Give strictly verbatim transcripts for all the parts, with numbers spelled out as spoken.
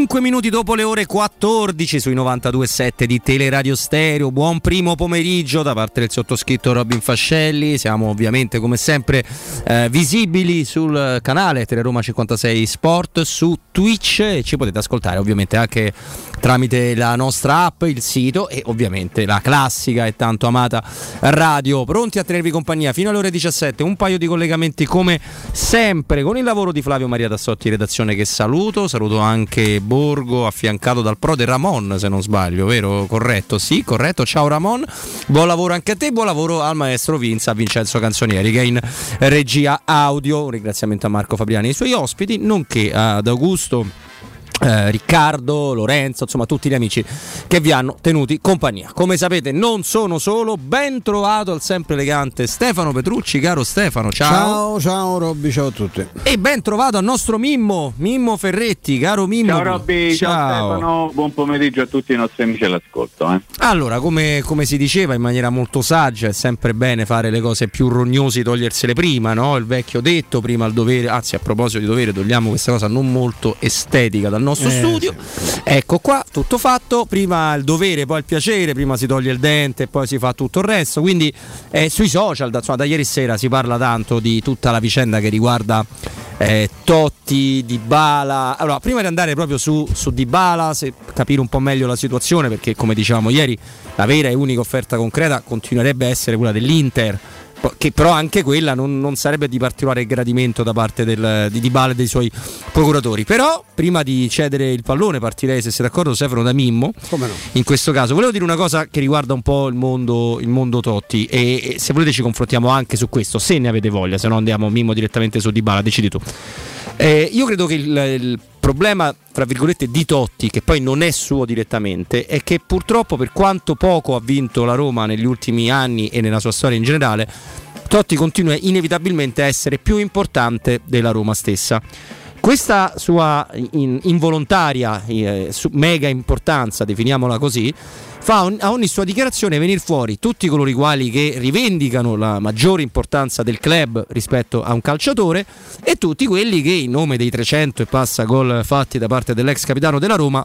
cinque minuti dopo le ore quattordici sui novantadue virgola sette di Teleradio Stereo. Buon primo pomeriggio da parte del sottoscritto Robin Fascelli. Siamo ovviamente come sempre eh, visibili sul canale Teleroma cinquantasei Sport su Twitch e ci potete ascoltare ovviamente anche tramite la nostra app, il sito e ovviamente la classica e tanto amata radio. Pronti a tenervi compagnia fino alle ore diciassette. Un paio di collegamenti come sempre con il lavoro di Flavio Maria Tassotti in redazione, che saluto. Saluto anche Borgo, affiancato dal prode Ramon, se non sbaglio, vero? Corretto? Sì, corretto. Ciao Ramon, buon lavoro anche a te, buon lavoro al maestro Vinza, a Vincenzo Canzonieri che è in regia audio. Un ringraziamento a Marco Fabriani e ai suoi ospiti, nonché ad Augusto, Eh, Riccardo, Lorenzo, insomma tutti gli amici che vi hanno tenuti compagnia. Come sapete non sono solo, ben trovato al sempre elegante Stefano Petrucci. Caro Stefano, ciao. Ciao, ciao Robby, ciao a tutti. E ben trovato al nostro Mimmo, Mimmo Ferretti. Caro Mimmo. Ciao Robby, ciao, ciao Stefano, buon pomeriggio a tutti i nostri amici all'ascolto. Eh. Allora, come, come si diceva in maniera molto saggia, è sempre bene fare le cose più rognosi, togliersele prima, no? Il vecchio detto, prima il dovere, anzi a proposito di dovere togliamo questa cosa non molto estetica dal nostro nostro eh, studio sì. Ecco qua, tutto fatto, prima il dovere poi il piacere, prima si toglie il dente e poi si fa tutto il resto, quindi eh, sui social da, insomma, da ieri sera si parla tanto di tutta la vicenda che riguarda eh, Totti, Dybala. Allora, prima di andare proprio su, su Dybala, se capire un po' meglio la situazione, perché come dicevamo ieri la vera e unica offerta concreta continuerebbe a essere quella dell'Inter, che però anche quella non, non sarebbe di particolare gradimento da parte del, di Dybala e dei suoi procuratori. Però prima di cedere il pallone partirei, se sei d'accordo Stefano, da Mimmo. Come no? In questo caso volevo dire una cosa che riguarda un po' il mondo, il mondo Totti e, e se volete ci confrontiamo anche su questo, se ne avete voglia, se no andiamo Mimmo direttamente su Dybala, decidi tu. Eh, io credo che il, il problema fra virgolette di Totti, che poi non è suo direttamente, è che purtroppo, per quanto poco ha vinto la Roma negli ultimi anni e nella sua storia in generale, Totti continua inevitabilmente a essere più importante della Roma stessa. Questa sua in, involontaria eh, su, mega importanza, definiamola così, fa on, a ogni sua dichiarazione venire fuori tutti coloro i quali che rivendicano la maggiore importanza del club rispetto a un calciatore e tutti quelli che in nome dei trecento e passa gol fatti da parte dell'ex capitano della Roma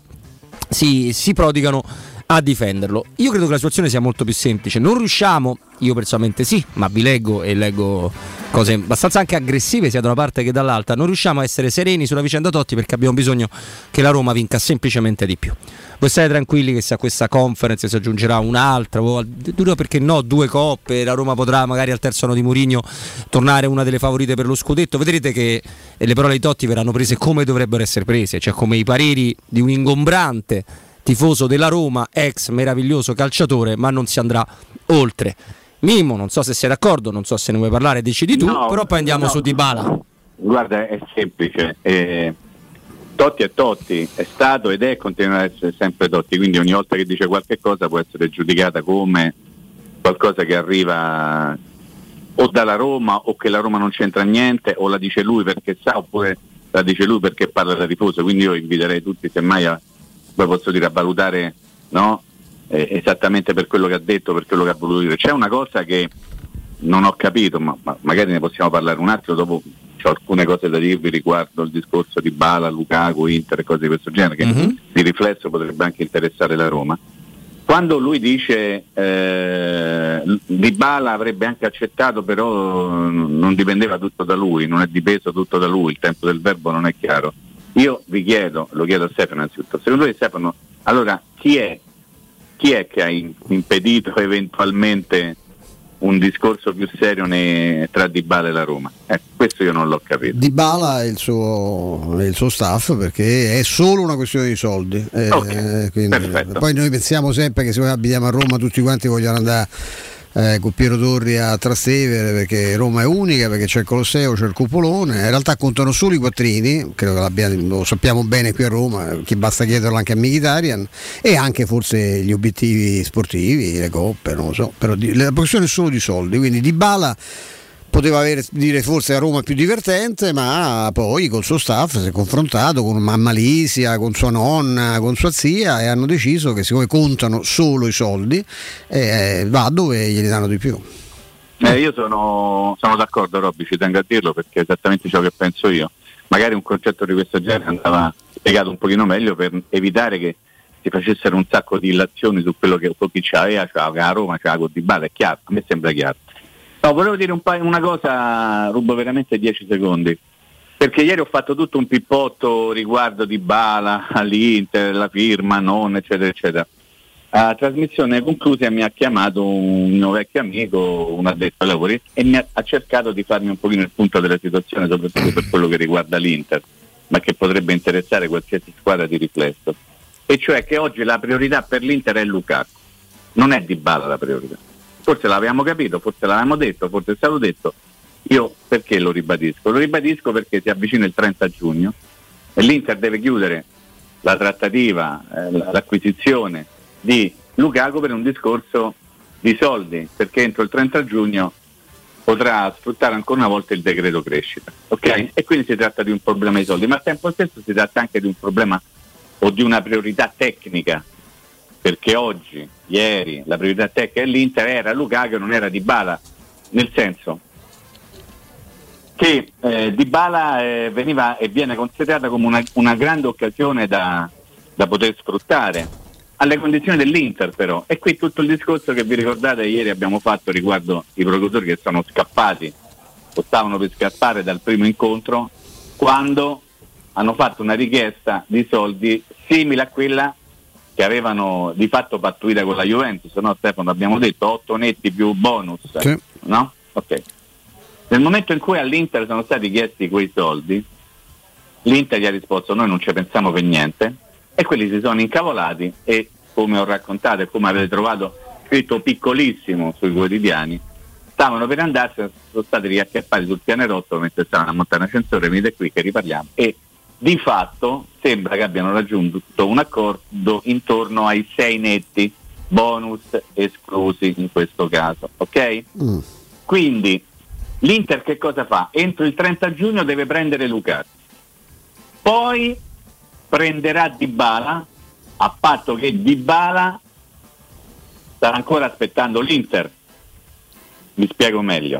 si, si prodigano a difenderlo. Io credo che la situazione sia molto più semplice. Non riusciamo, io personalmente sì, ma vi leggo e leggo cose abbastanza anche aggressive sia da una parte che dall'altra, non riusciamo a essere sereni sulla vicenda Totti perché abbiamo bisogno che la Roma vinca semplicemente di più. Voi state tranquilli che se a questa conference si aggiungerà un'altra o duro perché no, due coppe, la Roma potrà magari al terzo anno di Mourinho tornare una delle favorite per lo scudetto. Vedrete che le parole di Totti verranno prese come dovrebbero essere prese, cioè come i pareri di un ingombrante tifoso della Roma, ex meraviglioso calciatore, ma non si andrà oltre. Mimmo, non so se sei d'accordo, non so se ne vuoi parlare, decidi tu, no, però poi andiamo no, su Dybala. Guarda, è semplice, eh, Totti è Totti, è stato ed è continuerà ad essere sempre Totti, quindi ogni volta che dice qualche cosa può essere giudicata come qualcosa che arriva o dalla Roma o che la Roma non c'entra niente, o la dice lui perché sa, oppure la dice lui perché parla da tifoso. Quindi io inviterei tutti semmai a, poi posso dire, a valutare, no? Eh, esattamente per quello che ha detto, per quello che ha voluto dire. C'è una cosa che non ho capito, ma, ma magari ne possiamo parlare un attimo dopo. C'ho alcune cose da dirvi riguardo il discorso di Dybala, Lukaku, Inter e cose di questo genere, che mm-hmm. di riflesso potrebbe anche interessare la Roma. Quando lui dice eh, Dybala avrebbe anche accettato, però non dipendeva tutto da lui, non è dipeso tutto da lui, il tempo del verbo non è chiaro. Io vi chiedo, lo chiedo a Stefano innanzitutto, secondo voi Stefano, allora chi è chi è che ha impedito eventualmente un discorso più serio ne, tra Dybala e la Roma? Eh, questo io non l'ho capito. Dybala è il suo, è il suo staff, perché è solo una questione di soldi. Eh, okay, quindi, poi noi pensiamo sempre che se noi abitiamo a Roma tutti quanti vogliono andare eh, con Piero Torri a Trastevere perché Roma è unica, perché c'è il Colosseo, c'è il Cupolone. In realtà contano solo i quattrini, credo che l'abbiamo, lo sappiamo bene qui a Roma, che basta chiederlo anche a Mkhitaryan, e anche forse gli obiettivi sportivi, le coppe, non lo so, però la questione è solo di soldi. Quindi Dybala poteva avere, dire forse a Roma è più divertente, ma poi col suo staff si è confrontato con mamma Lisia, con sua nonna, con sua zia, e hanno deciso che siccome contano solo i soldi eh, va dove glieli danno di più. Eh, io sono, sono d'accordo, Robby, ci tengo a dirlo perché è esattamente ciò che penso io. Magari un concetto di questo genere andava spiegato un pochino meglio per evitare che si facessero un sacco di illazioni su quello che chi c'aveva, c'aveva a Roma, c'aveva con Dybala, è chiaro, a me sembra chiaro. No, volevo dire un pa- una cosa, rubo veramente dieci secondi, perché ieri ho fatto tutto un pippotto riguardo Dybala, all'Inter, la firma, non, eccetera, eccetera. A trasmissione conclusa mi ha chiamato un mio vecchio amico, un addetto ai lavori, e mi ha, ha cercato di farmi un pochino il punto della situazione, soprattutto per quello che riguarda l'Inter, ma che potrebbe interessare qualsiasi squadra di riflesso. E cioè che oggi la priorità per l'Inter è Lukaku, non è Dybala la priorità. Forse l'avevamo capito, forse l'avevamo detto, forse è stato detto. Io perché lo ribadisco? Lo ribadisco perché si avvicina il trenta giugno e l'Inter deve chiudere la trattativa, eh, l'acquisizione di Lukaku per un discorso di soldi, perché entro il trenta giugno potrà sfruttare ancora una volta il decreto crescita, ok? E quindi si tratta di un problema di soldi, ma al tempo stesso si tratta anche di un problema o di una priorità tecnica, perché oggi, ieri, la priorità tecnica dell'Inter era Lukaku e non era Dybala, nel senso che eh, Dybala eh, veniva e viene considerata come una, una grande occasione da, da poter sfruttare alle condizioni dell'Inter, però. E qui tutto il discorso che vi ricordate ieri abbiamo fatto riguardo i procuratori che sono scappati o stavano per scappare dal primo incontro, quando hanno fatto una richiesta di soldi simile a quella che avevano di fatto pattuita con la Juventus, no Stefano? Abbiamo detto otto netti più bonus, sì. No? Ok. Nel momento in cui all'Inter sono stati chiesti quei soldi, l'Inter gli ha risposto noi non ci pensiamo per niente, e quelli si sono incavolati e, come ho raccontato e come avete trovato scritto piccolissimo sui quotidiani, stavano per andarsene, sono stati riacchiappati sul pianerottolo mentre stavano a montare un ascensore, venite qui che riparliamo, e di fatto sembra che abbiano raggiunto un accordo intorno ai sei netti, bonus esclusi in questo caso, ok? Mm. Quindi l'Inter che cosa fa? Entro il trenta giugno deve prendere Lukaku, poi prenderà Dybala, a patto che Dybala starà ancora aspettando l'Inter. Mi spiego meglio.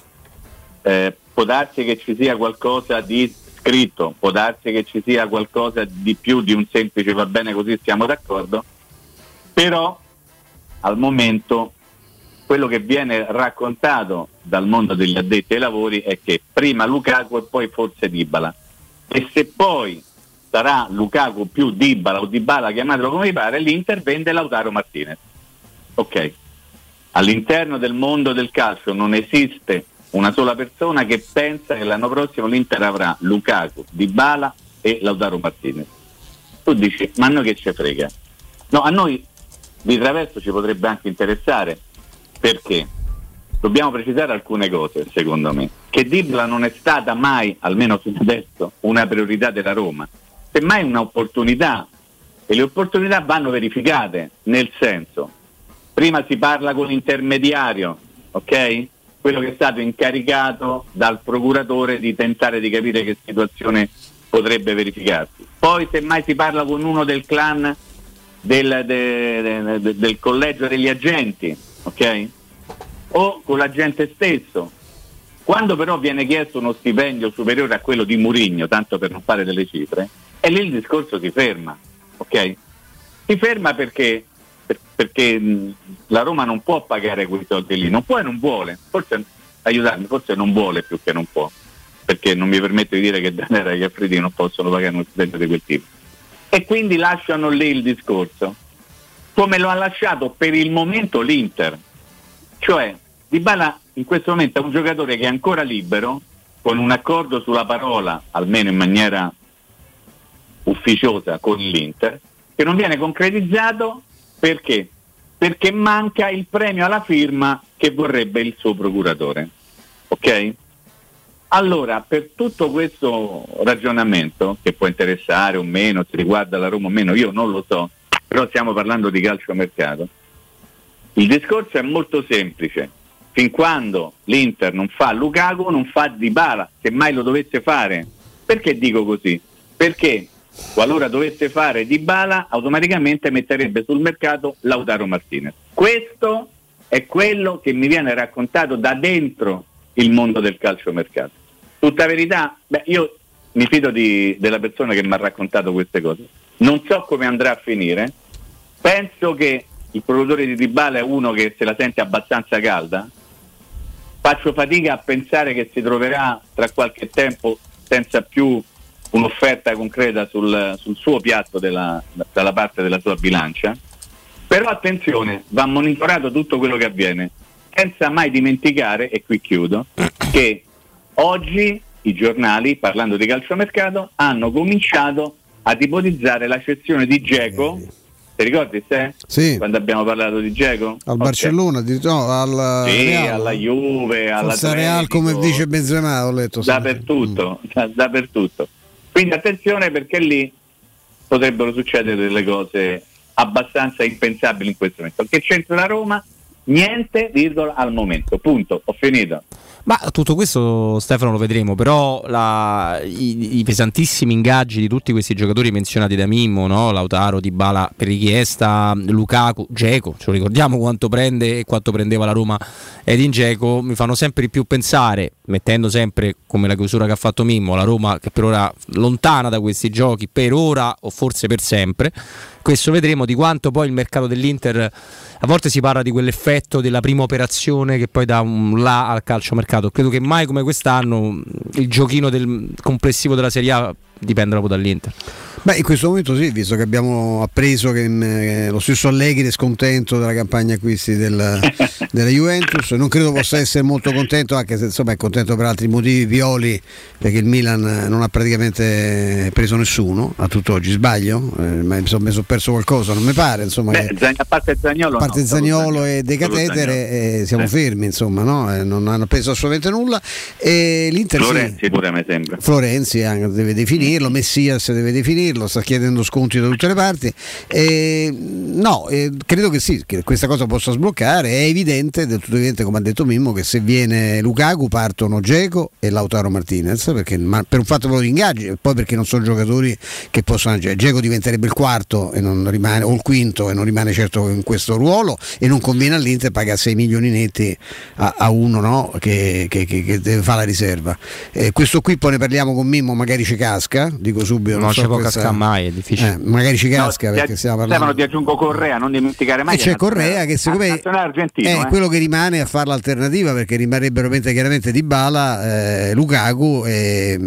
Eh, può darsi che ci sia qualcosa di scritto, può darsi che ci sia qualcosa di più di un semplice va bene così siamo d'accordo, però al momento quello che viene raccontato dal mondo degli addetti ai lavori è che prima Lukaku e poi forse Dybala, e se poi sarà Lukaku più Dybala o Dybala, chiamatelo come vi pare, l'Inter vende Lautaro Martinez. Ok, all'interno del mondo del calcio non esiste una sola persona che pensa che l'anno prossimo l'Inter avrà Lukaku, Dybala e Lautaro Martinez. Tu dici, ma a noi che ci frega? No, a noi di traverso ci potrebbe anche interessare, perché dobbiamo precisare alcune cose, secondo me, che Dybala non è stata mai, almeno fino adesso, una priorità della Roma, semmai un'opportunità, e le opportunità vanno verificate, nel senso, prima si parla con l'intermediario, ok? Quello che è stato incaricato dal procuratore di tentare di capire che situazione potrebbe verificarsi, poi semmai si parla con uno del clan del, de, de, del collegio degli agenti, ok? O con l'agente stesso. Quando però viene chiesto uno stipendio superiore a quello di Mourinho, tanto per non fare delle cifre, e lì il discorso si ferma, ok? Si ferma perché per, perché mh, la Roma non può pagare quei soldi lì, non può e non vuole, forse aiutarmi, forse non vuole più che non può, perché non mi permetto di dire che Danera e gli Afridi non possono pagare uno stipendio di quel tipo, e quindi lasciano lì il discorso, come lo ha lasciato per il momento l'Inter, cioè Dybala in questo momento è un giocatore che è ancora libero, con un accordo sulla parola, almeno in maniera ufficiosa con l'Inter, che non viene concretizzato perché? Perché manca il premio alla firma che vorrebbe il suo procuratore, ok? Allora, per tutto questo ragionamento, che può interessare o meno, se riguarda la Roma o meno, io non lo so, però stiamo parlando di calciomercato, il discorso è molto semplice. Fin quando l'Inter non fa Lukaku, non fa Dybala, se mai lo dovesse fare. Perché dico così? Perché qualora dovesse fare Dybala, automaticamente metterebbe sul mercato Lautaro Martinez. Questo è quello che mi viene raccontato da dentro il mondo del calciomercato. Tutta verità? Beh, io mi fido di, della persona che mi ha raccontato queste cose. Non so come andrà a finire. Penso che il produttore di Dybala è uno che se la sente abbastanza calda. Faccio fatica a pensare che si troverà tra qualche tempo senza più un'offerta concreta sul, sul suo piatto della, dalla parte della sua bilancia. Però attenzione, va monitorato tutto quello che avviene, senza mai dimenticare, e qui chiudo, che oggi i giornali, parlando di calciomercato, hanno cominciato ad ipotizzare la cessione di Dzeko. Ti ricordi te? Sì. Quando abbiamo parlato di Dzeko? Al Okay. Barcellona, no, al sì, Real. alla Juve, alla Real come vice Benzema, ho letto. Dappertutto, mm. da, dappertutto. Quindi attenzione, perché lì potrebbero succedere delle cose abbastanza impensabili in questo momento. Che c'entra la Roma? Niente, virgola, al momento. Punto. Ho finito. Ma tutto questo, Stefano, lo vedremo, però la, i, i pesantissimi ingaggi di tutti questi giocatori menzionati da Mimmo, no? Lautaro, Dybala per richiesta, Lukaku, Dzeko, ce lo ricordiamo quanto prende e quanto prendeva la Roma Edin Dzeko, mi fanno sempre di più pensare, mettendo sempre come la chiusura che ha fatto Mimmo, la Roma che per ora lontana da questi giochi, per ora o forse per sempre. Questo vedremo, di quanto poi il mercato dell'Inter, a volte si parla di quell'effetto della prima operazione che poi dà un là al calciomercato. Credo che mai come quest'anno il giochino del complessivo della Serie A dipenda proprio dall'Inter. Beh, in questo momento sì, visto che abbiamo appreso che eh, lo stesso Allegri è scontento della campagna acquisti del, della Juventus, non credo possa essere molto contento, anche se insomma è contento per altri motivi. Pioli, perché il Milan non ha praticamente preso nessuno a tutt'oggi, sbaglio? Eh, ma mi sono messo perso qualcosa, non mi pare, insomma. Beh, che, a parte Zaniolo, a parte no, Zaniolo e De Catetere eh, siamo eh. fermi, insomma, no? Eh, non hanno preso assolutamente nulla. E l'Inter Florenzi sì, pure mi sembra. Florenzi anche, deve definirlo, Messias deve definirlo, sta chiedendo sconti da tutte le parti. E, no, eh, credo che sì, che questa cosa possa sbloccare. È evidente, del tutto evidente, come ha detto Mimmo, che se viene Lukaku partono Dzeko e Lautaro Martinez, perché, ma per un fatto proprio di ingaggi, e poi perché non sono giocatori che possono. Dzeko diventerebbe il quarto e non rimane, o il quinto e non rimane certo in questo ruolo, e non conviene all'Inter pagare sei milioni netti a, a uno, no? che, che, che, che deve fare la riserva. Eh, questo qui poi ne parliamo con Mimmo, magari ci casca, dico subito. Non, non ci so può questa... cascare mai, è difficile. Eh, magari ci casca, no, perché ti, stiamo parlando. Stefano, ti aggiungo Correa, non dimenticare mai. E c'è Correa che secondo me argentino, è eh. quello che rimane a fare l'alternativa, perché rimarrebbero chiaramente Dybala, eh, Lukaku e,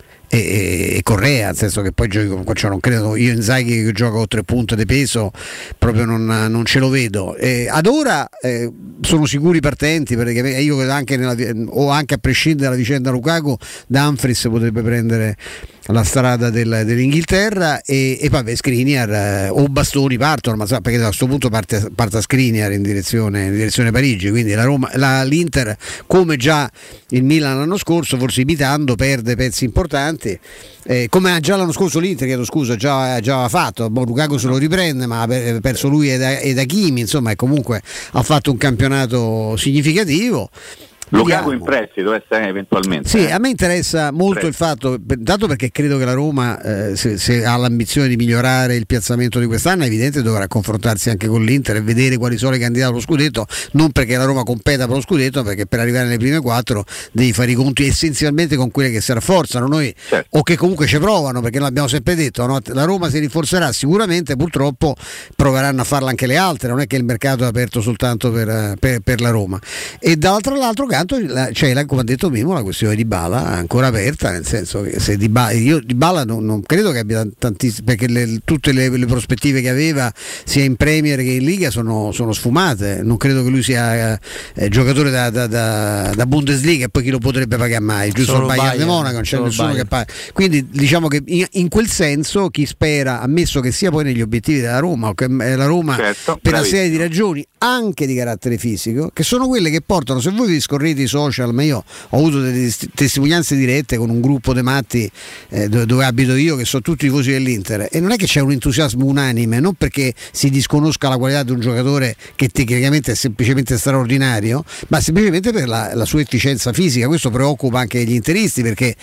e, e Correa, nel senso che poi giochi, cioè non credo, io Inzaghi che gioca con tre punte di peso proprio non, non ce lo vedo. E ad ora eh, sono sicuri partenti, perché io credo anche nella, o anche a prescindere dalla vicenda Lukaku, Dumfries potrebbe prendere la strada del, dell'Inghilterra, e, e poi Skriniar eh, o Bastoni partono, ma sa, perché a questo punto parte, parte Skriniar in direzione, in direzione Parigi, quindi la Roma, la, l'Inter, come già il Milan l'anno scorso, forse imitando, perde pezzi importanti, eh, come già l'anno scorso l'Inter, chiedo scusa, già, già aveva fatto. Boh, Lukaku se lo riprende, ma ha perso lui ed, ed Hakimi, insomma, e comunque ha fatto un campionato significativo. Lukaku in prestito essere eventualmente. Sì, eh. a me interessa molto Prestito. il fatto, dato perché credo che la Roma eh, se, se ha l'ambizione di migliorare il piazzamento di quest'anno, è evidente dovrà confrontarsi anche con l'Inter e vedere quali sono i candidati allo scudetto, non perché la Roma competa per lo scudetto, ma perché per arrivare nelle prime quattro devi fare i conti essenzialmente con quelle che si rafforzano noi, certo. O che comunque ci provano, perché l'abbiamo sempre detto, no? La Roma si rinforzerà sicuramente, purtroppo proveranno a farla anche le altre, non è che il mercato è aperto soltanto per, per, per la Roma. E dall'altro l'altro canto c'è, la, come ha detto Mimmo, la questione di Dybala ancora aperta, nel senso che se Dybala, io Dybala non, non credo che abbia tantissime, perché le, tutte le, le prospettive che aveva sia in Premier che in Liga sono, sono sfumate. Non credo che lui sia eh, giocatore da, da, da, da Bundesliga, e poi chi lo potrebbe pagare mai, giusto? Il Bayern di Monaco, non c'è nessuno che paga. Quindi diciamo che in, in quel senso chi spera, ammesso che sia poi negli obiettivi della Roma, o che la Roma, certo, per bravissimo. Una serie di ragioni anche di carattere fisico, che sono quelle che portano, se voi vi scorrete i social, ma io ho avuto delle testimonianze dirette con un gruppo di matti eh, dove, dove abito io, che sono tutti tifosi dell'Inter, e non è che c'è un entusiasmo unanime, non perché si disconosca la qualità di un giocatore che tecnicamente è semplicemente straordinario, ma semplicemente per la, la sua efficienza fisica. Questo preoccupa anche gli interisti, perché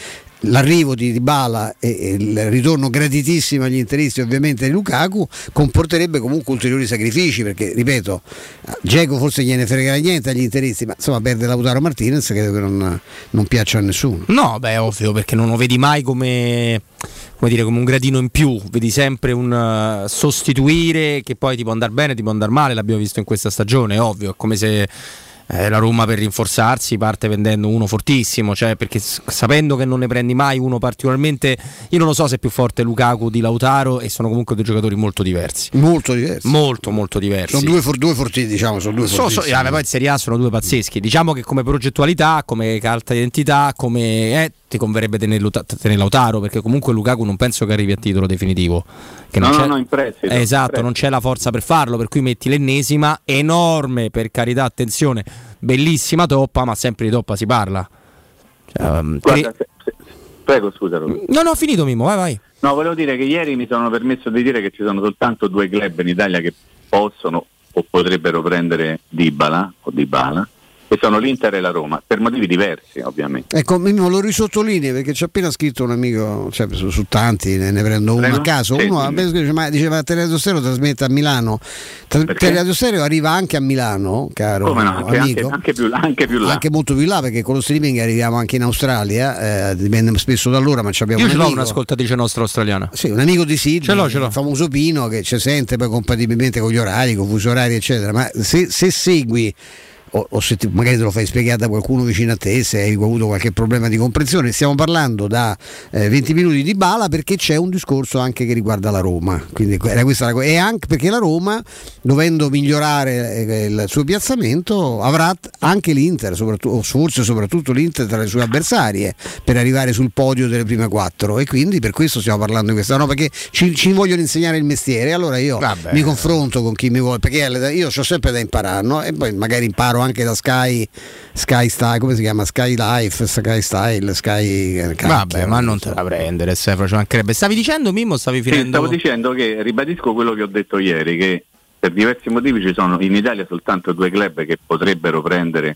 l'arrivo di Dybala e, e il ritorno gratitissimo agli interisti ovviamente di Lukaku comporterebbe comunque ulteriori sacrifici, perché ripeto, Dzeko forse gliene fregherà niente agli interisti, ma insomma perde Lautaro Martinez credo che non, non piaccia a nessuno. No, beh, ovvio, perché non lo vedi mai come, come dire, come un gradino in più, vedi sempre un uh, sostituire che poi ti può andare bene, ti può andare male, l'abbiamo visto in questa stagione, è ovvio, è come se Eh, la Roma per rinforzarsi parte vendendo uno fortissimo, cioè perché sapendo che non ne prendi mai uno particolarmente, io non lo so se è più forte Lukaku di Lautaro, e sono comunque due giocatori molto diversi, molto diversi, molto molto diversi. Sono due, for- due forti, diciamo, sono due so, so, eh, poi in Serie A sono due pazzeschi. Diciamo che come progettualità, come carta d'identità, come eh, ti converrebbe tenere, tenere Lautaro, perché comunque Lukaku non penso che arrivi a titolo definitivo. Che non no, c'è, no, no, in prestito, eh, esatto, in prestito. Non c'è la forza per farlo, per cui metti l'ennesima enorme, per carità, attenzione, bellissima toppa, ma sempre di toppa si parla. Cioè, um, Guarda, tre... se, se, prego, scusa. Robin. No, no, ho finito Mimmo, vai, vai. No, volevo dire che ieri mi sono permesso di dire che ci sono soltanto due club in Italia che possono o potrebbero prendere Dybala o Dybala, che sono l'Inter e la Roma, per motivi diversi ovviamente. Ecco, Mimmo, lo risottolinei perché ci ha appena scritto un amico, cioè su, su tanti, ne, ne prendo uno Prego? a caso. Sì, Uno sì. appena scritto, ma diceva Teleradio Stereo trasmette a Milano. Tra- Perché? Teleradio Stereo arriva anche a Milano, caro Come no? Anche, amico. anche, anche, più, anche più là. Anche molto più là, perché con lo streaming arriviamo anche in Australia, eh, dipende spesso da loro, ma ci abbiamo Io un ce l'ho amico. un'ascoltatrice nostra australiana. Sì, un amico di Sydney, Ce l'ho, ce l'ho. il famoso Pino, che ci sente poi compatibilmente con gli orari, con fusi orari eccetera, ma se, se segui o, o se ti, magari te lo fai spiegare da qualcuno vicino a te, se hai avuto qualche problema di comprensione, stiamo parlando da eh, venti minuti di Dybala, perché c'è un discorso anche che riguarda la Roma, quindi era questa la cosa, e anche perché la Roma, dovendo migliorare eh, il suo piazzamento, avrà anche l'Inter, soprattutto, o forse soprattutto l'Inter tra le sue avversarie, per arrivare sul podio delle prime quattro, e quindi per questo stiamo parlando di questa, no, perché ci, ci vogliono insegnare il mestiere, allora io Vabbè. mi confronto con chi mi vuole, perché io ho sempre da imparare, no? E poi magari imparo anche da Sky Sky Style, come si chiama? Sky Life, Sky Style, Sky eh, cacchio, Vabbè, ma non te la prendere, Stefano, ci mancherebbe. Stavi dicendo, Mimmo, stavi Sì, finendo? stavo dicendo che ribadisco quello che ho detto ieri, che per diversi motivi ci sono in Italia soltanto due club che potrebbero prendere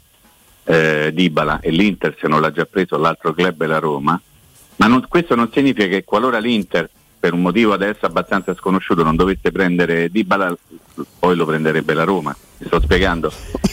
eh, Dybala, e l'Inter se non l'ha già preso, l'altro club è la Roma, ma non, questo non significa che qualora l'Inter per un motivo adesso abbastanza sconosciuto non dovesse prendere Dybala, poi lo prenderebbe la Roma. Mi sto spiegando.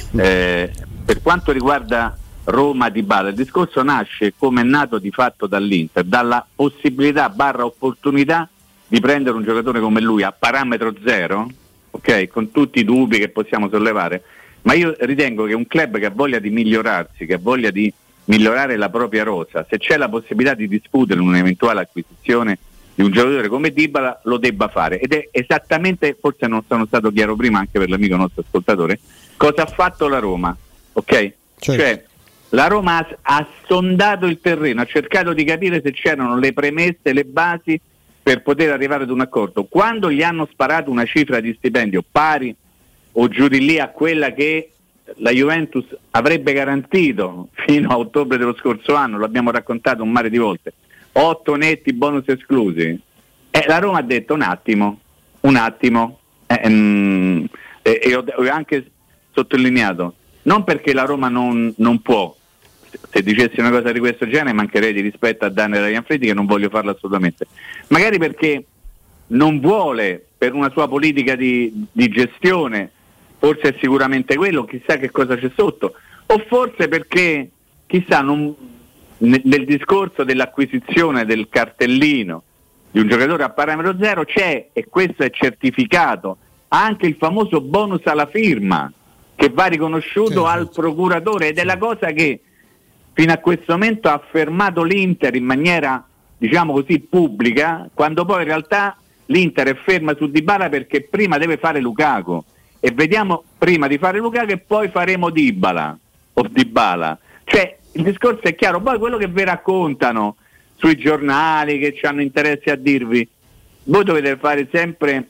Eh, per quanto riguarda Roma Dybala, il discorso nasce, come è nato di fatto dall'Inter, dalla possibilità barra opportunità di prendere un giocatore come lui a parametro zero, ok, con tutti i dubbi che possiamo sollevare, ma io ritengo che un club che ha voglia di migliorarsi, che ha voglia di migliorare la propria rosa, se c'è la possibilità di discutere un'eventuale acquisizione di un giocatore come Dybala, lo debba fare, ed è esattamente, forse non sono stato chiaro prima anche per l'amico nostro ascoltatore, cosa ha fatto la Roma, ok? Certo. Cioè la Roma ha, ha sondato il terreno, ha cercato di capire se c'erano le premesse, le basi per poter arrivare ad un accordo. Quando gli hanno sparato una cifra di stipendio pari o giù di lì a quella che la Juventus avrebbe garantito fino a ottobre dello scorso anno, l'abbiamo raccontato un mare di volte, otto netti bonus esclusi, eh, la Roma ha detto un attimo, un attimo, eh, mm, e, e ho, ho anche sottolineato, non perché la Roma non, non può, se dicessi una cosa di questo genere mancherei di rispetto a Daniel Ianfredi, che non voglio farlo assolutamente, magari perché non vuole, per una sua politica di, di gestione, forse è sicuramente quello, chissà che cosa c'è sotto, o forse perché, chissà, non, nel, nel discorso dell'acquisizione del cartellino di un giocatore a parametro zero c'è, e questo è certificato, anche il famoso bonus alla firma, che va riconosciuto certo. al procuratore, ed è la cosa che fino a questo momento ha affermato l'Inter in maniera, diciamo così, pubblica, quando poi in realtà l'Inter è ferma su Dybala perché prima deve fare Lukaku, e vediamo prima di fare Lukaku e poi faremo Dybala o Dybala, cioè il discorso è chiaro. Poi quello che vi raccontano sui giornali, che hanno interesse a dirvi, voi dovete fare sempre,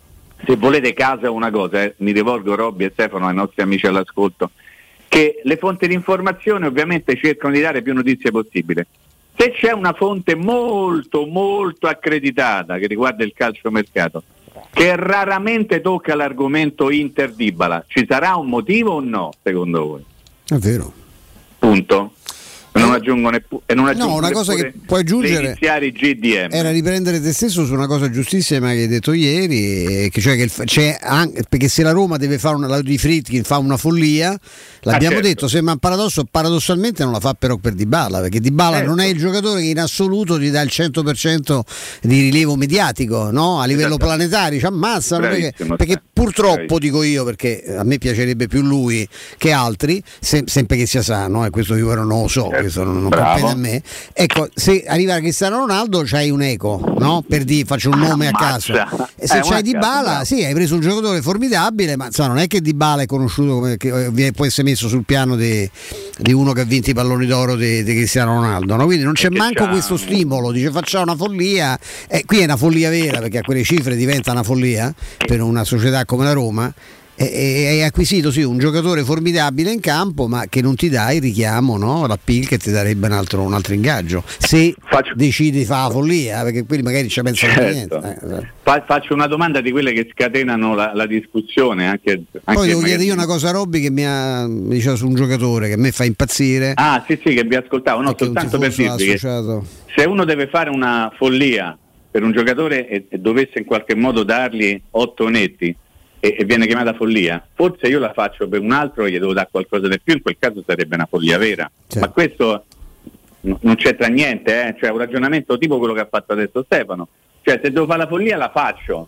se volete casa, una cosa, eh, mi rivolgo Robby e Stefano, ai nostri amici all'ascolto, che le fonti di informazione ovviamente cercano di dare più notizie possibile. Se c'è una fonte molto molto accreditata che riguarda il calciomercato, che raramente tocca l'argomento Inter Dybala, ci sarà un motivo o no, secondo voi? È vero. Punto. Non aggiungo neppure, e non aggiungo no, una cosa che puoi aggiungere iniziare G D M. Era riprendere te stesso su una cosa giustissima che hai detto ieri, che cioè che il, c'è anche, perché se la Roma deve fare una, la di Friedkin fa una follia, l'abbiamo ah, certo. detto, sembra un paradosso, paradossalmente non la fa però per Dybala, perché Dybala certo. non è il giocatore che in assoluto gli dà il cento per cento di rilievo mediatico, no? A livello esatto. planetario, ci ammazzano, perché, perché purtroppo Bravissimo. dico io, perché a me piacerebbe più lui che altri, se, sempre che sia sano, e eh, questo io però non lo so. Questo non, non compete a me. Ecco, se arriva Cristiano Ronaldo c'hai un eco, no? Per dire, faccio un nome a caso. E se eh, c'hai Dybala, sì, hai preso un giocatore formidabile, ma insomma non è che Dybala è conosciuto come che può essere messo sul piano di, di uno che ha vinto i palloni d'oro di, di Cristiano Ronaldo, no? Quindi non c'è manco c'ha... questo stimolo, dice facciamo una follia, e qui è una follia vera, perché a quelle cifre diventa una follia per una società come la Roma. Hai acquisito sì un giocatore formidabile in campo, ma che non ti dà il richiamo, no? L'appeal che ti darebbe un altro, un altro ingaggio se faccio... decidi di fare la follia, perché quelli magari ci pensano certo. niente. Eh, Fa, faccio una domanda di quelle che scatenano la, la discussione anche, anche poi devo chiedere io una cosa a Robby che mi ha mi diceva su un giocatore che a me fa impazzire. Ah sì sì, che vi ascoltavo, no, soltanto per dirvi che se uno deve fare una follia per un giocatore e, e dovesse in qualche modo dargli otto netti e, e viene chiamata follia, forse io la faccio per un altro e gli devo dare qualcosa di più, in quel caso sarebbe una follia vera, sì. Ma questo n- non c'entra niente, eh? Cioè un ragionamento tipo quello che ha fatto adesso Stefano, cioè se devo fare la follia la faccio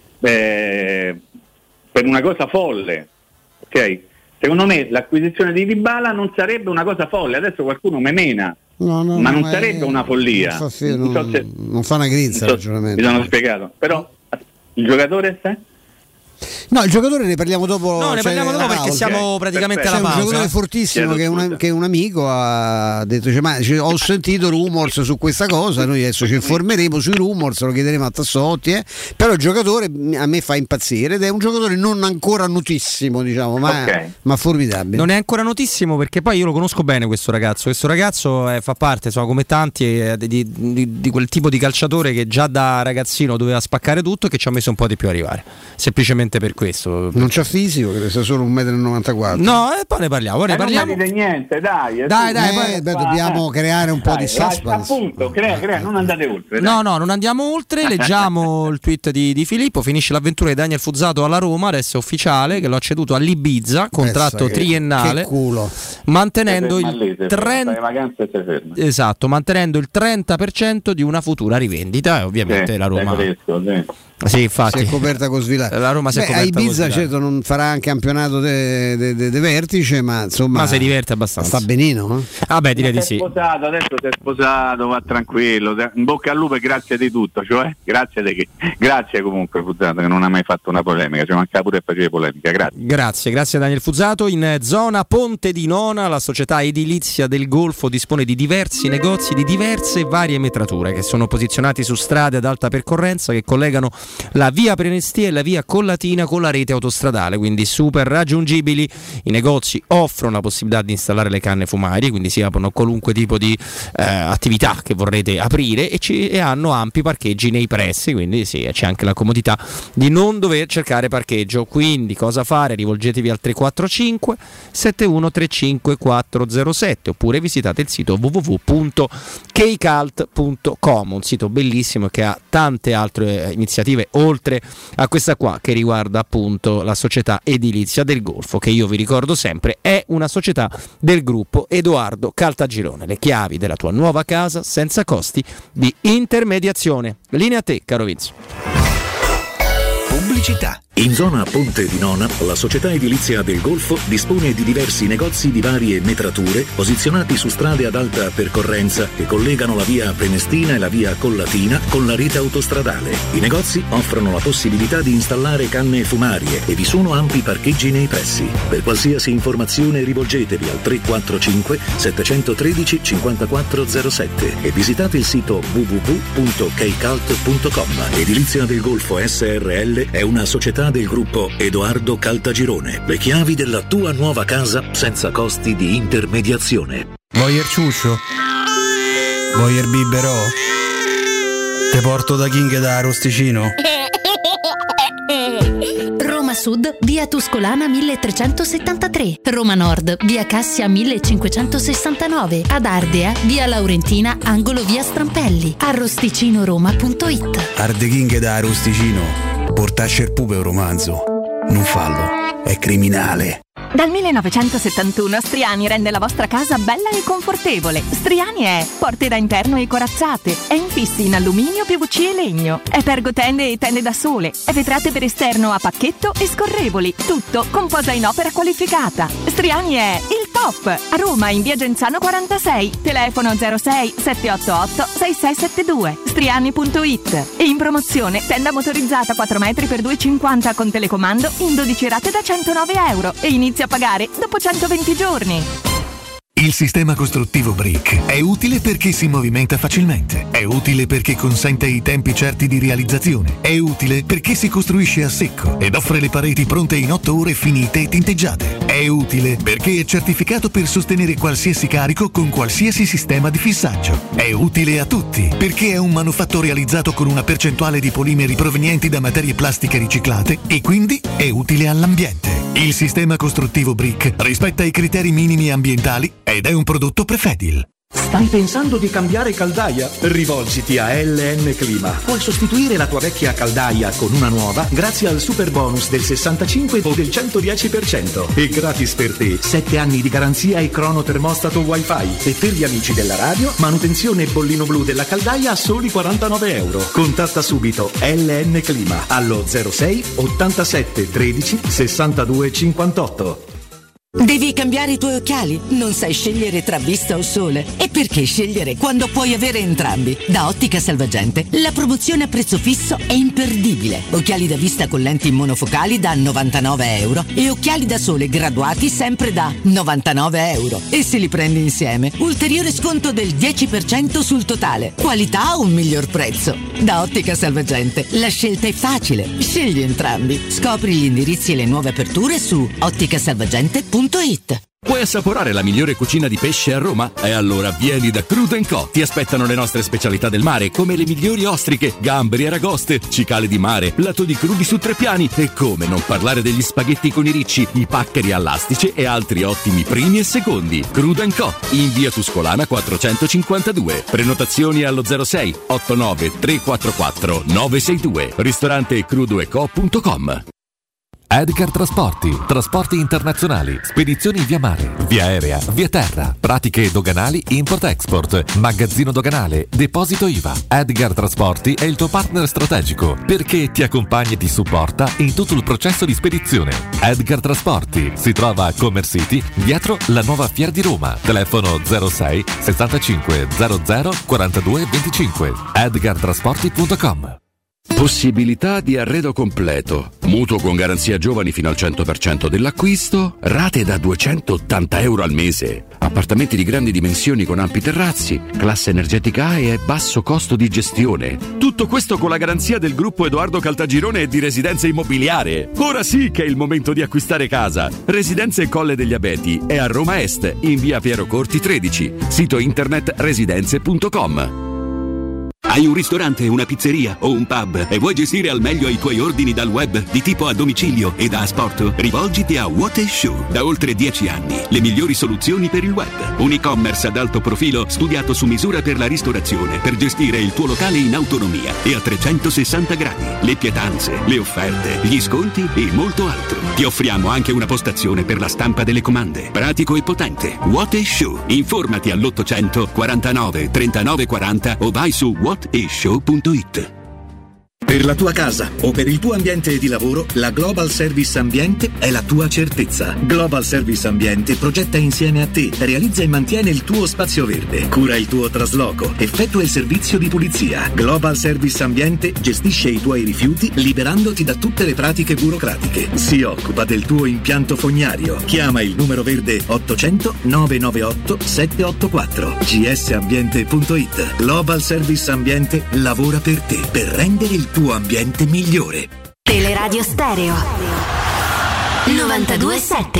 eh, per una cosa folle, ok? Secondo me l'acquisizione di Dybala non sarebbe una cosa folle, adesso qualcuno me mena, no, no, ma non no, sarebbe è, una follia, non, so, non, non, so se, non fa una grinza non so, mi sono spiegato, però il giocatore sta? No, il giocatore ne parliamo dopo. No, ne cioè, parliamo dopo perché pausa. siamo praticamente C'è alla pausa. C'è un giocatore fortissimo che, una, che un amico ha detto, cioè, ma, cioè, ho sentito rumors su questa cosa, noi adesso ci informeremo sui rumors, lo chiederemo a Tassotti, eh. Però il giocatore a me fa impazzire ed è un giocatore non ancora notissimo, diciamo, ma, okay. ma formidabile. Non è ancora notissimo perché poi io lo conosco bene questo ragazzo. Questo ragazzo eh, fa parte, insomma, come tanti, eh, di, di, di quel tipo di calciatore che già da ragazzino doveva spaccare tutto e che ci ha messo un po' di più a arrivare. Semplicemente per questo. Non c'ha fisico, che sia solo un metro e novantaquattro. No, e poi ne parliamo. Poi ne eh, parliamo. Non niente, dai. Eh, dai, dai, poi, beh, dobbiamo eh. creare un dai, po' di suspense. Appunto, crea, crea, non andate oltre. Dai. No, no, non andiamo oltre. Leggiamo il tweet di, di Filippo. Finisce l'avventura di Daniel Fuzzato alla Roma, adesso è ufficiale che lo ha ceduto all'Ibiza, contratto Pensa triennale. Che, che culo. Mantenendo il lì, trenta Esatto, mantenendo il trenta per cento di una futura rivendita, e ovviamente sì, la Roma. Fresco, sì. Sì, infatti. Si è coperta con svilare. La Roma si è Beh, a Ibiza certo non farà un campionato de, de, de, de vertice, ma insomma ma si diverte abbastanza. Sta benino, eh? Ah beh, direi di sì. Sposato, adesso si è sposato, va tranquillo. In bocca al lupo e grazie di tutto, cioè grazie di che. Grazie comunque Fuzzato che non ha mai fatto una polemica, cioè mancava pure a fare polemica. Grazie. Grazie, grazie a Daniel Fuzzato. In zona Ponte di Nona, la società edilizia del Golfo dispone di diversi negozi di diverse e varie metrature che sono posizionati su strade ad alta percorrenza che collegano la via Prenestia e la via Collatina con la rete autostradale, quindi super raggiungibili. I negozi offrono la possibilità di installare le canne fumarie, quindi si aprono qualunque tipo di eh, attività che vorrete aprire e, ci, e hanno ampi parcheggi nei pressi, quindi sì, c'è anche la comodità di non dover cercare parcheggio. Quindi cosa fare? Rivolgetevi al tre quattro cinque sette uno tre cinque quattro zero sette oppure visitate il sito w w w punto keycult punto com, un sito bellissimo che ha tante altre iniziative oltre a questa qua che riguarda appunto la società edilizia del Golfo, che io vi ricordo sempre è una società del gruppo Edoardo Caltagirone. Le chiavi della tua nuova casa senza costi di intermediazione. Linea a te, caro Vinzo. Pubblicità. In zona Ponte di Nona, la società edilizia del Golfo dispone di diversi negozi di varie metrature posizionati su strade ad alta percorrenza che collegano la via Prenestina e la via Collatina con la rete autostradale. I negozi offrono la possibilità di installare canne fumarie e vi sono ampi parcheggi nei pressi. Per qualsiasi informazione rivolgetevi al tre quattro cinque sette uno tre cinque quattro zero sette e visitate il sito w w w punto keycult punto com. Edilizia del Golfo S R L è una società del gruppo Edoardo Caltagirone. Le chiavi della tua nuova casa senza costi di intermediazione. Voyer ciuscio? Voyer biberò? Te porto da King da Rosticino? Roma Sud, via Tuscolana milletrecentosettantatré, Roma Nord, via Cassia millecinquecentosessantanove, ad Ardea, via Laurentina, angolo via Strampelli, arrosticinoroma punto it. Ardechinghe da Arosticino, portasce il pupe un romanzo. Non fallo, è criminale. Dal millenovecentosettantuno Striani rende la vostra casa bella e confortevole. Striani è porte da interno e corazzate, è infissi in alluminio, P V C e legno, è pergotende e tende da sole, è vetrate per esterno a pacchetto e scorrevoli, tutto con posa in opera qualificata. Striani è il top! A Roma in via Genzano quarantasei, telefono zero sei sette otto otto sei sei sette due, striani punto it. E in promozione tenda motorizzata quattro metri per due e cinquanta con telecomando in dodici rate da centonove euro e inizia a pagare dopo centoventi giorni. Il sistema costruttivo Brick è utile perché si movimenta facilmente, è utile perché consente i tempi certi di realizzazione, è utile perché si costruisce a secco ed offre le pareti pronte in otto ore finite e tinteggiate, è utile perché è certificato per sostenere qualsiasi carico con qualsiasi sistema di fissaggio, è utile a tutti perché è un manufatto realizzato con una percentuale di polimeri provenienti da materie plastiche riciclate e quindi è utile all'ambiente. Il sistema costruttivo Brick rispetta i criteri minimi ambientali ed è un prodotto Prefedil. Stai pensando di cambiare caldaia? Rivolgiti a L N Clima. Puoi sostituire la tua vecchia caldaia con una nuova grazie al super bonus del sessantacinque o del centodieci per cento. E gratis per te sette anni di garanzia e cronotermostato wifi. E per gli amici della radio, manutenzione e bollino blu della caldaia a soli quarantanove euro. Contatta subito L N Clima allo zero sei ottantasette tredici sessantadue cinquantotto. Devi cambiare i tuoi occhiali? Non sai scegliere tra vista o sole? E perché scegliere quando puoi avere entrambi? Da Ottica Salvagente la promozione a prezzo fisso è imperdibile. Occhiali da vista con lenti monofocali da novantanove euro e occhiali da sole graduati sempre da novantanove euro. E se li prendi insieme, ulteriore sconto del dieci per cento sul totale. Qualità o un miglior prezzo? Da Ottica Salvagente la scelta è facile. Scegli entrambi. Scopri gli indirizzi e le nuove aperture su otticasalvagente punto it. Puoi assaporare la migliore cucina di pesce a Roma? E allora vieni da Crudo and Co. Ti aspettano le nostre specialità del mare, come le migliori ostriche, gamberi, aragoste, cicale di mare, plato di crudi su tre piani e come non parlare degli spaghetti con i ricci, i paccheri all'astice e altri ottimi primi e secondi. Crudo and Co. in via Tuscolana quattrocentocinquantadue. Prenotazioni allo zero sei otto nove tre quattro quattro nove sei due. Ristorante crudo e co punto com. Edgar Trasporti, trasporti internazionali, spedizioni via mare, via aerea, via terra, pratiche doganali import-export, magazzino doganale, deposito I V A. Edgar Trasporti è il tuo partner strategico perché ti accompagna e ti supporta in tutto il processo di spedizione. Edgar Trasporti si trova a Commerce City, dietro la nuova Fiera di Roma. Telefono zero sei sessantacinque zero zero quarantadue venticinque. edgar trasporti punto com. Possibilità di arredo completo, mutuo con garanzia giovani fino al cento per cento dell'acquisto, rate da duecentottanta euro al mese, appartamenti di grandi dimensioni con ampi terrazzi, classe energetica A e basso costo di gestione. Tutto questo con la garanzia del gruppo Edoardo Caltagirone e di Residenza Immobiliare. Ora sì che è il momento di acquistare casa. Residenze Colle degli Abeti è a Roma Est, in via Piero Corti tredici, sito internet residenze punto com. Hai un ristorante, una pizzeria o un pub e vuoi gestire al meglio i tuoi ordini dal web di tipo a domicilio e da asporto? Rivolgiti a What is Show. Da oltre dieci anni, le migliori soluzioni per il web. Un e-commerce ad alto profilo studiato su misura per la ristorazione, per gestire il tuo locale in autonomia e a trecentosessanta gradi. Le pietanze, le offerte, gli sconti e molto altro. Ti offriamo anche una postazione per la stampa delle comande. Pratico e potente. What is Show. Informati all'ottocento quarantanove trentanove quaranta o vai su what is show punto it. Per la tua casa o per il tuo ambiente di lavoro, la Global Service Ambiente è la tua certezza. Global Service Ambiente progetta insieme a te, realizza e mantiene il tuo spazio verde, cura il tuo trasloco, effettua il servizio di pulizia. Global Service Ambiente gestisce i tuoi rifiuti liberandoti da tutte le pratiche burocratiche. Si occupa del tuo impianto fognario. Chiama il numero verde ottocento nove nove otto sette otto quattro. g s ambiente punto it. Global Service Ambiente lavora per te, per rendere il tuo ambiente migliore. Teleradio Stereo novantadue sette.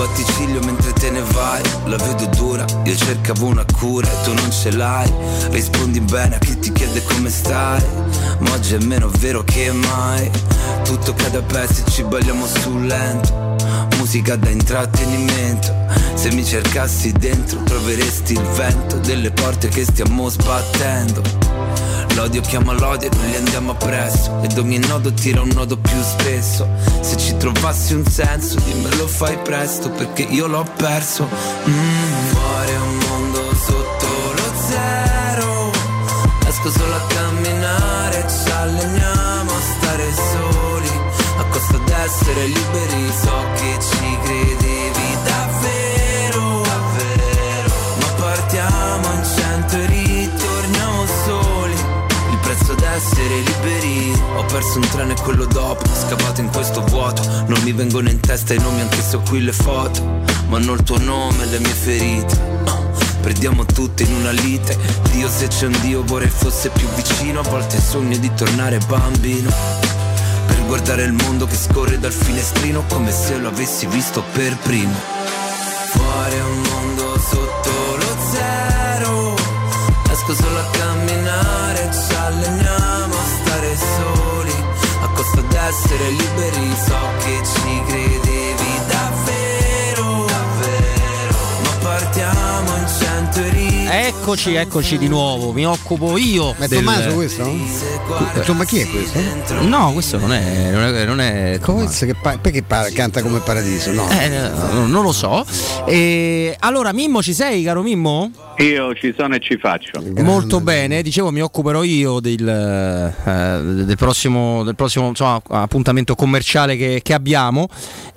batticiglio mentre te ne vai. La vedo dura, io cercavo una cura e tu non ce l'hai. Rispondi bene a chi ti chiede come stai, ma oggi è meno vero che mai. Tutto cade a pezzi, ci balliamo sul lento, musica da intrattenimento. Se mi cercassi dentro troveresti il vento delle porte che stiamo sbattendo. L'odio chiama l'odio e noi gli andiamo appresso, ed ogni nodo tira un nodo più spesso. Se ci trovassi un senso dimmelo fai presto, perché io l'ho perso. mm, Fuori è un mondo sotto lo zero, esco solo a camminare, ci alleniamo a stare soli, a costo d'essere liberi. So che ci credevi davvero, davvero, ma partiamo in cento e ritorniamo soli. Il prezzo d'essere liberi. Ho perso un treno e quello dopo, scavato in questo vuoto. Non mi vengono in testa i nomi anche se ho qui le foto, ma hanno il tuo nome e le mie ferite. oh, Perdiamo tutte in una lite. Dio, se c'è un Dio vorrei fosse più vicino. A volte sogno di tornare bambino, per guardare il mondo che scorre dal finestrino, come se lo avessi visto per primo. Fuori è un mondo sotto lo zero, esco solo a camminare, ci alleniamo a stare soli, a costo d'essere liberi. So che ci credevi davvero, davvero, ma partiamo in cento e ritorniamo. Eccoci, eccoci di nuovo. Mi occupo io. Ma è del... Tommaso questo? Ma chi è questo? No, questo non è. Non è, non è... Che pa- perché pa- canta come Paradiso? No, eh, no, non lo so. E allora, Mimmo, ci sei, caro Mimmo? Io ci sono e ci faccio. Molto bene, dicevo, mi occuperò io del, eh, del prossimo, del prossimo insomma, appuntamento commerciale che, che abbiamo,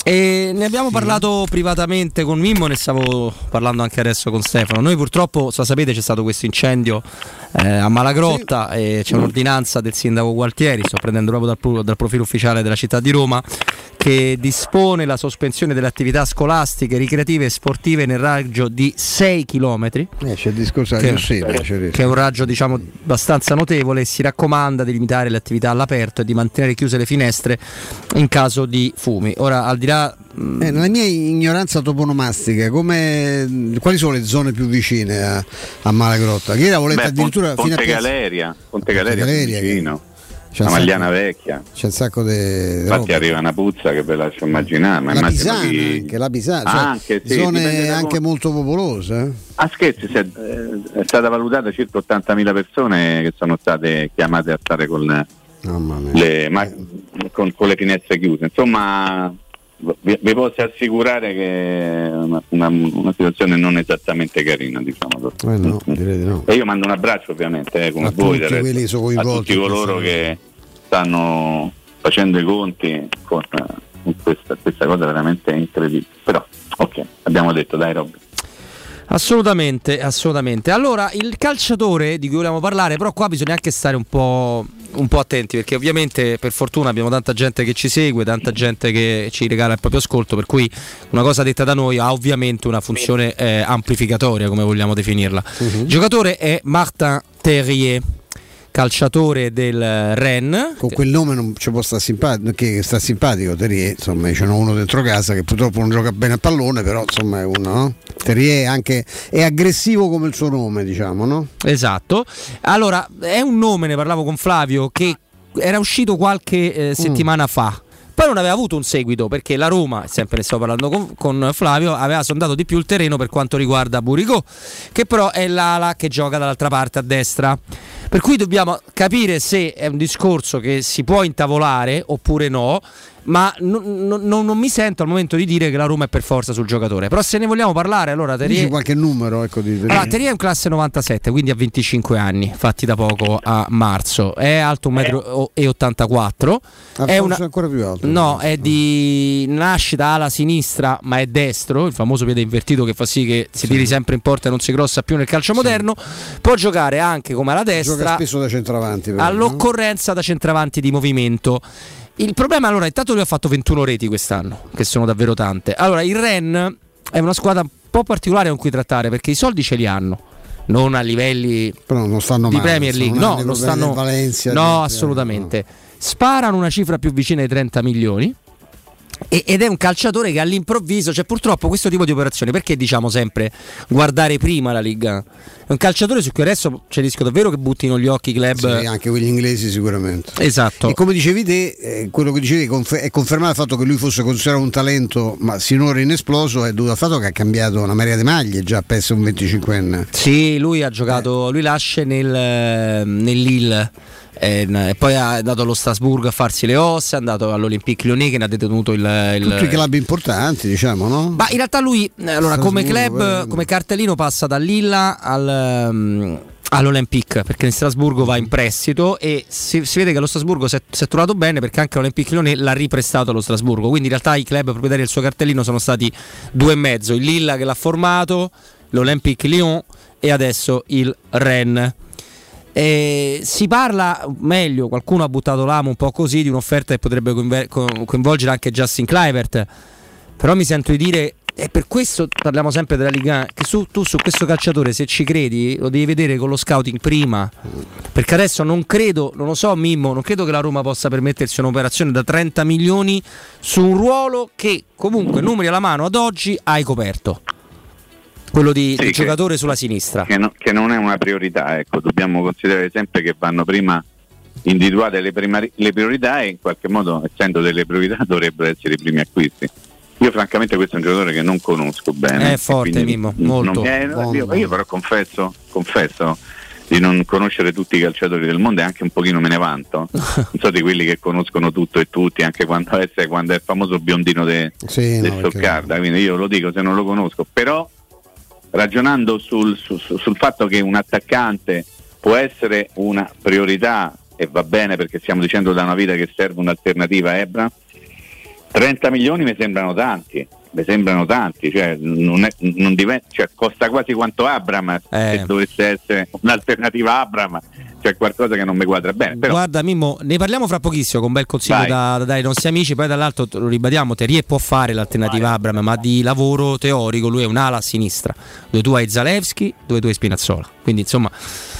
e ne abbiamo parlato privatamente con Mimmo, ne stavo parlando anche adesso con Stefano. Noi purtroppo, so, sapete, c'è stato questo incendio eh, a Malagrotta, sì. E c'è un'ordinanza del sindaco Gualtieri, sto prendendo proprio dal, dal profilo ufficiale della città di Roma, che dispone la sospensione delle attività scolastiche, ricreative e sportive nel raggio di sei chilometri. Eh, c'è il discorso che, Rossini, che è un raggio, diciamo, abbastanza notevole. Si raccomanda di limitare le attività all'aperto e di mantenere chiuse le finestre in caso di fumi. Ora, al di là mh... eh, nella mia ignoranza toponomastica, come, quali sono le zone più vicine a, a Malagrotta? Che era volete addirittura Ponte, fino Ponte a Galeria, Ponte Galeria, Ponte Galeria vicino. C'è la Magliana Vecchia, c'è un sacco di infatti arriva una puzza che ve la lascio immaginare, ma la Pisana, chi... anche la Pisana, cioè, anche, sì, zone anche come... molto popolose. eh? Ah, scherzi, è, è stata valutata circa ottantamila persone che sono state chiamate a stare con le, le, ma, con, con le finestre chiuse. Insomma, vi, vi posso assicurare che è una, una, una situazione non esattamente carina, diciamo. Eh no, direi di no. E io mando un abbraccio, ovviamente, eh, come a voi, tutti quelli sono coinvolti, a tutti coloro che stanno facendo i conti con, con questa, questa cosa veramente incredibile. Però, ok, abbiamo detto, dai Robby. Assolutamente, assolutamente. Allora, il calciatore di cui volevamo parlare, però qua bisogna anche stare un po', un po' attenti, perché ovviamente per fortuna abbiamo tanta gente che ci segue, tanta gente che ci regala il proprio ascolto, per cui una cosa detta da noi ha ovviamente una funzione eh, amplificatoria, come vogliamo definirla. Uh-huh. Il giocatore è Martin Terrier, calciatore del Rennes. Con quel nome non ci può stare simpatico, che sta simpatico Terrier, insomma, c'è uno dentro casa che purtroppo non gioca bene a pallone, però insomma è uno, no? Terrier è anche è aggressivo come il suo nome, diciamo, no? Esatto. Allora, è un nome, ne parlavo con Flavio, che era uscito qualche eh, settimana mm. fa. Poi non aveva avuto un seguito, perché la Roma, sempre ne stavo parlando con, con Flavio, aveva sondato di più il terreno per quanto riguarda Burigo, che però è l'ala che gioca dall'altra parte a destra. Per cui dobbiamo capire se è un discorso che si può intavolare oppure no, ma non, non, non mi sento al momento di dire che la Roma è per forza sul giocatore. Però se ne vogliamo parlare, allora Terrier... Dici qualche numero, ecco, di Terrier. Allora, Terrier è un classe novantasette, quindi ha venticinque anni, fatti da poco a marzo. È alto un metro e ottantaquattro. Ah, è una... ancora più alto. No, è di nascita ala sinistra, ma è destro, il famoso piede invertito che fa sì che si sì. tiri sempre in porta e non si grossa più nel calcio sì. moderno. Può giocare anche come alla destra. Gioca spesso da centravanti, però, all'occorrenza no? da centravanti di movimento. Il problema, allora, intanto lui ha fatto ventuno reti quest'anno, che sono davvero tante. Allora, il Rennes è una squadra un po' particolare con cui trattare, perché i soldi ce li hanno, non a livelli però non stanno di male, Premier League, no, non stanno Valencia, no, assolutamente. No. Sparano una cifra più vicina ai trenta milioni ed è un calciatore che all'improvviso, cioè purtroppo questo tipo di operazioni, perché diciamo sempre guardare prima la Liga, è un calciatore su cui adesso c'è il rischio davvero che buttino gli occhi i club, sì, anche quelli inglesi sicuramente. Esatto. E come dicevi te, eh, quello che dicevi confer- è confermato il fatto che lui fosse considerato un talento ma sinora inesploso, è dovuto al fatto che ha cambiato una marea di maglie, già penso un venticinquenne. Sì, lui ha giocato, eh. lui nasce nel, nel Lille. E poi è andato allo Strasburgo a farsi le ossa, è andato all'Olympique Lyonnais che ne ha detenuto il, il tutti i club importanti, diciamo, no? Ma in realtà lui allora come club, quello... come cartellino passa da Lilla al um, all'Olympique, perché in Strasburgo va in prestito e si, si vede che lo Strasburgo si è, si è trovato bene, perché anche l'Olympique Lyonnais l'ha riprestato allo Strasburgo, quindi in realtà i club proprietari del suo cartellino sono stati due e mezzo, il Lilla che l'ha formato, l'Olympique Lyon e adesso il Rennes. Eh, si parla, meglio, qualcuno ha buttato l'amo un po' così, di un'offerta che potrebbe coinvolgere anche Justin Kluivert, però mi sento di dire, e per questo parliamo sempre della Liga, che su, tu su questo calciatore, se ci credi, lo devi vedere con lo scouting prima, perché adesso non credo, non lo so Mimmo, non credo che la Roma possa permettersi un'operazione da trenta milioni su un ruolo che comunque, numeri alla mano, ad oggi hai coperto, quello di, sì, di che, giocatore sulla sinistra, che, no, che non è una priorità, ecco, dobbiamo considerare sempre che vanno prima individuate le, primari, le priorità, e in qualche modo, essendo delle priorità, dovrebbero essere i primi acquisti. Io francamente questo è un giocatore che non conosco bene, è forte Mimmo, molto è, io, io però confesso confesso di non conoscere tutti i calciatori del mondo, e anche un pochino me ne vanto. Non so di quelli che conoscono tutto e tutti, anche quando è, quando è il famoso biondino de, sì, de no, Stoccarda, perché... quindi io lo dico se non lo conosco, però ragionando sul, sul, sul fatto che un attaccante può essere una priorità, e va bene perché stiamo dicendo da una vita che serve un'alternativa a Ebra, trenta milioni mi sembrano tanti, mi sembrano tanti, cioè, non è, non diventa, cioè costa quasi quanto Abram, eh. se dovesse essere un'alternativa a Abram, c'è qualcosa che non mi quadra bene. Però... Guarda Mimmo, ne parliamo fra pochissimo con un bel consiglio da, da dare ai nostri amici, poi dall'altro lo ribadiamo, Terrier può fare l'alternativa a Abram, ma di lavoro teorico lui è un'ala a sinistra, dove tu hai Zalewski, dove tu hai Spinazzola, quindi insomma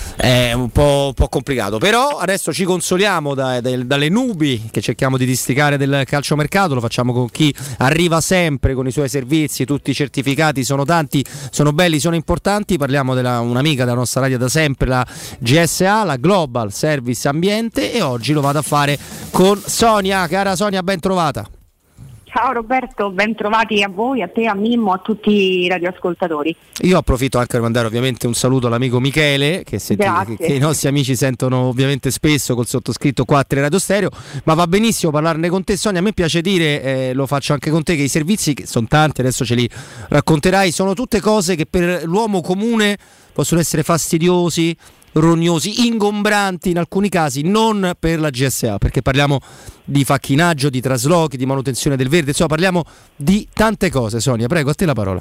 è un po', un po' complicato, però adesso ci consoliamo da, da, dalle nubi che cerchiamo di disticare del calciomercato, lo facciamo con chi arriva sempre con i suoi servizi, tutti i certificati, sono tanti, sono belli, sono importanti. Parliamo di un'amica della nostra radio da sempre, la G S A, la Global Service Ambiente, e oggi lo vado a fare con Sonia. Cara Sonia, ben trovata. Ciao Roberto, ben trovati a voi, a te, a Mimmo, a tutti i radioascoltatori. Io approfitto anche per mandare ovviamente un saluto all'amico Michele, che, senti, che i nostri amici sentono ovviamente spesso col sottoscritto qua a Tre Radio Stereo, ma va benissimo parlarne con te Sonia. A me piace dire, eh, lo faccio anche con te, che i servizi, che sono tanti, adesso ce li racconterai, sono tutte cose che per l'uomo comune possono essere fastidiosi, rognosi, ingombranti in alcuni casi, non per la G S A, perché parliamo di facchinaggio, di traslochi, di manutenzione del verde, insomma parliamo di tante cose. Sonia, prego, a te la parola.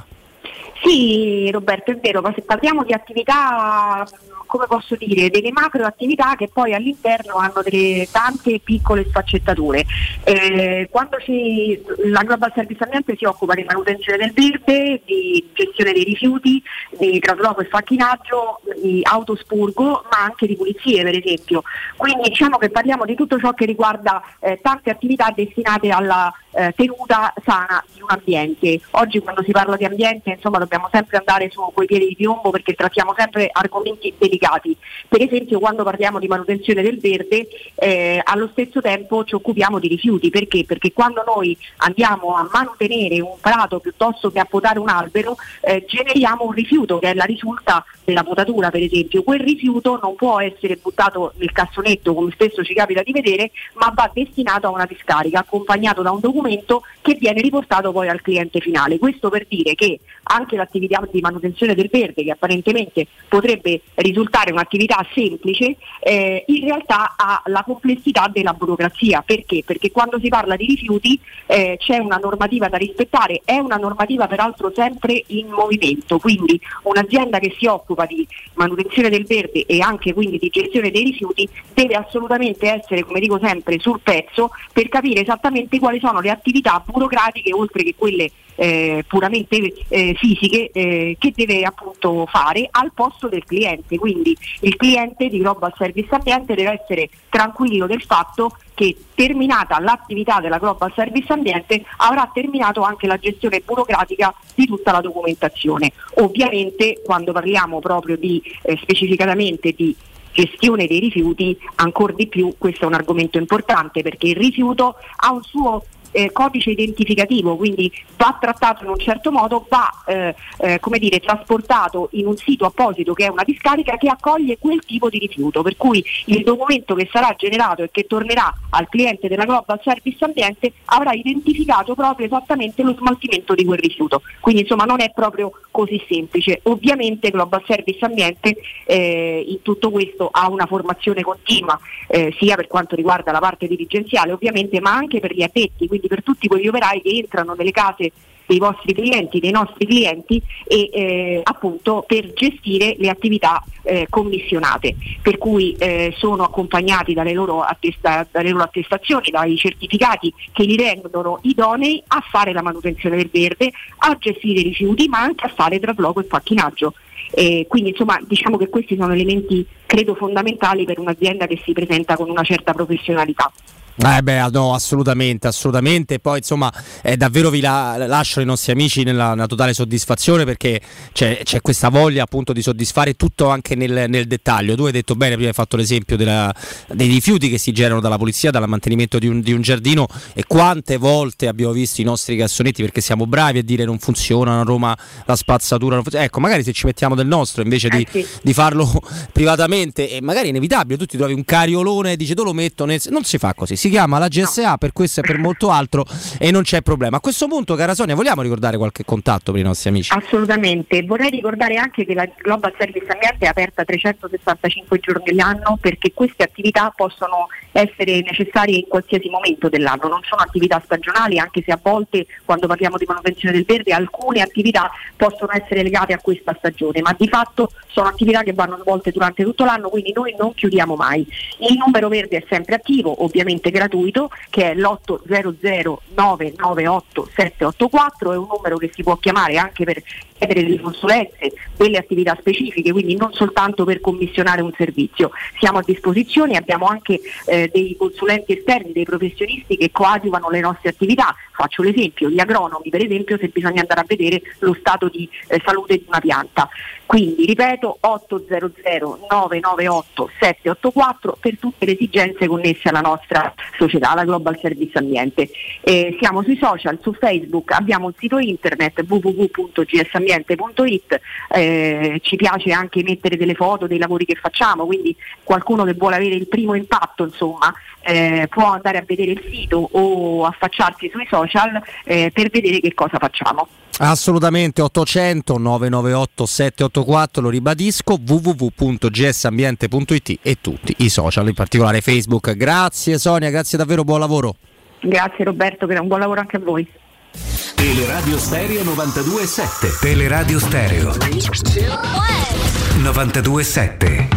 Sì Roberto, è vero, ma se parliamo di attività, come posso dire, delle macro attività che poi all'interno hanno delle tante piccole sfaccettature. Eh, quando ci, la Global Service Ambiente si occupa di manutenzione del verde, di gestione dei rifiuti, di trasloco e facchinaggio, di autospurgo, ma anche di pulizie per esempio. Quindi diciamo che parliamo di tutto ciò che riguarda eh, tante attività destinate alla eh, tenuta sana di un ambiente. Oggi quando si parla di ambiente, insomma, dobbiamo sempre andare su quei piedi di piombo, perché trattiamo sempre argomenti delicati. Per esempio quando parliamo di manutenzione del verde, eh, allo stesso tempo ci occupiamo di rifiuti. Perché? Perché quando noi andiamo a manutenere un prato piuttosto che a potare un albero, eh, generiamo un rifiuto che è la risulta della potatura per esempio. Quel rifiuto non può essere buttato nel cassonetto, come spesso ci capita di vedere, ma va destinato a una discarica, accompagnato da un documento che viene riportato poi al cliente finale. Questo per dire che anche l'attività di manutenzione del verde, che apparentemente potrebbe risultare un'attività semplice, eh, in realtà ha la complessità della burocrazia. Perché? Perché quando si parla di rifiuti eh, c'è una normativa da rispettare, è una normativa peraltro sempre in movimento, quindi un'azienda che si occupa di manutenzione del verde e anche quindi di gestione dei rifiuti deve assolutamente essere, come dico sempre, sul pezzo per capire esattamente quali sono le attività burocratiche, oltre che quelle eh, puramente eh, fisiche eh, che deve appunto fare al posto del cliente. Quindi il cliente di Global Service Ambiente deve essere tranquillo del fatto che, terminata l'attività della Global Service Ambiente, avrà terminato anche la gestione burocratica di tutta la documentazione. Ovviamente quando parliamo proprio di eh, specificatamente di gestione dei rifiuti, ancora di più questo è un argomento importante, perché il rifiuto ha un suo Eh, codice identificativo, quindi va trattato in un certo modo, va eh, eh, come dire, trasportato in un sito apposito che è una discarica che accoglie quel tipo di rifiuto, per cui il documento che sarà generato e che tornerà al cliente della Global Service Ambiente avrà identificato proprio esattamente lo smaltimento di quel rifiuto. Quindi insomma non è proprio così semplice. Ovviamente Global Service Ambiente eh, in tutto questo ha una formazione continua, eh, sia per quanto riguarda la parte dirigenziale ovviamente, ma anche per gli addetti, quindi per tutti quegli operai che entrano nelle case dei vostri clienti, dei nostri clienti, e eh, appunto per gestire le attività eh, commissionate, per cui eh, sono accompagnati dalle loro, attesta- dalle loro attestazioni, dai certificati che li rendono idonei a fare la manutenzione del verde, a gestire i rifiuti, ma anche a fare trasloco e facchinaggio. Eh, quindi insomma diciamo che questi sono elementi credo fondamentali per un'azienda che si presenta con una certa professionalità. Eh beh, no, assolutamente, assolutamente. Poi insomma eh, davvero vi la, lascio i nostri amici nella, nella totale soddisfazione, perché c'è, c'è questa voglia appunto di soddisfare tutto anche nel, nel dettaglio. Tu hai detto bene, prima hai fatto l'esempio della, dei rifiuti che si generano dalla pulizia, dal mantenimento di un, di un giardino, e quante volte abbiamo visto i nostri cassonetti, perché siamo bravi a dire non funzionano a Roma, la spazzatura non funziona. Ecco, magari se ci mettiamo del nostro invece di, eh sì. di farlo privatamente, e magari è inevitabile, tu ti trovi un cariolone e dici tu lo metto nel... non si fa così, si chiama la G S A per questo e per molto altro e non c'è problema. A questo punto, cara Sonia, vogliamo ricordare qualche contatto per i nostri amici? Assolutamente, vorrei ricordare anche che la Global Service Ambiente è aperta trecentosessantacinque giorni all'anno, perché queste attività possono essere necessarie in qualsiasi momento dell'anno, non sono attività stagionali, anche se a volte quando parliamo di manutenzione del verde alcune attività possono essere legate a questa stagione, ma di fatto sono attività che vanno svolte durante tutto l'anno, quindi noi non chiudiamo mai. Il numero verde è sempre attivo, ovviamente gratuito, che è l'otto zero zero nove nove otto sette otto quattro, è un numero che si può chiamare anche per chiedere delle consulenze, delle attività specifiche, quindi non soltanto per commissionare un servizio. Siamo a disposizione, abbiamo anche eh, dei consulenti esterni, dei professionisti che coadiuvano le nostre attività. Faccio l'esempio, gli agronomi per esempio, se bisogna andare a vedere lo stato di eh, salute di una pianta. Quindi ripeto, otto zero zero nove nove otto sette otto quattro per tutte le esigenze connesse alla nostra società, la Global Service Ambiente. Eh, siamo sui social, su Facebook, abbiamo un sito internet w w w punto g s ambiente punto i t, eh, ci piace anche mettere delle foto dei lavori che facciamo, quindi qualcuno che vuole avere il primo impatto insomma eh, può andare a vedere il sito o affacciarsi sui social eh, per vedere che cosa facciamo. Assolutamente, ottocento nove nove otto sette otto quattro, lo ribadisco, w w w punto g s ambiente punto i t e tutti i social, in particolare Facebook. Grazie Sonia, grazie davvero, buon lavoro. Grazie Roberto, un buon lavoro anche a voi. Teleradio Stereo novantadue virgola sette. Teleradio Stereo novantadue virgola sette.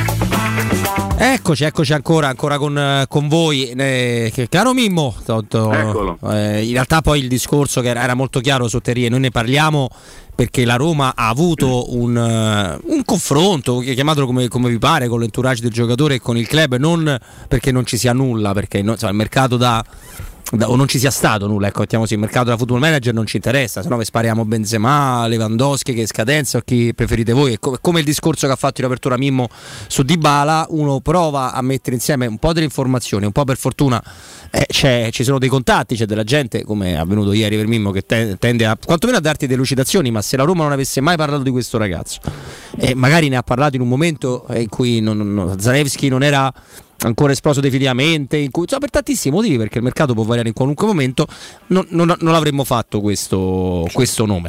Eccoci, eccoci ancora, ancora con, con voi. Eh, caro Mimmo, to, to, eh, in realtà poi il discorso che era, era molto chiaro su Terrier, noi ne parliamo perché la Roma ha avuto un, uh, un confronto, chiamatelo come, come vi pare, con l'entourage del giocatore e con il club, non perché non ci sia nulla, perché no, insomma, il mercato da... o non ci sia stato nulla, ecco, mettiamo così, il mercato della football manager non ci interessa, se no vi spariamo Benzema, Lewandowski, che scadenza, o chi preferite voi. È co- come il discorso che ha fatto in apertura Mimmo su Dybala, uno prova a mettere insieme un po' delle informazioni, un po' per fortuna eh, c'è, ci sono dei contatti, c'è della gente, come è avvenuto ieri per Mimmo, che te- tende a quantomeno a darti delucidazioni, ma se la Roma non avesse mai parlato di questo ragazzo e eh, magari ne ha parlato in un momento in cui non, non, Zalewski non era ancora esploso definitivamente, in cui, insomma, per tantissimi motivi, perché il mercato può variare in qualunque momento, non, non, non avremmo fatto questo, questo nome.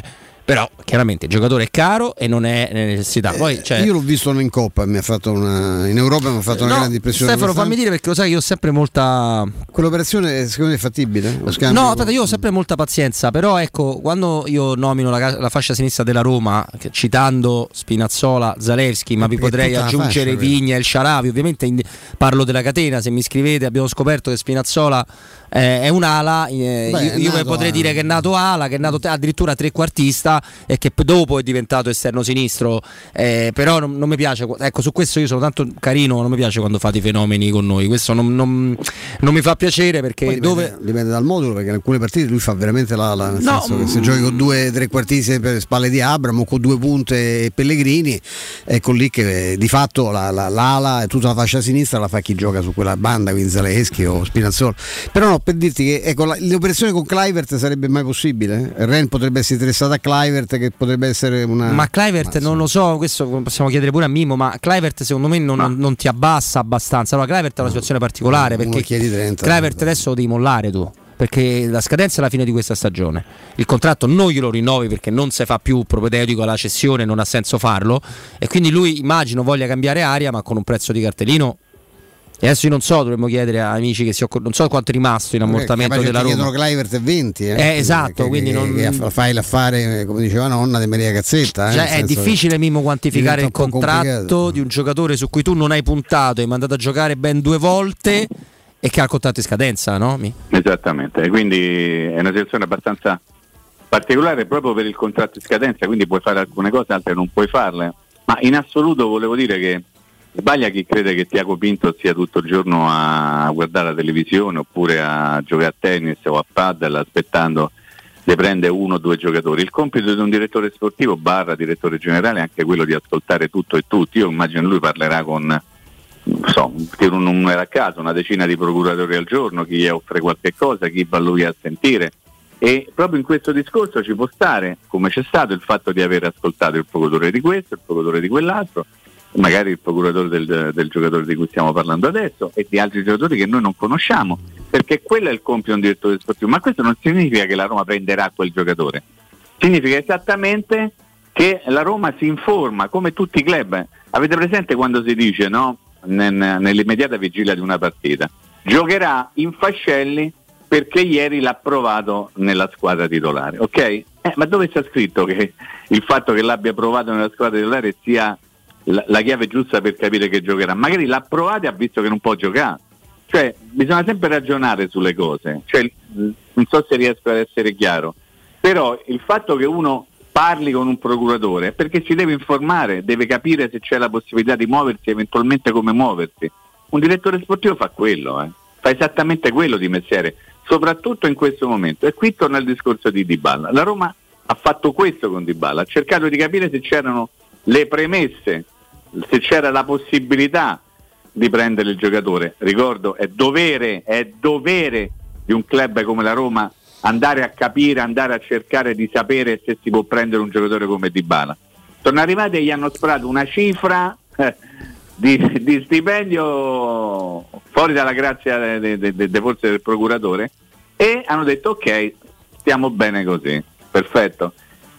Però chiaramente il giocatore è caro e non è necessità. Poi, cioè... Io l'ho visto in Coppa, mi ha fatto una, in Europa mi ha fatto una no, grande impressione. Stefano, fammi dire, perché lo sai che io ho sempre molta. Quell'operazione secondo me è fattibile? Lo scambio... No, aspetta, io ho sempre molta pazienza, però ecco, quando io nomino la, la fascia sinistra della Roma, citando Spinazzola, Zalewski, ma vi potrei aggiungere fascia, Vigna e El Shaarawy, ovviamente in, parlo della catena, se mi scrivete abbiamo scoperto che Spinazzola eh, è un'ala, eh, Beh, io, io potrei a... dire che è nato ala, che è nato addirittura trequartista e che dopo è diventato esterno sinistro, eh, però non, non mi piace, ecco, su questo io sono tanto carino, non mi piace quando fate i fenomeni con noi, questo non, non, non mi fa piacere, perché dipende, dove dipende dal modulo, perché in alcune partite lui fa veramente l'ala, nel no, senso che se giochi con due trequartisti per spalle di Abramo o con due punte e Pellegrini, ecco lì che di fatto la, la, l'ala e tutta la fascia sinistra la fa chi gioca su quella banda, quindi Zalewski o Spinazzola. Però no, per dirti che ecco, la, l'operazione con Kluivert sarebbe mai possibile? Ren potrebbe essere interessato a Kluivert, che potrebbe essere una... Ma Kluivert non lo so, questo possiamo chiedere pure a Mimo, ma Kluivert secondo me non, non, non ti abbassa abbastanza. Allora Kluivert è una situazione particolare, perché Kluivert adesso lo devi mollare tu, perché la scadenza è la fine di questa stagione, il contratto non glielo rinnovi perché non si fa più propedeutico alla cessione, non ha senso farlo, e quindi lui immagino voglia cambiare aria, ma con un prezzo di cartellino. E adesso io non so, dovremmo chiedere a amici che si occor- non so quanto è rimasto in ammortamento della Roma. Chiedono Kluivert e venti, eh? eh esatto, che, quindi che, non che fai l'affare, come diceva nonna, di Maria Cazzetta, eh? Cioè, è difficile Mimmo quantificare il contratto complicato. Di un giocatore su cui tu non hai puntato, hai mandato a giocare ben due volte e che ha il contratto in scadenza, no? Esattamente, quindi è una situazione abbastanza particolare proprio per il contratto in scadenza, quindi puoi fare alcune cose, altre non puoi farle, ma in assoluto volevo dire che sbaglia chi crede che Tiago Pinto sia tutto il giorno a guardare la televisione oppure a giocare a tennis o a paddle aspettando di prendere uno o due giocatori. Il compito di un direttore sportivo barra direttore generale è anche quello di ascoltare tutto e tutti. Io immagino lui parlerà con, non so, tiro un numero a caso, una decina di procuratori al giorno, chi gli offre qualche cosa, chi va lui a sentire, e proprio in questo discorso ci può stare, come c'è stato, il fatto di aver ascoltato il procuratore di questo, il procuratore di quell'altro, magari il procuratore del, del giocatore di cui stiamo parlando adesso e di altri giocatori che noi non conosciamo, perché quello è il compito di un direttore sportivo. Ma questo non significa che la Roma prenderà quel giocatore, significa esattamente che la Roma si informa, come tutti i club. Avete presente quando si dice, no, nell'immediata vigilia di una partita, giocherà in fascelli perché ieri l'ha provato nella squadra titolare, ok? Eh, ma dove sta scritto che il fatto che l'abbia provato nella squadra titolare sia La, la chiave giusta per capire che giocherà? Magari l'ha provato e ha visto che non può giocare. Cioè bisogna sempre ragionare sulle cose, cioè, non so se riesco ad essere chiaro, però il fatto che uno parli con un procuratore è perché si deve informare, deve capire se c'è la possibilità di muoversi, eventualmente come muoversi. Un direttore sportivo fa quello, eh. fa esattamente quello di mestiere, soprattutto in questo momento. E qui torna il discorso di Dybala. La Roma ha fatto questo con Dybala, ha cercato di capire se c'erano le premesse, se c'era la possibilità di prendere il giocatore. Ricordo, è dovere, è dovere di un club come la Roma andare a capire, andare a cercare di sapere se si può prendere un giocatore come Dybala. Sono arrivati e gli hanno sparato una cifra eh, di, di stipendio fuori dalla grazia de, de, de, de forse del procuratore, e hanno detto ok, stiamo bene così, perfetto.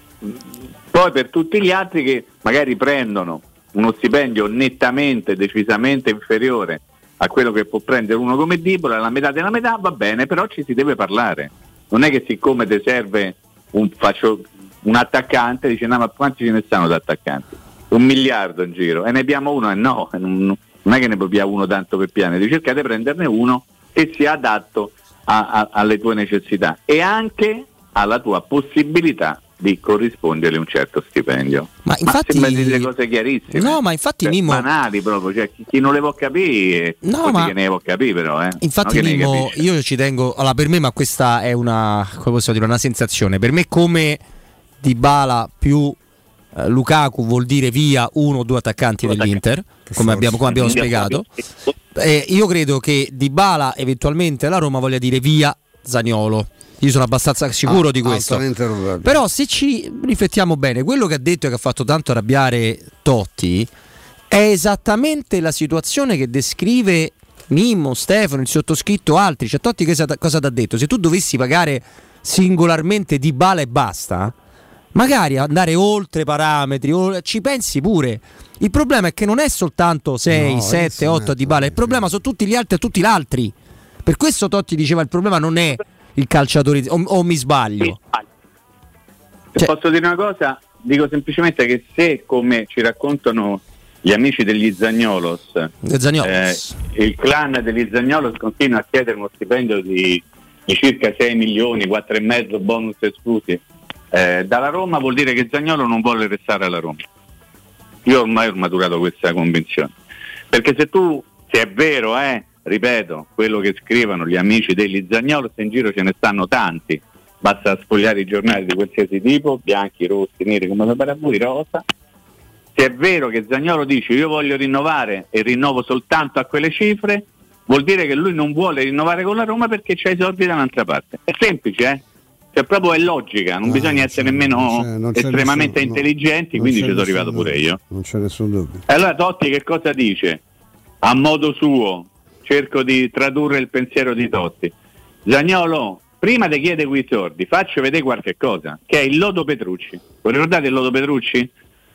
Poi per tutti gli altri che magari prendono uno stipendio nettamente, decisamente inferiore a quello che può prendere uno come Dybala, la metà della metà, va bene, però ci si deve parlare. Non è che siccome ti serve un, faccio, un attaccante, dice no, ma quanti ce ne stanno da attaccanti? Un miliardo in giro, e ne abbiamo uno, e no, non, non è che ne abbiamo uno tanto per piano, di cercare di prenderne uno che sia adatto a, a, alle tue necessità e anche alla tua possibilità di corrispondere un certo stipendio. Ma infatti ma dire cose chiarissime, no, ma infatti cioè, Mimmo, banali proprio, cioè chi, chi non le può capire, no, ma che ne può capire però, eh. Infatti Mimmo, io ci tengo, allora per me, ma questa è una, come posso dire, una sensazione, per me come Dybala più eh, Lukaku vuol dire via uno o due attaccanti dell'Inter, come abbiamo, come abbiamo spiegato. Eh, io credo che Dybala eventualmente la Roma voglia dire via Zaniolo. Io sono abbastanza sicuro ah, di questo. Però se ci riflettiamo bene, quello che ha detto e che ha fatto tanto arrabbiare Totti è esattamente la situazione che descrive Mimmo, Stefano, il sottoscritto, altri. Cioè Totti cosa, cosa ti ha detto? Se tu dovessi pagare singolarmente Dybala e basta, magari andare oltre parametri, ci pensi pure. Il problema è che non è soltanto sei, sette, otto a Dybala, il problema sono tutti gli altri e tutti gli altri. Per questo Totti diceva il problema non è il calciatore, o, o mi sbaglio? Se cioè, posso dire una cosa, dico semplicemente che se, come ci raccontano gli amici degli Zagnolos, Zagnolos. Eh, il clan degli Zagnolos continua a chiedere uno stipendio di, di circa sei milioni, quattro e mezzo bonus esclusi eh, dalla Roma, vuol dire che Zaniolo non vuole restare alla Roma. Io ormai ho maturato questa convinzione, perché se tu, se è vero, eh, ripeto, quello che scrivono gli amici degli Zagnolos, in giro ce ne stanno tanti, basta sfogliare i giornali di qualsiasi tipo, bianchi, rossi, neri, come la paraburi, rosa. Se è vero che Zaniolo dice io voglio rinnovare e rinnovo soltanto a quelle cifre, vuol dire che lui non vuole rinnovare con la Roma perché c'ha i soldi da un'altra parte. È semplice, eh? Cioè proprio è logica, non no, bisogna non essere nemmeno non c'è, non c'è estremamente nessun, intelligenti, no, quindi ci sono arrivato dubbio, pure io. Non c'è nessun dubbio. E allora Totti che cosa dice? A modo suo, cerco di tradurre il pensiero di Totti. Zaniolo, prima ti chiede quei soldi, faccio vedere qualche cosa, che è il lodo Petrucci. Vi ricordate il lodo Petrucci?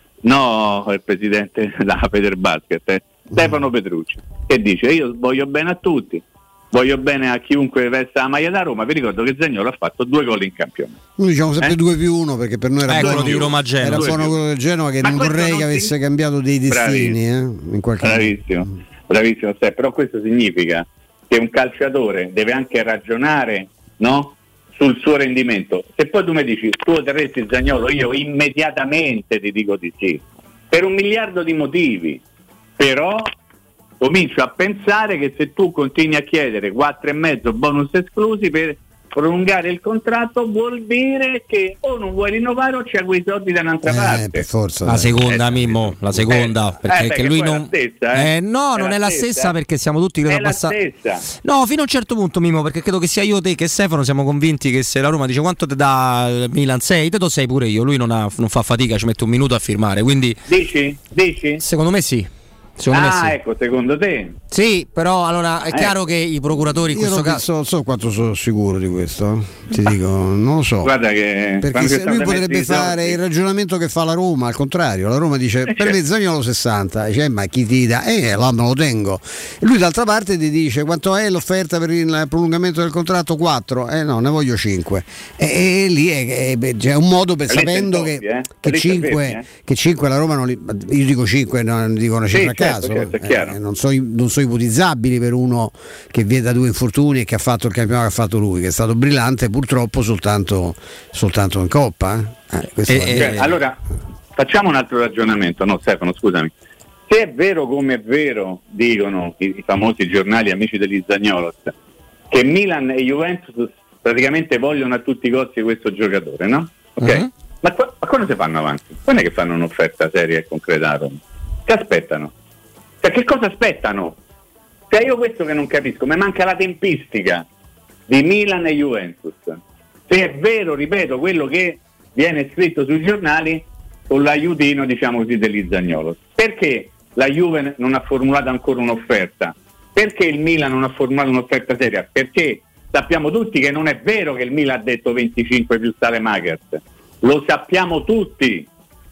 No, il presidente da Federbasket, eh. Stefano Petrucci, che dice io voglio bene a tutti, voglio bene a chiunque vesta la maglia da Roma. Vi ricordo che Zaniolo ha fatto due gol in campionato. Noi diciamo sempre eh? due più uno perché per noi era eh, buono di Roma Genova. Era buono quello del Genova, che Ma non vorrei non che avesse si... cambiato dei destini, eh, in qualche bravissimo, modo. Bravissimo, sì, però questo significa che un calciatore deve anche ragionare, no? Sul suo rendimento. Se poi tu mi dici tu terresti Zaniolo, io immediatamente ti dico di sì, per un miliardo di motivi, però comincio a pensare che se tu continui a chiedere quattro e mezzo bonus esclusi per prolungare il contratto, vuol dire che o non vuoi rinnovare o c'è quei soldi da un'altra eh, parte. Per forza, la seconda, eh, Mimmo, la seconda, eh, perché, eh, perché lui non stessa, eh. Eh, no, è non la è la stessa, stessa, perché siamo tutti credo abbastanza. No, fino a un certo punto, Mimmo, perché credo che sia io, te che Stefano siamo convinti che se la Roma dice quanto ti dà Milan sei, te do sei pure io, lui non, ha, non fa fatica, ci mette un minuto a firmare, quindi dici? Dici? Secondo me sì. Secondo ah, me sì. Ecco, secondo te? Sì, però allora è eh. chiaro che i procuratori in Io questo non caso so, so quanto sono sicuro di questo, ti dico, non lo so. Guarda che perché se lui potrebbe fare il ragionamento che fa la Roma, al contrario, la Roma dice eh, per me Zaniolo sessanta, dice ma chi ti dà? Eh, là me lo tengo. E lui d'altra parte ti dice quanto è l'offerta per il prolungamento del contratto? quattro, eh no, ne voglio cinque. E, e lì è, è, è un modo per sapendo che, eh? che, cinque, eh? che cinque la Roma non li, io dico cinque, non dico una cifra sì, a caso. Certo, certo, eh, non so non so ipotizzabili per uno che viene da due infortuni e che ha fatto il campionato che ha fatto lui, che è stato brillante, purtroppo soltanto, soltanto in Coppa. Eh, eh, cioè, allora facciamo un altro ragionamento, no Stefano, scusami. Se è vero come è vero, dicono i, i famosi giornali amici degli Zagnolos, che Milan e Juventus praticamente vogliono a tutti i costi questo giocatore, no? Ok? Uh-huh. Ma, qua, ma quando si fanno avanti? Quando è che fanno un'offerta seria e concreta a Roma? Che aspettano? Cioè, che cosa aspettano? Cioè io questo che non capisco, mi manca la tempistica di Milan e Juventus. Se è vero, ripeto, quello che viene scritto sui giornali con l'aiutino, diciamo così, degli Zagnolos. Perché la Juve non ha formulato ancora un'offerta? Perché il Milan non ha formulato un'offerta seria? Perché sappiamo tutti che non è vero che il Milan ha detto venticinque più Salemakers. Lo sappiamo tutti.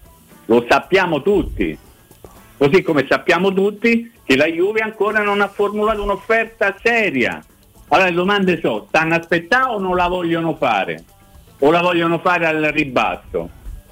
Lo sappiamo tutti. Così come sappiamo tutti che la Juve ancora non ha formulato un'offerta seria. Allora le domande sono, stanno aspettando o non la vogliono fare? O la vogliono fare al ribasso?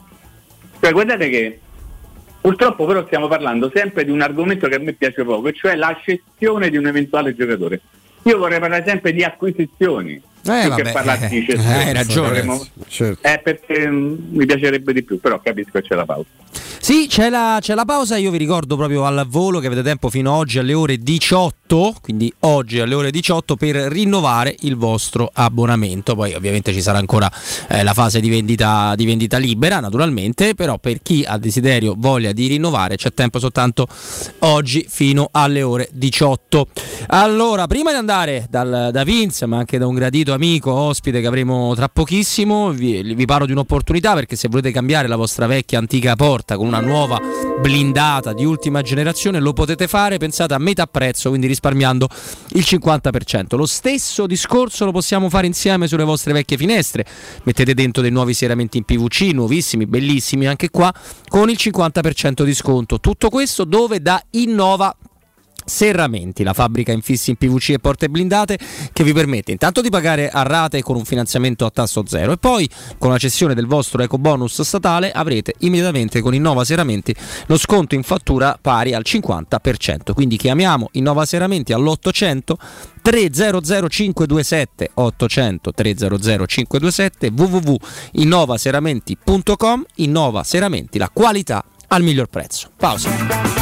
Cioè guardate che purtroppo però stiamo parlando sempre di un argomento che a me piace poco, cioè la cessione di un eventuale giocatore. Io vorrei parlare sempre di acquisizioni. Eh, vabbè, che parlare di eh, hai ragione. Vorremmo... certo. Eh, perché mh, mi piacerebbe di più, però capisco che c'è la pausa. Sì, c'è la, c'è la pausa. Io vi ricordo proprio al volo che avete tempo fino a oggi alle ore diciotto, quindi oggi alle ore diciotto, per rinnovare il vostro abbonamento. Poi ovviamente ci sarà ancora eh, la fase di vendita, di vendita libera, naturalmente, però per chi ha desiderio, voglia di rinnovare, c'è tempo soltanto oggi fino alle ore diciotto. Allora, prima di andare dal, da Vince, ma anche da un gradito amico, ospite che avremo tra pochissimo. Vi, vi parlo di un'opportunità, perché se volete cambiare la vostra vecchia antica porta con una nuova blindata di ultima generazione lo potete fare, pensate a metà prezzo, quindi risparmiando il cinquanta per cento. Lo stesso discorso lo possiamo fare insieme sulle vostre vecchie finestre. Mettete dentro dei nuovi serramenti in P V C, nuovissimi, bellissimi anche qua, con il cinquanta per cento di sconto. Tutto questo dove? Da Innova Serramenti, la fabbrica infissi in P V C e porte blindate, che vi permette intanto di pagare a rate con un finanziamento a tasso zero, e poi con la cessione del vostro ecobonus statale avrete immediatamente con Innova Serramenti lo sconto in fattura pari al cinquanta per cento. Quindi chiamiamo Innova Serramenti all'ottocento trecento cinquecentoventisette ottocento trecento cinquecentoventisette w w w punto innova serramenti punto com. Innova Serramenti, la qualità al miglior prezzo. Pausa.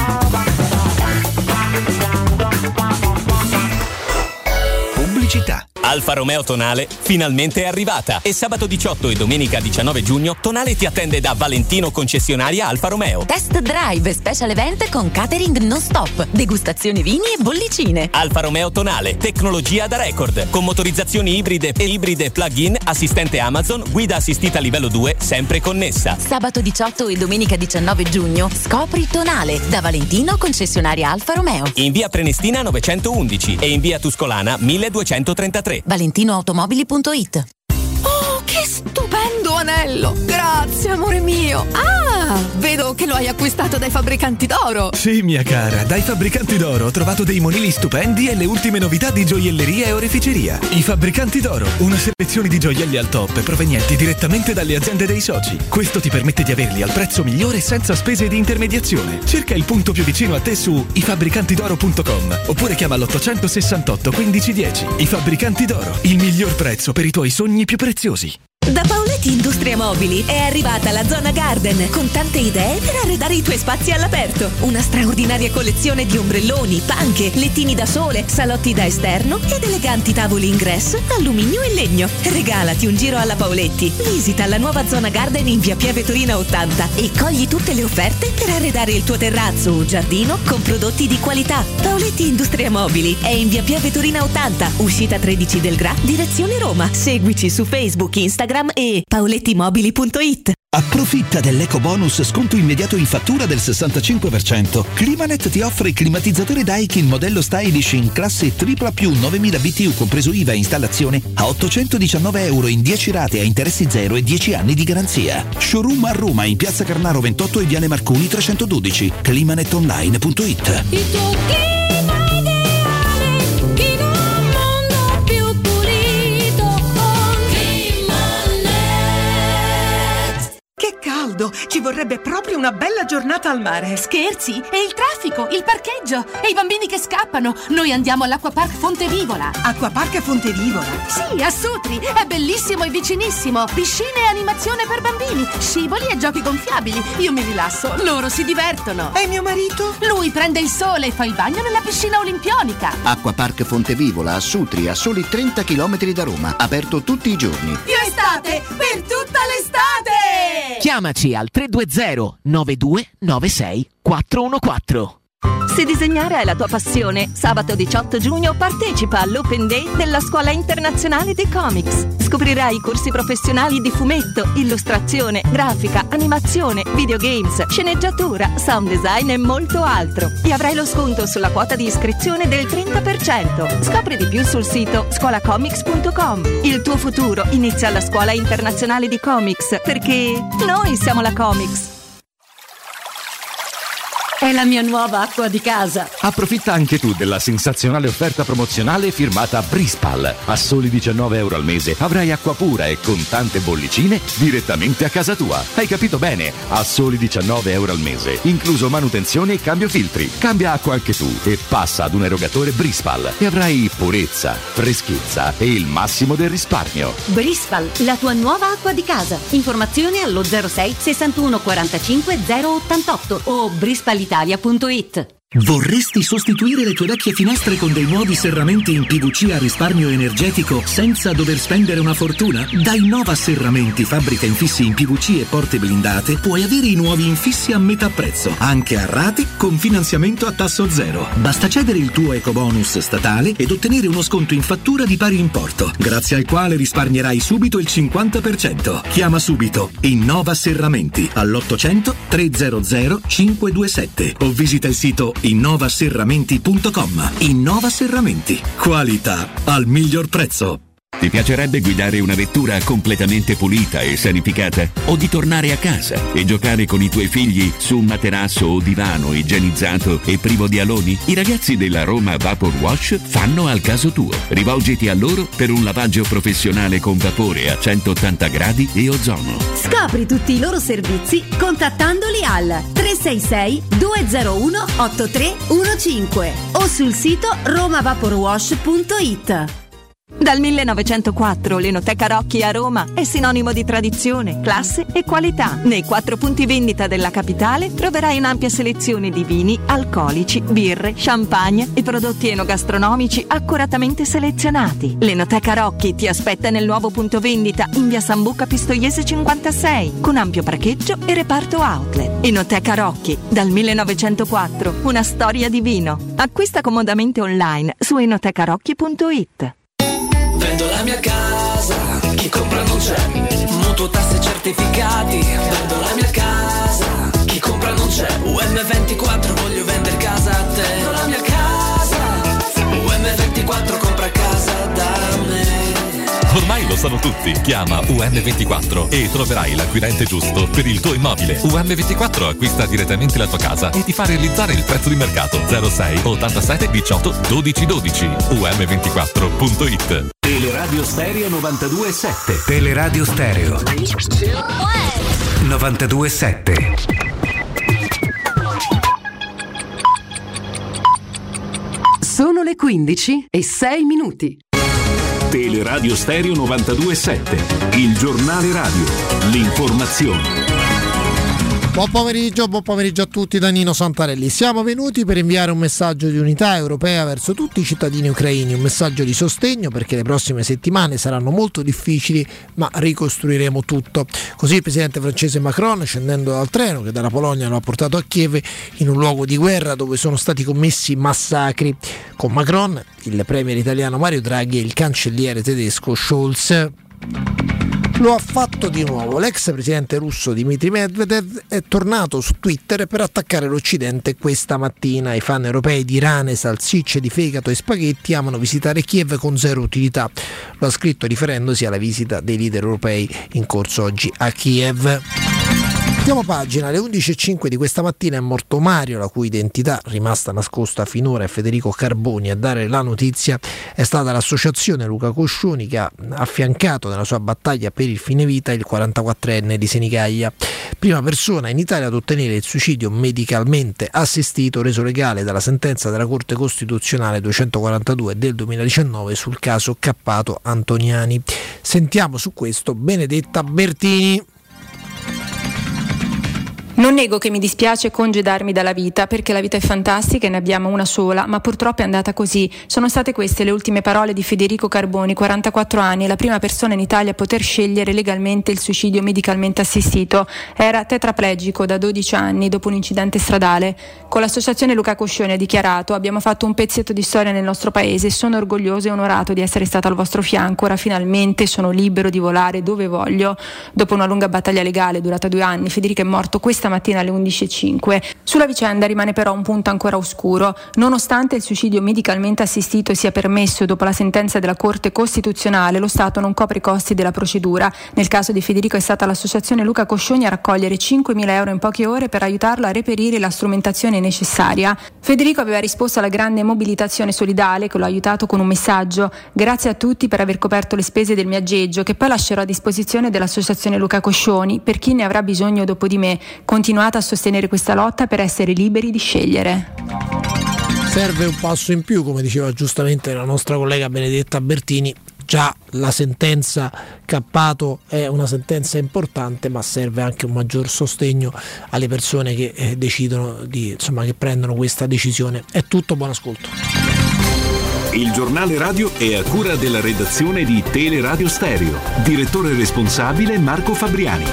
Pubblicità. Alfa Romeo Tonale finalmente è arrivata e sabato diciotto e domenica diciannove giugno Tonale ti attende da Valentino concessionaria Alfa Romeo. Test drive, special event con catering non stop, degustazioni vini e bollicine. Alfa Romeo Tonale, tecnologia da record, con motorizzazioni ibride e ibride plug-in, assistente Amazon, guida assistita livello due, sempre connessa. Sabato diciotto e domenica diciannove giugno scopri Tonale da Valentino concessionaria Alfa Romeo. In via Prenestina novecentoundici e in via Tuscolana milleduecentotrentatré. valentinoautomobili punto it. Oh, che stupendo anello! Grazie, amore mio! Ah, vedo che lo hai acquistato dai fabbricanti d'oro! Sì, mia cara, dai fabbricanti d'oro ho trovato dei monili stupendi e le ultime novità di gioielleria e oreficeria. I fabbricanti d'oro, una selezione di gioielli al top provenienti direttamente dalle aziende dei soci. Questo ti permette di averli al prezzo migliore senza spese di intermediazione. Cerca il punto più vicino a te su i fabbricanti d'oro punto com oppure chiama l'ottocentosessantotto quindici dieci. I Fabbricanti d'Oro, il miglior prezzo per i tuoi sogni più preziosi. Da Paoletti Industria Mobili è arrivata la Zona Garden con tante idee per arredare i tuoi spazi all'aperto. Una straordinaria collezione di ombrelloni, panche, lettini da sole, salotti da esterno ed eleganti tavoli ingresso, alluminio e legno. Regalati un giro alla Paoletti. Visita la nuova Zona Garden in via Pieve Torina ottanta e cogli tutte le offerte per arredare il tuo terrazzo o giardino con prodotti di qualità. Paoletti Industria Mobili è in via Pieve Torina ottanta, uscita tredici del Gra, direzione Roma. Seguici su Facebook, Instagram e paolettimobili punto it. Approfitta dell'eco bonus sconto immediato in fattura del sessantacinque per cento. Climanet ti offre il climatizzatore Daikin modello Stylish in classe tripla più novemila B T U compreso I V A e installazione a ottocentodiciannove euro in dieci rate a interessi zero e dieci anni di garanzia. Showroom a Roma in piazza Carnaro ventotto e viale Marconi trecentododici. climanet online punto it. Il tuo clima ideale in un mondo più pulito con Climanet. Che caldo! Ci vorrebbe proprio una bella giornata al mare. Scherzi? E il traffico, il parcheggio e i bambini che scappano. Noi andiamo all'Acquapark Fontevivola. Acquapark Fontevivola? Sì, a Sutri. È bellissimo e vicinissimo. Piscine e animazione per bambini, scivoli e giochi gonfiabili. Io mi rilasso, loro si divertono. E mio marito? Lui prende il sole e fa il bagno nella piscina olimpionica. Acquapark Fontevivola a Sutri, a soli trenta chilometri da Roma. Aperto tutti i giorni. Più estate per tutta l'estate! Chiamaci al tre due zero nove due nove sei quattro uno quattro. Se disegnare è la tua passione, sabato diciotto giugno partecipa all'Open Day della Scuola Internazionale dei Comics. Scoprirai corsi professionali di fumetto, illustrazione, grafica, animazione, videogames, sceneggiatura, sound design e molto altro. E avrai lo sconto sulla quota di iscrizione del trenta per cento. Scopri di più sul sito scuolacomics punto com. Il tuo futuro inizia alla Scuola Internazionale di Comics, perché noi siamo la Comics. È la mia nuova acqua di casa. Approfitta anche tu della sensazionale offerta promozionale firmata Brispal. A soli diciannove euro al mese avrai acqua pura e con tante bollicine direttamente a casa tua. Hai capito bene? A soli diciannove euro al mese, incluso manutenzione e cambio filtri. Cambia acqua anche tu e passa ad un erogatore Brispal e avrai purezza, freschezza e il massimo del risparmio. Brispal, la tua nuova acqua di casa. Informazioni allo zero sei sessantuno quarantacinque zero ottantotto o brispalitalia punto it. Vorresti sostituire le tue vecchie finestre con dei nuovi serramenti in P V C a risparmio energetico senza dover spendere una fortuna? Da Innova Serramenti, fabbrica infissi in P V C e porte blindate, puoi avere i nuovi infissi a metà prezzo, anche a rate con finanziamento a tasso zero. Basta cedere il tuo ecobonus statale ed ottenere uno sconto in fattura di pari importo, grazie al quale risparmierai subito il cinquanta per cento. Chiama subito Innova Serramenti all'ottocento trecento cinque due sette o visita il sito innova serramenti punto com. Innova Serramenti, qualità al miglior prezzo. Ti piacerebbe guidare una vettura completamente pulita e sanificata? O di tornare a casa e giocare con i tuoi figli su un materasso o divano igienizzato e privo di aloni? I ragazzi della Roma Vapor Wash fanno al caso tuo. Rivolgiti a loro per un lavaggio professionale con vapore a centottanta gradi e ozono. Scopri tutti i loro servizi contattandoli al tre sei sei due zero uno otto tre uno cinque o sul sito roma vapor wash punto it. Dal millenovecentoquattro l'Enoteca Rocchi a Roma è sinonimo di tradizione, classe e qualità. Nei quattro punti vendita della capitale troverai un'ampia selezione di vini, alcolici, birre, champagne e prodotti enogastronomici accuratamente selezionati. L'Enoteca Rocchi ti aspetta nel nuovo punto vendita in via Sambuca Pistoiese cinquantasei con ampio parcheggio e reparto outlet. Enoteca Rocchi, dal millenovecentoquattro, una storia di vino. Acquista comodamente online su enotecarocchi punto it. Vendo la mia casa, chi compra non c'è. Mutuo, tasse, certificati. Vendo la mia casa, chi compra non c'è. U M ventiquattro, voglio vendere casa a te. Vendo la mia casa, U M ventiquattro, compra casa da me. Ormai lo sanno tutti. Chiama U M ventiquattro e troverai l'acquirente giusto per il tuo immobile. U M ventiquattro acquista direttamente la tua casa e ti fa realizzare il prezzo di mercato. zero sei ottantasette diciotto dodici dodici. U M ventiquattro punto it. Teleradio Stereo novantadue sette. Teleradio Stereo novantadue sette. Sono le quindici e sei minuti. Teleradio Stereo novantadue sette, il giornale radio, l'informazione. Buon pomeriggio, buon pomeriggio a tutti da Nino Santarelli. Siamo venuti per inviare un messaggio di unità europea verso tutti i cittadini ucraini, un messaggio di sostegno perché le prossime settimane saranno molto difficili, ma ricostruiremo tutto. Così il presidente francese Macron, scendendo dal treno che dalla Polonia lo ha portato a Kiev, in un luogo di guerra dove sono stati commessi massacri. Con Macron, il premier italiano Mario Draghi e il cancelliere tedesco Scholz. Lo ha fatto di nuovo. L'ex presidente russo Dmitry Medvedev è tornato su Twitter per attaccare l'Occidente questa mattina. I fan europei di rane, salsicce di fegato e spaghetti amano visitare Kiev con zero utilità. Lo ha scritto riferendosi alla visita dei leader europei in corso oggi a Kiev. Diamo pagina, alle undici e cinque di questa mattina è morto Mario, la cui identità, rimasta nascosta finora, è Federico Carboni. A dare la notizia è stata l'associazione Luca Coscioni, che ha affiancato nella sua battaglia per il fine vita il quarantaquattrenne di Senigallia, prima persona in Italia ad ottenere il suicidio medicalmente assistito, reso legale dalla sentenza della Corte Costituzionale duecentoquarantadue del duemiladiciannove sul caso Cappato Antoniani. Sentiamo su questo Benedetta Bertini. Non nego che mi dispiace congedarmi dalla vita, perché la vita è fantastica e ne abbiamo una sola, ma purtroppo è andata così. Sono state queste le ultime parole di Federico Carboni, quarantaquattro anni, la prima persona in Italia a poter scegliere legalmente il suicidio medicalmente assistito. Era tetraplegico da dodici anni dopo un incidente stradale. Con l'associazione Luca Coscioni ha dichiarato: abbiamo fatto un pezzetto di storia nel nostro paese, sono orgoglioso e onorato di essere stato al vostro fianco, ora finalmente sono libero di volare dove voglio. Dopo una lunga battaglia legale durata due anni, Federico è morto questa mattina alle undici e cinque. Sulla vicenda rimane però un punto ancora oscuro. Nonostante il suicidio medicalmente assistito sia permesso dopo la sentenza della Corte Costituzionale, lo Stato non copre i costi della procedura. Nel caso di Federico è stata l'associazione Luca Coscioni a raccogliere cinquemila euro in poche ore per aiutarlo a reperire la strumentazione necessaria. Federico aveva risposto alla grande mobilitazione solidale, che lo ha aiutato con un messaggio: grazie a tutti per aver coperto le spese del mio aggeggio, che poi lascerò a disposizione dell'associazione Luca Coscioni per chi ne avrà bisogno dopo di me. Continuate a sostenere questa lotta per essere liberi di scegliere. Serve un passo in più, come diceva giustamente la nostra collega Benedetta Bertini. già la sentenza Cappato è una sentenza importante, ma serve anche un maggior sostegno alle persone che eh, decidono di, insomma, che prendono questa decisione. È tutto, buon ascolto. Il giornale radio è a cura della redazione di Teleradio Stereo. Direttore responsabile Marco Fabriani.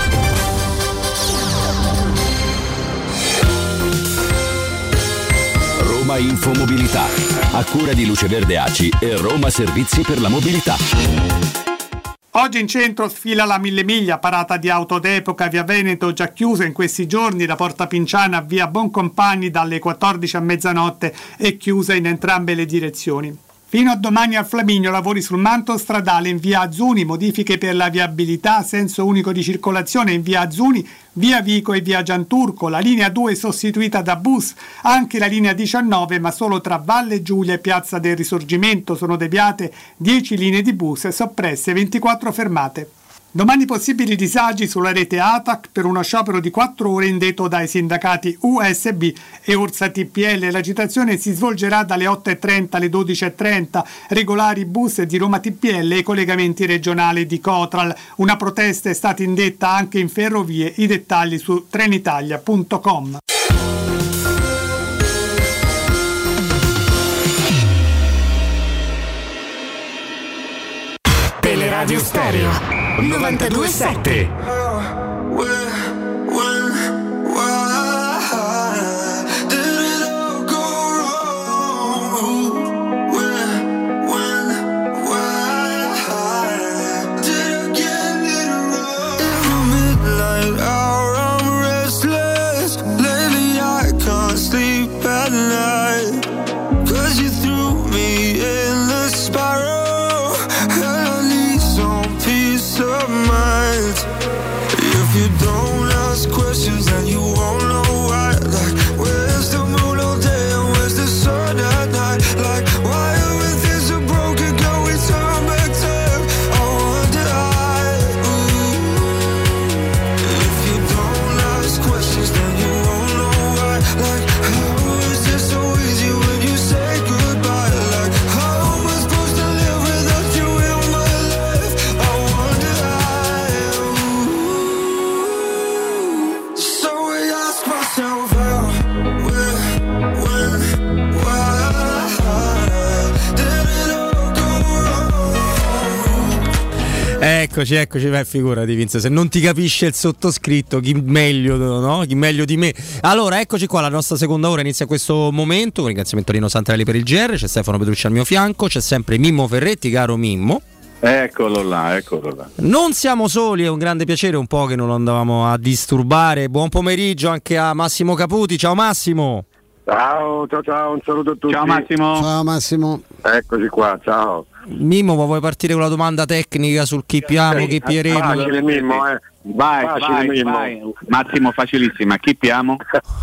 Roma Infomobilità, a cura di Luce Verde A C I e Roma Servizi per la Mobilità. Oggi in centro sfila la Mille Miglia, parata di auto d'epoca, via Veneto già chiusa in questi giorni, la Porta Pinciana a via Boncompagni dalle quattordici a mezzanotte è chiusa in entrambe le direzioni. Fino a domani al Flaminio lavori sul manto stradale in via Azzuni, modifiche per la viabilità, senso unico di circolazione in via Azzuni, via Vico e via Gianturco, la linea due è sostituita da bus, anche la linea diciannove ma solo tra Valle Giulia e Piazza del Risorgimento sono deviate dieci linee di bus e soppresse ventiquattro fermate. Domani possibili disagi sulla rete A T A C per uno sciopero di quattro ore indetto dai sindacati U S B e Orsa T P L. L'agitazione si svolgerà dalle otto e trenta alle dodici e trenta, regolari bus di Roma T P L e i collegamenti regionali di Cotral. Una protesta è stata indetta anche in ferrovie, i dettagli su trenitalia punto com. Teleradio Stereo novantadue sette. Eccoci, eccoci, beh, figurati Vince, se non ti capisce il sottoscritto, chi meglio, no? Chi meglio di me. Allora, eccoci qua, la nostra seconda ora inizia a questo momento. Un ringraziamento a Rino Santarelli per il G R, c'è Stefano Petrucci al mio fianco, c'è sempre Mimmo Ferretti, caro Mimmo. Eccolo là, eccolo là. Non siamo soli, è un grande piacere, un po' che non lo andavamo a disturbare. Buon pomeriggio anche a Massimo Caputi, ciao Massimo. Ciao, ciao, ciao, un saluto a tutti. Ciao Massimo. Ciao Massimo. Eccoci qua, ciao. Mimmo, vuoi partire con la domanda tecnica sul chi piamo, chi pieremo? Facile Mimmo, eh. Vai, Facile, vai, Mimmo. vai. Massimo, facilissima, chi piamo?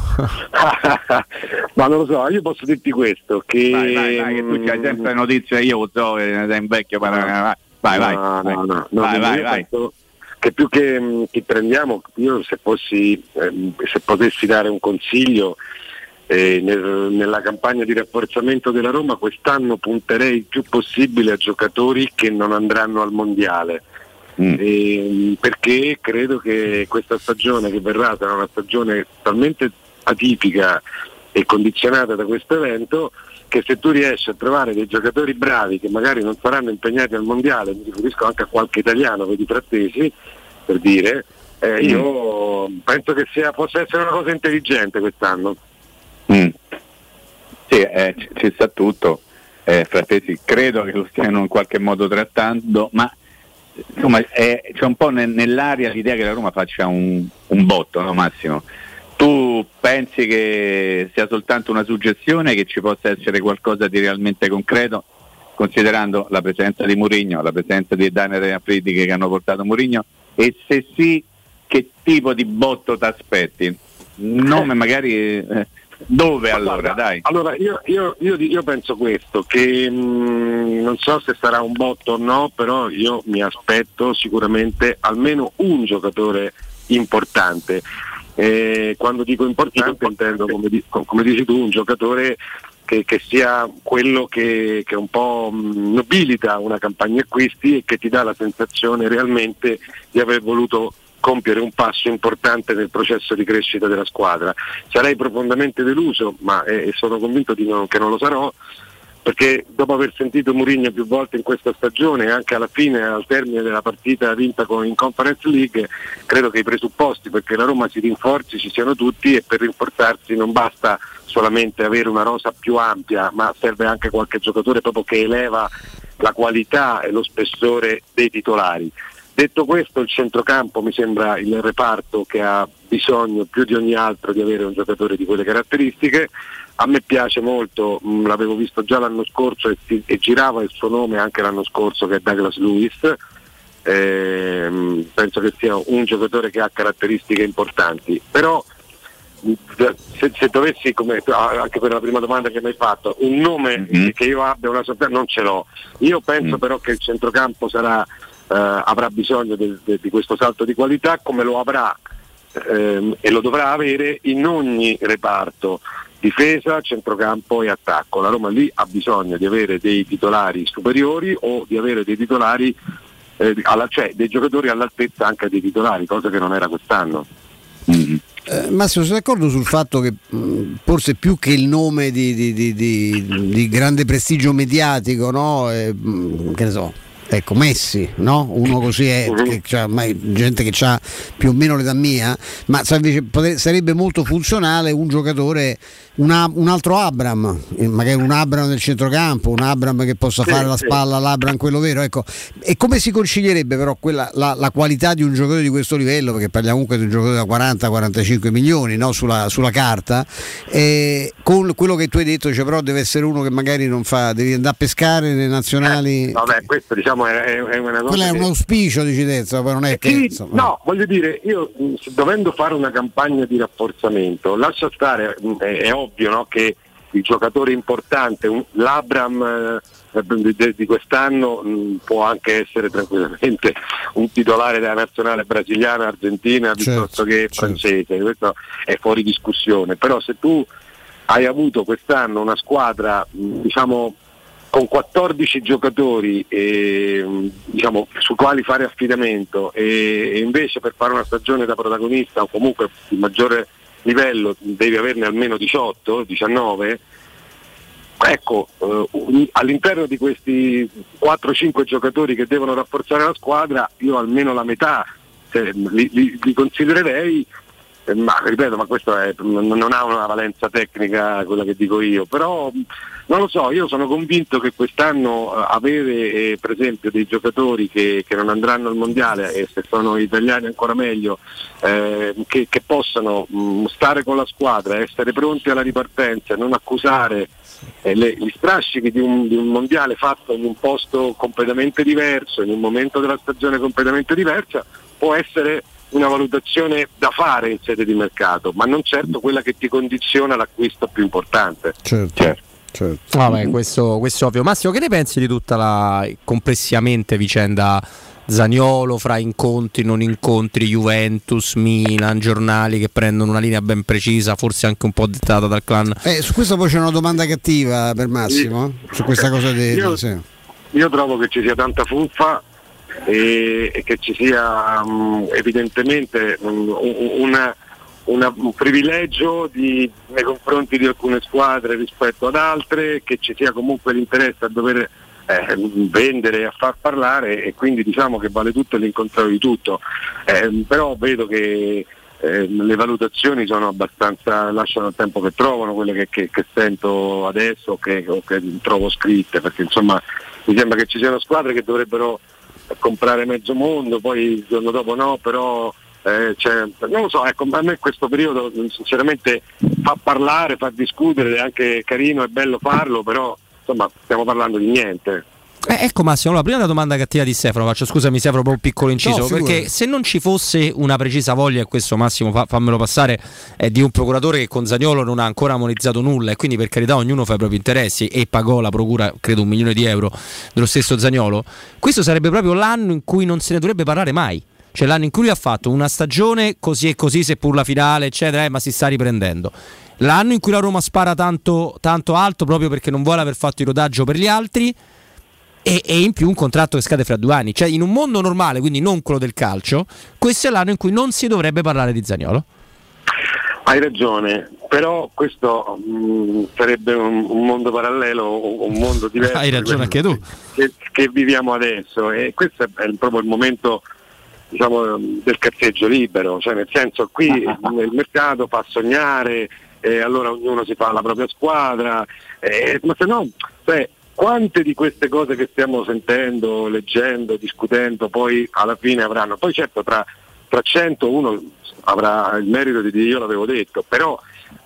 Ma non lo so, io posso dirti questo, che... Vai, vai, vai, che tu c'hai sempre notizie, io lo so, sei un vecchio, no, vai, vai, vai. No, no, no, no, vai, no, vai, io vai. penso che più che chi prendiamo, io se fossi, eh, se potessi dare un consiglio, Eh, nel, nella campagna di rafforzamento della Roma quest'anno punterei il più possibile a giocatori che non andranno al mondiale, mm. eh, perché credo che questa stagione che verrà sarà una stagione talmente atipica e condizionata da questo evento che se tu riesci a trovare dei giocatori bravi che magari non saranno impegnati al mondiale, mi riferisco anche a qualche italiano, vedi Frattesi per dire, eh, mm. io penso che sia, possa essere una cosa intelligente quest'anno. Mm. Sì, eh, ci, ci sta tutto, eh, Frattesi credo che lo stiano in qualche modo trattando, ma insomma eh, c'è un po' nel, nell'aria l'idea che la Roma faccia un, un botto, no Massimo? Tu pensi che sia soltanto una suggestione, che ci possa essere qualcosa di realmente concreto, considerando la presenza di Mourinho, la presenza di Daniel Afridi che hanno portato Mourinho, e se sì, che tipo di botto ti aspetti? Nome magari... Eh, Dove allora, Guarda, dai? Allora io, io, io, io penso questo, che mh, non so se sarà un botto o no, però io mi aspetto sicuramente almeno un giocatore importante. Eh, quando dico importante intendo, come, di, come dici tu, un giocatore che, che sia quello che, che un po' nobilita una campagna acquisti e che ti dà la sensazione realmente di aver voluto compiere un passo importante nel processo di crescita della squadra. Sarei profondamente deluso, ma eh, sono convinto di non, che non lo sarò, perché dopo aver sentito Mourinho più volte in questa stagione e anche alla fine, al termine della partita vinta con, in Conference League, credo che i presupposti perché la Roma si rinforzi ci siano tutti, e per rinforzarsi non basta solamente avere una rosa più ampia, ma serve anche qualche giocatore proprio che eleva la qualità e lo spessore dei titolari. Detto questo, il centrocampo mi sembra il reparto che ha bisogno più di ogni altro di avere un giocatore di quelle caratteristiche. A me piace molto, mh, l'avevo visto già l'anno scorso e, si, e girava il suo nome anche l'anno scorso, che è Douglas Luiz. Eh, mh, penso che sia un giocatore che ha caratteristiche importanti, però mh, se, se dovessi, come anche per la prima domanda che mi hai fatto, un nome mm-hmm. che io abbia una sorpresa, non ce l'ho. Io penso mm. però che il centrocampo sarà, eh, avrà bisogno de, de, di questo salto di qualità, come lo avrà ehm, e lo dovrà avere in ogni reparto, difesa, centrocampo e attacco. La Roma lì ha bisogno di avere dei titolari superiori o di avere dei titolari eh, alla, cioè dei giocatori all'altezza anche dei titolari, cosa che non era quest'anno. Mm-hmm. Eh, Massimo, sei d'accordo sul fatto che mh, forse più che il nome di, di, di, di, di grande prestigio mediatico, no? Eh, mh, che ne so, ecco, Messi, no? Uno così è, che c'ha, gente che ha più o meno l'età mia, ma invece potre, sarebbe molto funzionale un giocatore, una, un altro Abram, magari un Abram nel centrocampo, un Abram che possa sì, fare la spalla all'Abram, quello vero, ecco. E come si concilierebbe però quella, la, la qualità di un giocatore di questo livello, perché parliamo comunque di un giocatore da quaranta quarantacinque milioni, no? sulla, sulla carta, eh, con quello che tu hai detto, cioè, però deve essere uno che magari non fa, devi andare a pescare nei nazionali. Eh, vabbè, questo diciamo è, è una cosa. Quello è che... un auspicio, dici Tezza, poi non è che. Sì, insomma. no, voglio dire, io dovendo fare una campagna di rafforzamento, lascia stare, è, è ovvio, no, che il giocatore importante, un, l'Abram eh, di, di quest'anno mh, può anche essere tranquillamente un titolare della nazionale brasiliana, argentina, certo, piuttosto che francese, certo. Questo è fuori discussione. Però se tu hai avuto quest'anno una squadra mh, diciamo con quattordici giocatori eh, diciamo, su quali fare affidamento e, e invece per fare una stagione da protagonista o comunque di maggiore livello devi averne almeno diciotto diciannove, ecco, eh, all'interno di questi quattro cinque giocatori che devono rafforzare la squadra, io almeno la metà cioè, li, li, li considererei, eh, ma ripeto, ma questo è, non ha una valenza tecnica quella che dico io, però non lo so, io sono convinto che quest'anno eh, avere eh, per esempio dei giocatori che, che non andranno al mondiale e se sono italiani ancora meglio, eh, che, che possano mh, stare con la squadra, essere pronti alla ripartenza, non accusare eh, le, gli strascichi di un, di un mondiale fatto in un posto completamente diverso, in un momento della stagione completamente diversa, può essere una valutazione da fare in sede di mercato, ma non certo quella che ti condiziona l'acquisto più importante. Certo. certo. Certo. Vabbè, questo, questo è ovvio. Massimo, che ne pensi di tutta la complessivamente vicenda Zaniolo, fra incontri, non incontri, Juventus, Milan, giornali che prendono una linea ben precisa, forse anche un po' dettata dal clan? Eh, su questo poi c'è una domanda cattiva per Massimo, eh? Su questa cosa di... Io, sì. io trovo che ci sia tanta fuffa e, e che ci sia um, evidentemente um, una... Una, un privilegio di, nei confronti di alcune squadre rispetto ad altre, che ci sia comunque l'interesse a dover eh, vendere e a far parlare e quindi diciamo che vale tutto l'incontrario di tutto, eh, però vedo che eh, le valutazioni sono abbastanza, lasciano il tempo che trovano, quelle che, che, che sento adesso o che, o che trovo scritte, perché insomma mi sembra che ci siano squadre che dovrebbero comprare mezzo mondo, poi il giorno dopo no, però Eh, cioè, non lo so, ecco, a me questo periodo sinceramente fa parlare, fa discutere, è anche carino e bello farlo, però insomma stiamo parlando di niente. Eh, ecco Massimo, allora, prima la domanda cattiva di Stefano, faccio scusami Stefano, proprio un piccolo inciso, no, perché se non ci fosse una precisa voglia, e questo Massimo fa, fammelo passare, eh, di un procuratore che con Zaniolo non ha ancora ammonizzato nulla e quindi per carità ognuno fa i propri interessi e pagò la procura credo un milione di euro dello stesso Zaniolo, questo sarebbe proprio l'anno in cui non se ne dovrebbe parlare mai. cioè l'anno in cui lui ha fatto una stagione così e così, seppur la finale eccetera, eh, ma si sta riprendendo. L'anno in cui la Roma spara tanto, tanto alto proprio perché non vuole aver fatto il rodaggio per gli altri, e, e in più un contratto che scade fra due anni. Cioè in un mondo normale, quindi non quello del calcio, questo è l'anno in cui non si dovrebbe parlare di Zaniolo. Hai ragione, però questo mh, sarebbe un, un mondo parallelo, un mondo diverso. Hai ragione anche tu. Che, che viviamo adesso, e questo è proprio il momento, diciamo, del cazzeggio libero, cioè nel senso qui il mercato fa sognare, e allora ognuno si fa la propria squadra, eh, ma se no, cioè, quante di queste cose che stiamo sentendo, leggendo, discutendo, poi alla fine avranno, poi certo tra, tra cento uno avrà il merito di dire io l'avevo detto, però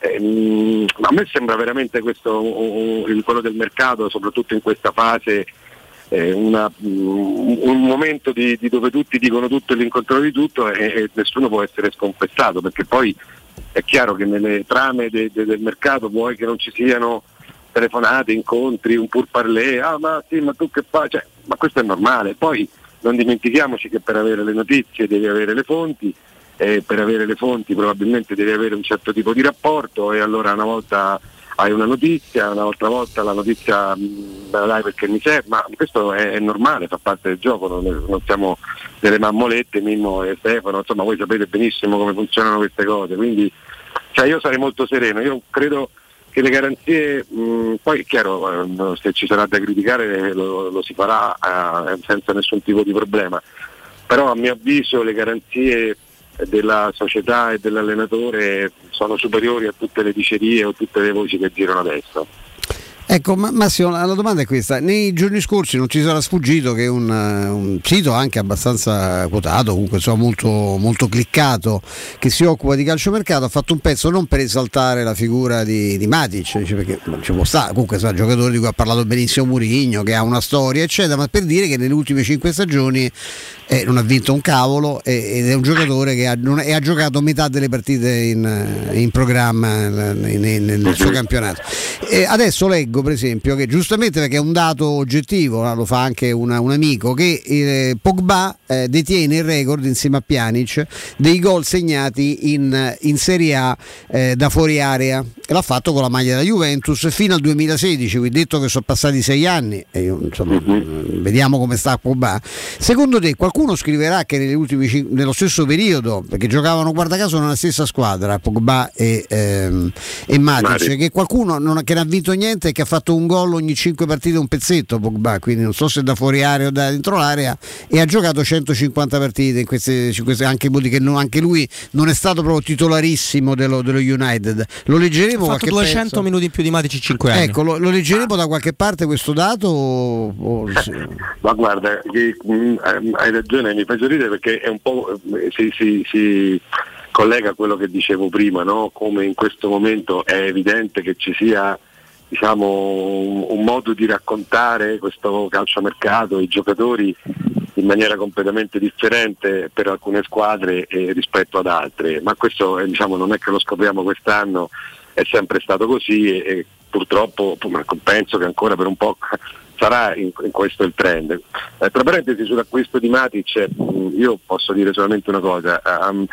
ehm, a me sembra veramente questo uh, quello del mercato, soprattutto in questa fase, eh, una, um, un momento di, di dove tutti dicono tutto e l'incontro di tutto, e, e nessuno può essere sconfessato, perché poi è chiaro che nelle trame de, de, del mercato vuoi che non ci siano telefonate, incontri, un pourparlers, ah ma sì, ma tu che fai? Cioè, ma questo è normale. Poi non dimentichiamoci che per avere le notizie devi avere le fonti, e per avere le fonti probabilmente devi avere un certo tipo di rapporto, e allora una volta hai una notizia, un'altra volta la notizia me la dai perché mi serve, ma questo è, è normale, fa parte del gioco, non, non siamo delle mammolette, Mimmo e Stefano, insomma voi sapete benissimo come funzionano queste cose, quindi cioè, io sarei molto sereno, io credo che le garanzie, mh, poi è chiaro, eh, se ci sarà da criticare lo, lo si farà eh, senza nessun tipo di problema, però a mio avviso le garanzie della società e dell'allenatore sono superiori a tutte le dicerie o tutte le voci che girano adesso. Ecco, ma Massimo, la domanda è questa: nei giorni scorsi non ci sarà sfuggito che un, un sito anche abbastanza quotato, comunque insomma molto, molto cliccato, che si occupa di calciomercato, ha fatto un pezzo non per esaltare la figura di, di Matic, cioè perché ci può stare, comunque è un giocatore di cui ha parlato benissimo Mourinho, che ha una storia eccetera, ma per dire che nelle ultime cinque stagioni eh, non ha vinto un cavolo, eh, ed è un giocatore che ha, non, e ha giocato metà delle partite in, in programma nel, nel, nel suo campionato. E adesso leggo per esempio che giustamente, perché è un dato oggettivo, lo fa anche una, un amico, che eh, Pogba eh, detiene il record insieme a Pjanic dei gol segnati in, in Serie A eh, da fuori area, e l'ha fatto con la maglia della Juventus fino al duemilasedici, quindi detto che sono passati sei anni e io, insomma, uh-huh. vediamo come sta Pogba. Secondo te qualcuno scriverà che negli ultimi, nello stesso periodo, perché giocavano guarda caso nella stessa squadra Pogba e, ehm, e Matic, Mari. che qualcuno non, che non ha vinto niente e che ha fatto un gol ogni cinque partite, un pezzetto Pogba, quindi non so se da fuori area o da dentro l'area, e ha giocato centocinquanta partite in queste, in queste anche, che non, anche lui non è stato proprio titolarissimo dello, dello United. Lo leggeremo, ha fatto duecento pezzo. Minuti in più di Matic in cinque anni. Ecco, lo, lo leggeremo da qualche parte questo dato o, o, sì. Ma guarda, che, mh, hai ragione, mi fa ridere perché è un po' si, si, si collega a quello che dicevo prima, no? Come in questo momento è evidente che ci sia, diciamo, un, un modo di raccontare questo calciomercato, i giocatori in maniera completamente differente per alcune squadre eh, rispetto ad altre, ma questo eh, diciamo, non è che lo scopriamo quest'anno, è sempre stato così e, e purtroppo penso che ancora per un po' sarà in, in questo il trend. Eh, tra parentesi, sull'acquisto di Matic mh, io posso dire solamente una cosa, um,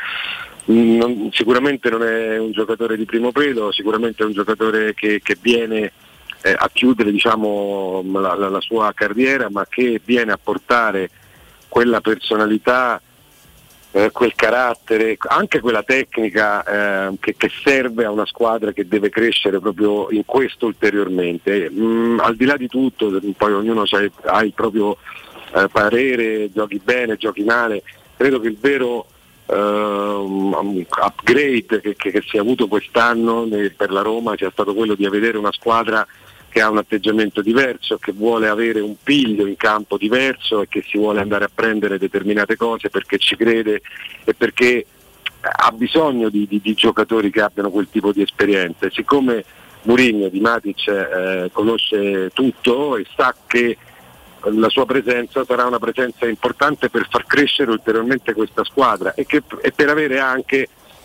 non, sicuramente non è un giocatore di primo pelo, sicuramente è un giocatore che, che viene eh, a chiudere, diciamo, la, la, la sua carriera, ma che viene a portare quella personalità, eh, quel carattere, anche quella tecnica eh, che, che serve a una squadra che deve crescere proprio in questo ulteriormente. Mm, al di là di tutto, poi ognuno ha il proprio eh, parere, giochi bene, giochi male, credo che il vero Uh, upgrade che, che, che si è avuto quest'anno ne, per la Roma sia stato quello di vedere una squadra che ha un atteggiamento diverso, che vuole avere un piglio in campo diverso e che si vuole andare a prendere determinate cose perché ci crede e perché ha bisogno di, di, di giocatori che abbiano quel tipo di esperienze. Siccome Mourinho di Matic eh, conosce tutto e sa che la sua presenza sarà una presenza importante per far crescere ulteriormente questa squadra e, che, e per avere anche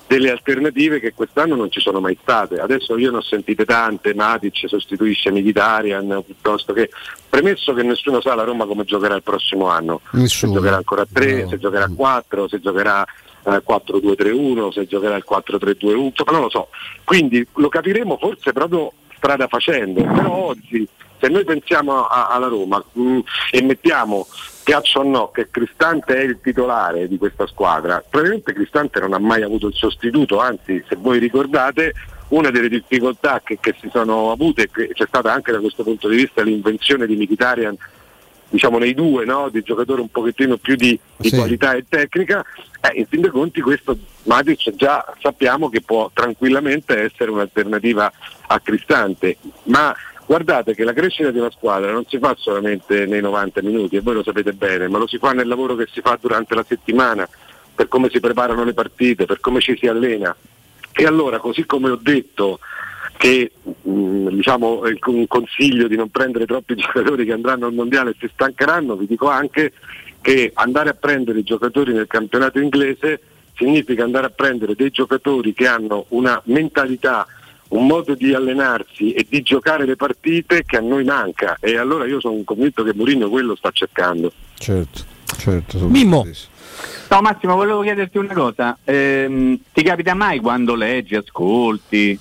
delle alternative che quest'anno non ci sono mai state. Adesso io ne ho sentite tante, Matic sostituisce Mkhitaryan, piuttosto che, premesso che nessuno sa la Roma come giocherà il prossimo anno, Nessuno. se giocherà ancora a tre, No. se giocherà a quattro, se giocherà eh, quattro due tre uno, se giocherà il quattro tre due uno, insomma non lo so, quindi lo capiremo forse proprio strada facendo, però oggi se noi pensiamo a, alla Roma mh, e mettiamo, piaccia o no, che Cristante è il titolare di questa squadra, probabilmente Cristante non ha mai avuto il sostituto, anzi se voi ricordate una delle difficoltà che, che si sono avute, che c'è stata anche da questo punto di vista l'invenzione di Mkhitaryan, diciamo nei due, no? Di giocatore un pochettino più di, di Sì. qualità e tecnica, eh, in fin dei conti questo Matic già sappiamo che può tranquillamente essere un'alternativa a Cristante, ma guardate che la crescita di una squadra non si fa solamente nei novanta minuti, e voi lo sapete bene, ma lo si fa nel lavoro che si fa durante la settimana, per come si preparano le partite, per come ci si allena. E allora, così come ho detto che mh, diciamo un consiglio di non prendere troppi giocatori che andranno al mondiale e si stancheranno, vi dico anche che andare a prendere i giocatori nel campionato inglese significa andare a prendere dei giocatori che hanno una mentalità, un modo di allenarsi e di giocare le partite che a noi manca, e allora io sono convinto che Mourinho quello sta cercando. Certo, certo. Mimmo. No Massimo, volevo chiederti una cosa, ehm, ti capita mai quando leggi, ascolti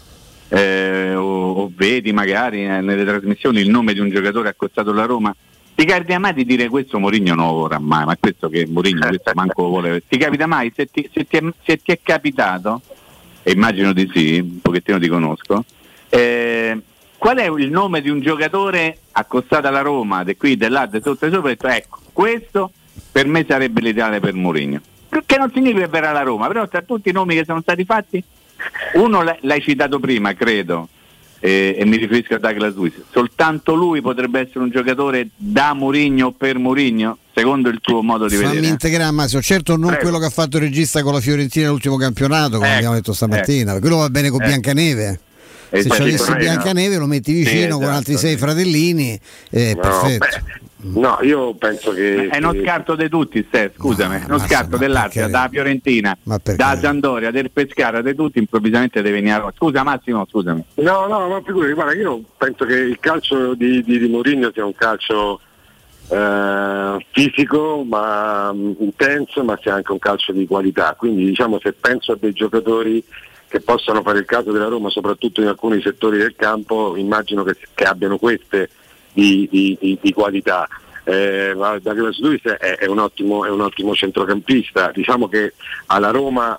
eh, o, o vedi magari eh, nelle trasmissioni il nome di un giocatore accostato alla Roma, ti capita mai di dire questo Mourinho non lo vorrà mai, ma questo che Mourinho questo manco lo vuole, ti capita mai, se ti, se ti, è, se ti è capitato, e immagino di sì, un pochettino ti conosco, eh, qual è il nome di un giocatore accostato alla Roma, di qui, dell'A, di sotto e sopra, e detto, ecco, questo per me sarebbe l'ideale per Mourinho, che non significa che verrà alla Roma, però tra tutti i nomi che sono stati fatti, uno l'hai citato prima, credo, eh, e mi riferisco a Douglas Luiz, soltanto lui potrebbe essere un giocatore da Mourinho per Mourinho, secondo il tuo modo di Fammi vedere? integrare, Massimo, certo non Prego. quello che ha fatto il regista con la Fiorentina nell'ultimo campionato, come Ecco, abbiamo detto stamattina, ecco. quello va bene con Ecco. Biancaneve. Eh, Se sì, ci avessi vorrei, Biancaneve no? lo metti vicino Sì, con altri esatto, sei sì. fratellini, è No, perfetto. beh, no, io penso che È uno che- scarto di tutti, Steph, scusami, No, uno ma- scarto ma dell'Azia, perché- da Fiorentina, ma perché- da Sampdoria, del Pescara, di tutti, improvvisamente deve venire a Roma. Scusa Massimo, scusami. No, no, ma figurati, guarda, io penso che il calcio di, di, di Mourinho sia un calcio eh, fisico, ma mh, intenso, ma sia anche un calcio di qualità. Quindi diciamo, se penso a dei giocatori che possano fare il caso della Roma, soprattutto in alcuni settori del campo, immagino che, che abbiano queste di, di, di, di qualità. Eh, Douglas Luiz è, è, un ottimo, è un ottimo centrocampista, diciamo che alla Roma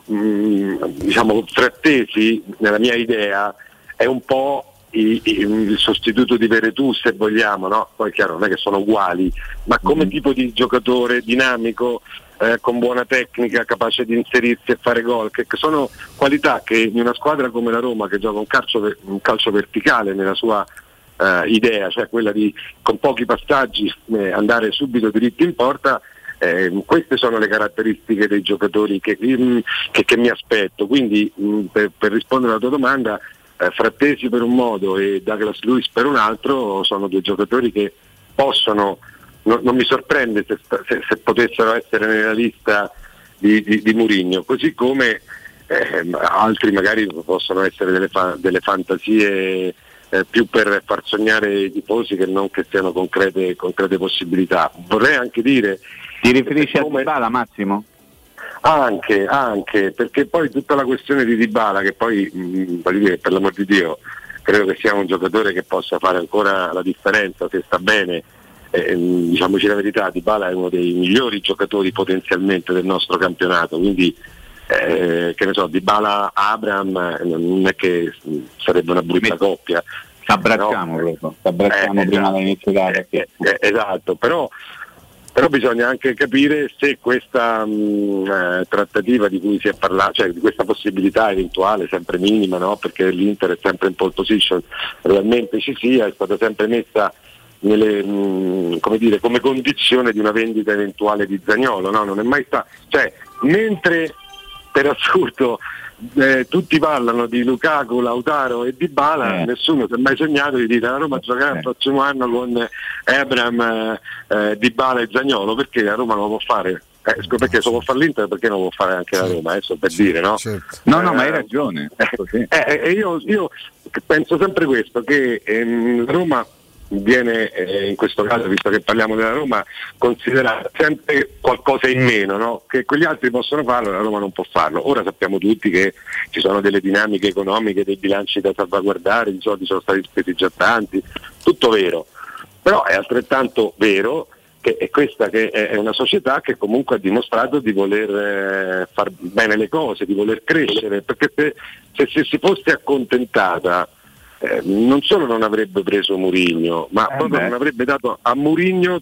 mh, diciamo, Frattesi, nella mia idea, è un po' il, il sostituto di Veretout, se vogliamo, no? Poi chiaro non è che sono uguali, ma come mm. tipo di giocatore dinamico, eh, con buona tecnica, capace di inserirsi e fare gol, che, che sono qualità che in una squadra come la Roma, che gioca un calcio, un calcio verticale nella sua Uh, idea, cioè quella di con pochi passaggi eh, andare subito diritti in porta, eh, queste sono le caratteristiche dei giocatori che, mh, che, che mi aspetto. Quindi mh, per, per rispondere alla tua domanda, eh, Frattesi per un modo e Douglas Luiz per un altro sono due giocatori che possono, no, non mi sorprende se, se, se potessero essere nella lista di, di, di Mourinho, così come eh, altri magari possono essere delle, fa- delle fantasie Eh, più per far sognare i tifosi che non che siano concrete, concrete possibilità. Vorrei anche dire... Ti riferisci come... a Dybala, Massimo? Anche, anche, perché poi tutta la questione di Dybala, che poi, mh, voglio dire, per l'amor di Dio, credo che sia un giocatore che possa fare ancora la differenza se sta bene. Eh, diciamoci la verità, Dybala è uno dei migliori giocatori potenzialmente del nostro campionato, quindi Eh, che ne so, Dybala Abraham eh, non è che sarebbe una brutta coppia. S'abbracciamo, no? s'abbracciamo eh, prima esatto, dell'inizio della eh, eh, esatto, però, però bisogna anche capire se questa mh, eh, trattativa di cui si è parlato, cioè di questa possibilità eventuale, sempre minima, no? Perché l'Inter è sempre in pole position, realmente ci sia, è stata sempre messa nelle, mh, come dire, come condizione di una vendita eventuale di Zaniolo, no? Non è mai stato, cioè mentre per assurdo eh, tutti parlano di Lukaku, Lautaro e Dybala, eh. nessuno si è mai sognato di dire la Roma giocherà eh. il prossimo anno con Abraham, eh, Dybala e Zaniolo, perché la Roma non lo può fare, Eh, perché se lo può fare l'Inter, perché non lo può fare anche la Roma, adesso per dire, no? Certo. No, no, eh, ma hai ragione. Ecco, sì. eh, eh, io, io penso sempre questo, che ehm, la Roma viene eh, in questo caso, visto che parliamo della Roma, considerata sempre qualcosa in meno, no? Che quegli altri possono farlo, la Roma non può farlo. Ora sappiamo tutti che ci sono delle dinamiche economiche, dei bilanci da salvaguardare, i soldi sono stati spesi già tanti, tutto vero, però è altrettanto vero che è questa che è una società che comunque ha dimostrato di voler eh, far bene le cose, di voler crescere, perché se, se, se si fosse accontentata eh, non solo non avrebbe preso Mourinho, ma eh proprio beh. non avrebbe dato a Mourinho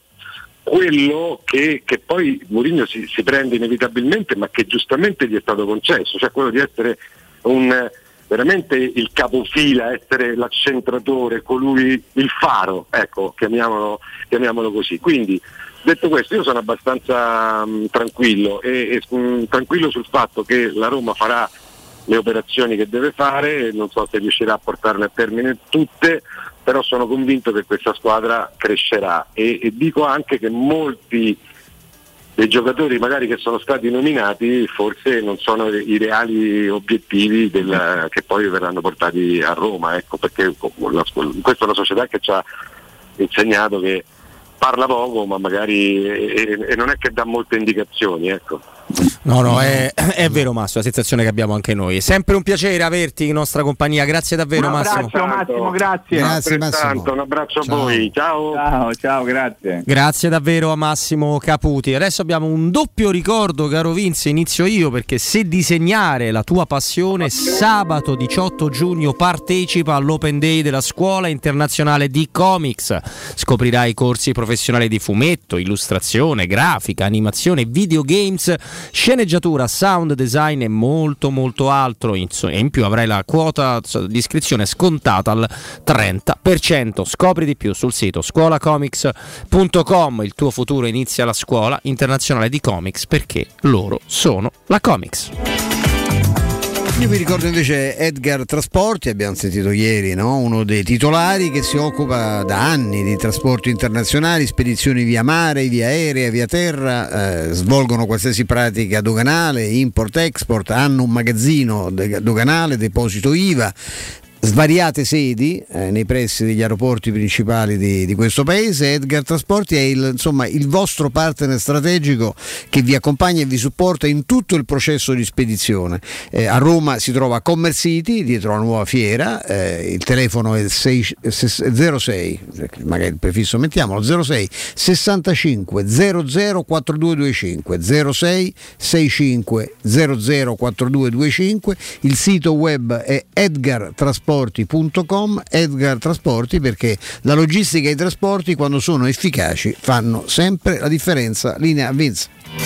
quello che, che poi Mourinho si, si prende inevitabilmente, ma che giustamente gli è stato concesso, cioè quello di essere un veramente il capofila, essere l'accentratore, colui, il faro, ecco, chiamiamolo, chiamiamolo così. Quindi, detto questo, io sono abbastanza mh, tranquillo e, e mh, tranquillo sul fatto che la Roma farà le operazioni che deve fare, non so se riuscirà a portarle a termine tutte, però sono convinto che questa squadra crescerà e, e dico anche che molti dei giocatori magari che sono stati nominati forse non sono i reali obiettivi del, che poi verranno portati a Roma, ecco, perché questa è una società che ci ha insegnato che parla poco ma magari e, e non è che dà molte indicazioni, ecco. No, no, è, è vero Massimo, la sensazione che abbiamo anche noi. È sempre un piacere averti in nostra compagnia, grazie davvero un Massimo. Un abbraccio Massimo, grazie. Grazie Massimo. Un abbraccio ciao. a voi, ciao. Ciao, ciao, grazie. Grazie davvero a Massimo Caputi. Adesso abbiamo un doppio ricordo, caro Vince, inizio io perché se disegnare la tua passione, sabato diciotto giugno partecipa all'Open Day della Scuola Internazionale di Comics. Scoprirai corsi professionali di fumetto, illustrazione, grafica, animazione, videogames, sceneggiatura, sound design e molto molto altro. E in più avrai la quota di iscrizione scontata al trenta per cento. Scopri di più sul sito scuola comics punto com. Il tuo futuro inizia alla Scuola Internazionale di Comics, perché loro sono la Comics. Io vi ricordo invece Edgar Trasporti, abbiamo sentito ieri, no? Uno dei titolari che si occupa da anni di trasporti internazionali, spedizioni via mare, via aerea, via terra, eh, svolgono qualsiasi pratica doganale, import-export, hanno un magazzino doganale, deposito I V A, svariate sedi eh, nei pressi degli aeroporti principali di, di questo paese. Edgar Trasporti è il, insomma, il vostro partner strategico che vi accompagna e vi supporta in tutto il processo di spedizione. Eh, a Roma si trova a Commerce City, dietro la nuova fiera, eh, il telefono è zero sei, magari il prefisso mettiamolo, zero sei sessantacinque zero zero quarantadue venticinque, zero sei sessantacinque zero zero quarantadue venticinque. Il sito web è edgar trasporti punto com. Edgar Trasporti, perché la logistica e i trasporti, quando sono efficaci, fanno sempre la differenza. Linea Vince.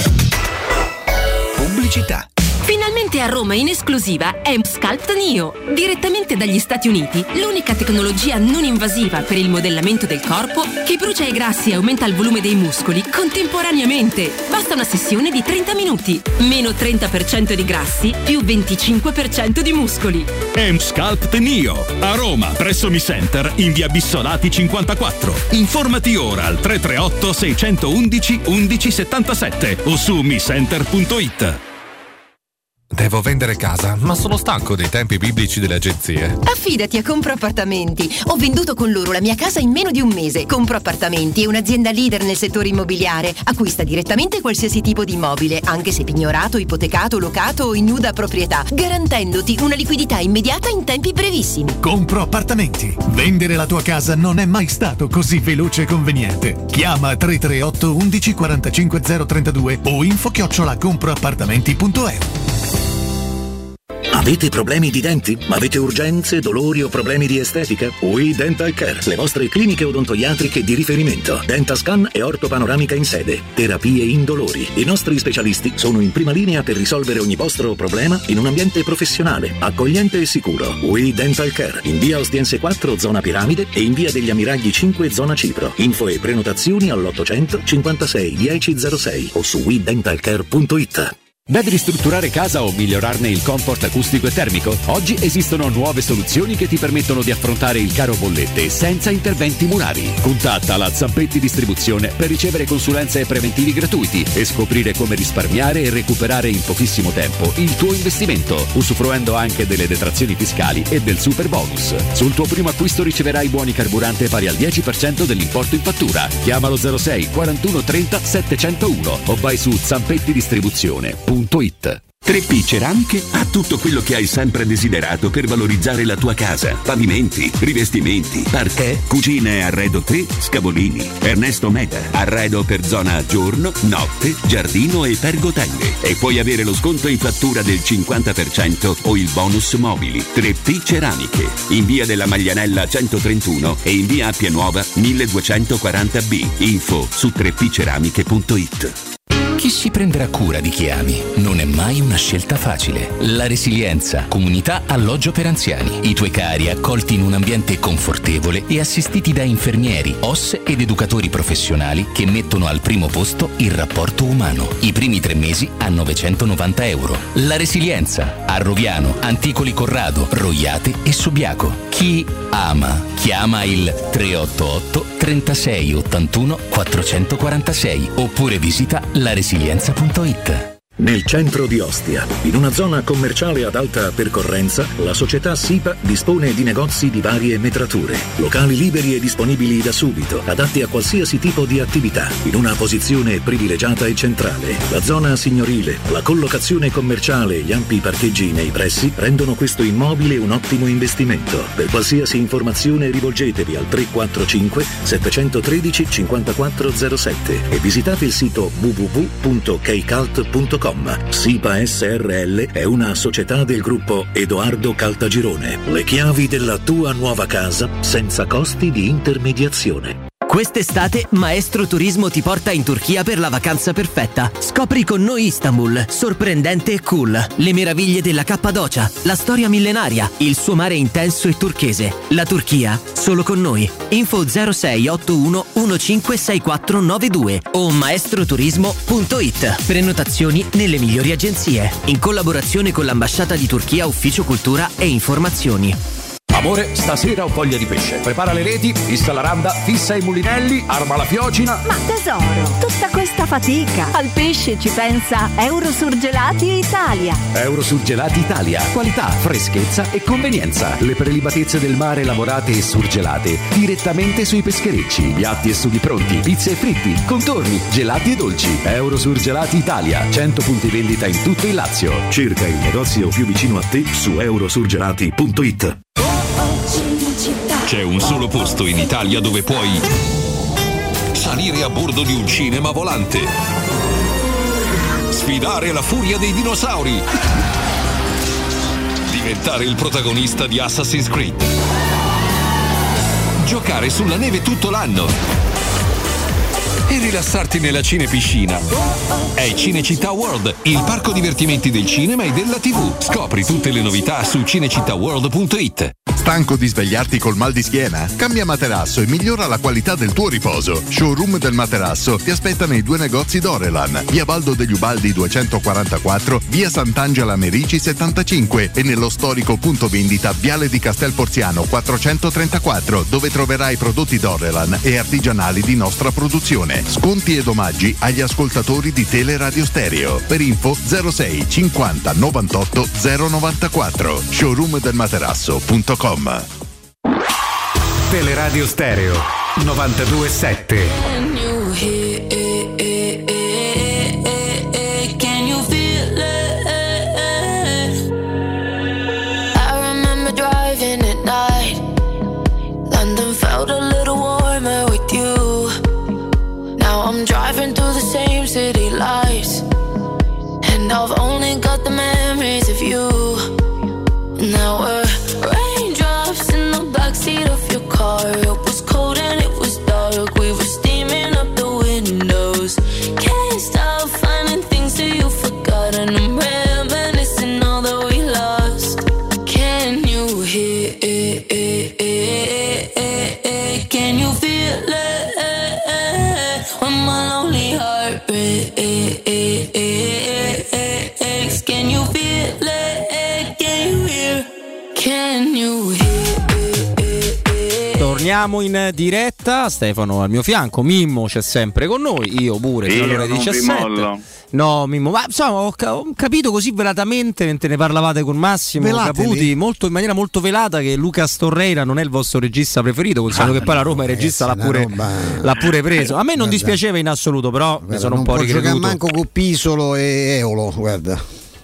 Pubblicità. Finalmente a Roma in esclusiva è Sculpt Neo, direttamente dagli Stati Uniti, l'unica tecnologia non invasiva per il modellamento del corpo che brucia i grassi e aumenta il volume dei muscoli contemporaneamente. Basta una sessione di trenta minuti, meno trenta per cento di grassi, più venticinque per cento di muscoli. M-Sculpt Neo, a Roma, presso Mi Center, in via Bissolati cinquantaquattro. Informati ora al tre tre otto sei uno uno uno uno sette sette o su mi center punto it. Devo vendere casa, ma sono stanco dei tempi biblici delle agenzie. Affidati a Compro Appartamenti. Ho venduto con loro la mia casa in meno di un mese. Compro Appartamenti è un'azienda leader nel settore immobiliare. Acquista direttamente qualsiasi tipo di immobile, anche se pignorato, ipotecato, locato o in nuda proprietà, garantendoti una liquidità immediata in tempi brevissimi. Compro Appartamenti. Vendere la tua casa non è mai stato così veloce e conveniente. Chiama tre tre otto undici quarantacinque zero trentadue o info chiocciola comproappartamenti punto e u. Avete problemi di denti? Avete urgenze, dolori o problemi di estetica? We Dental Care, le vostre cliniche odontoiatriche di riferimento. Dentascan e ortopanoramica in sede. Terapie indolori. I nostri specialisti sono in prima linea per risolvere ogni vostro problema in un ambiente professionale, accogliente e sicuro. We Dental Care, in via Ostiense quattro, zona Piramide, e in via degli Ammiragli cinque, zona Cipro. Info e prenotazioni all'ottocento cinquantasei dieci zero sei o su we dental care punto it. Devi ristrutturare casa o migliorarne il comfort acustico e termico? Oggi esistono nuove soluzioni che ti permettono di affrontare il caro bollette senza interventi murari. Contatta la Zampetti Distribuzione per ricevere consulenze e preventivi gratuiti e scoprire come risparmiare e recuperare in pochissimo tempo il tuo investimento, usufruendo anche delle detrazioni fiscali e del super bonus. Sul tuo primo acquisto riceverai buoni carburante pari al dieci per cento dell'importo in fattura. Chiamalo zero sei quarantuno trenta settecentouno o vai su zampettidistribuzione punto it. tre P Ceramiche ha tutto quello che hai sempre desiderato per valorizzare la tua casa. Pavimenti, rivestimenti, parquet, cucina e arredo tre, Scavolini. Ernesto Meda, arredo per zona giorno, notte, giardino e pergotelle. E puoi avere lo sconto in fattura del cinquanta per cento o il bonus mobili. tre P Ceramiche, in via della Maglianella centotrentuno e in via Appia Nuova milleduecentoquaranta B. Info su tre p ceramiche punto it. Chi si prenderà cura di chi ami? Non è mai una scelta facile. La Resilienza, comunità alloggio per anziani. I tuoi cari accolti in un ambiente confortevole e assistiti da infermieri, O S ed educatori professionali che mettono al primo posto il rapporto umano. I primi tre mesi a novecentonovanta euro. La Resilienza, a Roviano, Anticoli Corrado, Roiate e Subiaco. Chi ama, chiama il tre otto otto trentasei ottantuno quattrocentoquarantasei oppure visita la resilienza punto it. Nel centro di Ostia, in una zona commerciale ad alta percorrenza, la società SIPA dispone di negozi di varie metrature, locali liberi e disponibili da subito, adatti a qualsiasi tipo di attività, in una posizione privilegiata e centrale. La zona signorile, la collocazione commerciale e gli ampi parcheggi nei pressi rendono questo immobile un ottimo investimento. Per qualsiasi informazione rivolgetevi al tre quattro cinque sette uno tre cinquantaquattro zero sette e visitate il sito w w w punto keicalt punto com. SIPA S R L è una società del gruppo Edoardo Caltagirone. Le chiavi della tua nuova casa senza costi di intermediazione. Quest'estate Maestro Turismo ti porta in Turchia per la vacanza perfetta. Scopri con noi Istanbul, sorprendente e cool, le meraviglie della Cappadocia, la storia millenaria, il suo mare intenso e turchese. La Turchia, solo con noi. Info zero sei otto uno uno cinque sei quattro nove due o maestroturismo punto it. Prenotazioni nelle migliori agenzie, in collaborazione con l'Ambasciata di Turchia Ufficio Cultura e Informazioni. Amore, stasera ho voglia di pesce. Prepara le reti, fissa la randa, fissa i mulinelli, arma la fiocina. Ma tesoro, tutta questa fatica. Al pesce ci pensa Eurosurgelati Italia. Eurosurgelati Italia. Qualità, freschezza e convenienza. Le prelibatezze del mare lavorate e surgelate direttamente sui pescherecci. Piatti e sughi pronti, pizze e fritti, contorni, gelati e dolci. Eurosurgelati Italia. cento punti vendita in tutto il Lazio. Cerca il negozio più vicino a te su eurosurgelati punto it. C'è un solo posto in Italia dove puoi salire a bordo di un cinema volante, sfidare la furia dei dinosauri, diventare il protagonista di Assassin's Creed, giocare sulla neve tutto l'anno e rilassarti nella cinepiscina. È Cinecittà World, il parco divertimenti del cinema e della tivù. Scopri tutte le novità su cinecittà world punto it. Stanco di svegliarti col mal di schiena? Cambia materasso e migliora la qualità del tuo riposo. Showroom del materasso ti aspetta nei due negozi Dorelan, via Baldo degli Ubaldi duecentoquarantaquattro, via Sant'Angela Merici settantacinque e nello storico punto vendita Viale di Castel Porziano quattrocentotrentaquattro, dove troverai prodotti Dorelan e artigianali di nostra produzione. Sconti ed omaggi agli ascoltatori di Teleradio Stereo. Per info zero sei cinquanta novantotto zero novantaquattro. showroom del materasso punto com. Teleradio Stereo novantadue sette. Driving through the same city lights, and I've only got the memories of you. Now we're raindrops in the backseat of your car. It was cold and it was dark. We were steaming up the windows. Can't stop finding things that you forgot, and I'm reminiscing all that we lost. Can you hear it? Can you feel it? When my lonely heart breaks. Can you hear? Torniamo in diretta, Stefano al mio fianco, Mimmo c'è sempre con noi, io pure fino alle ore diciassette. No, Mimmo, ma insomma ho, ho capito così velatamente mentre ne parlavate con Massimo Velateli. Caputi, molto, in maniera molto velata, che Lucas Torreira non è il vostro regista preferito, considerando Ah, che poi la no, Roma il regista l'ha una pure, roba- l'ha pure preso. A me non Guarda. dispiaceva in assoluto, però mi sono un non po' può giocare ricreduto. manco con Pisolo e Eolo, guarda.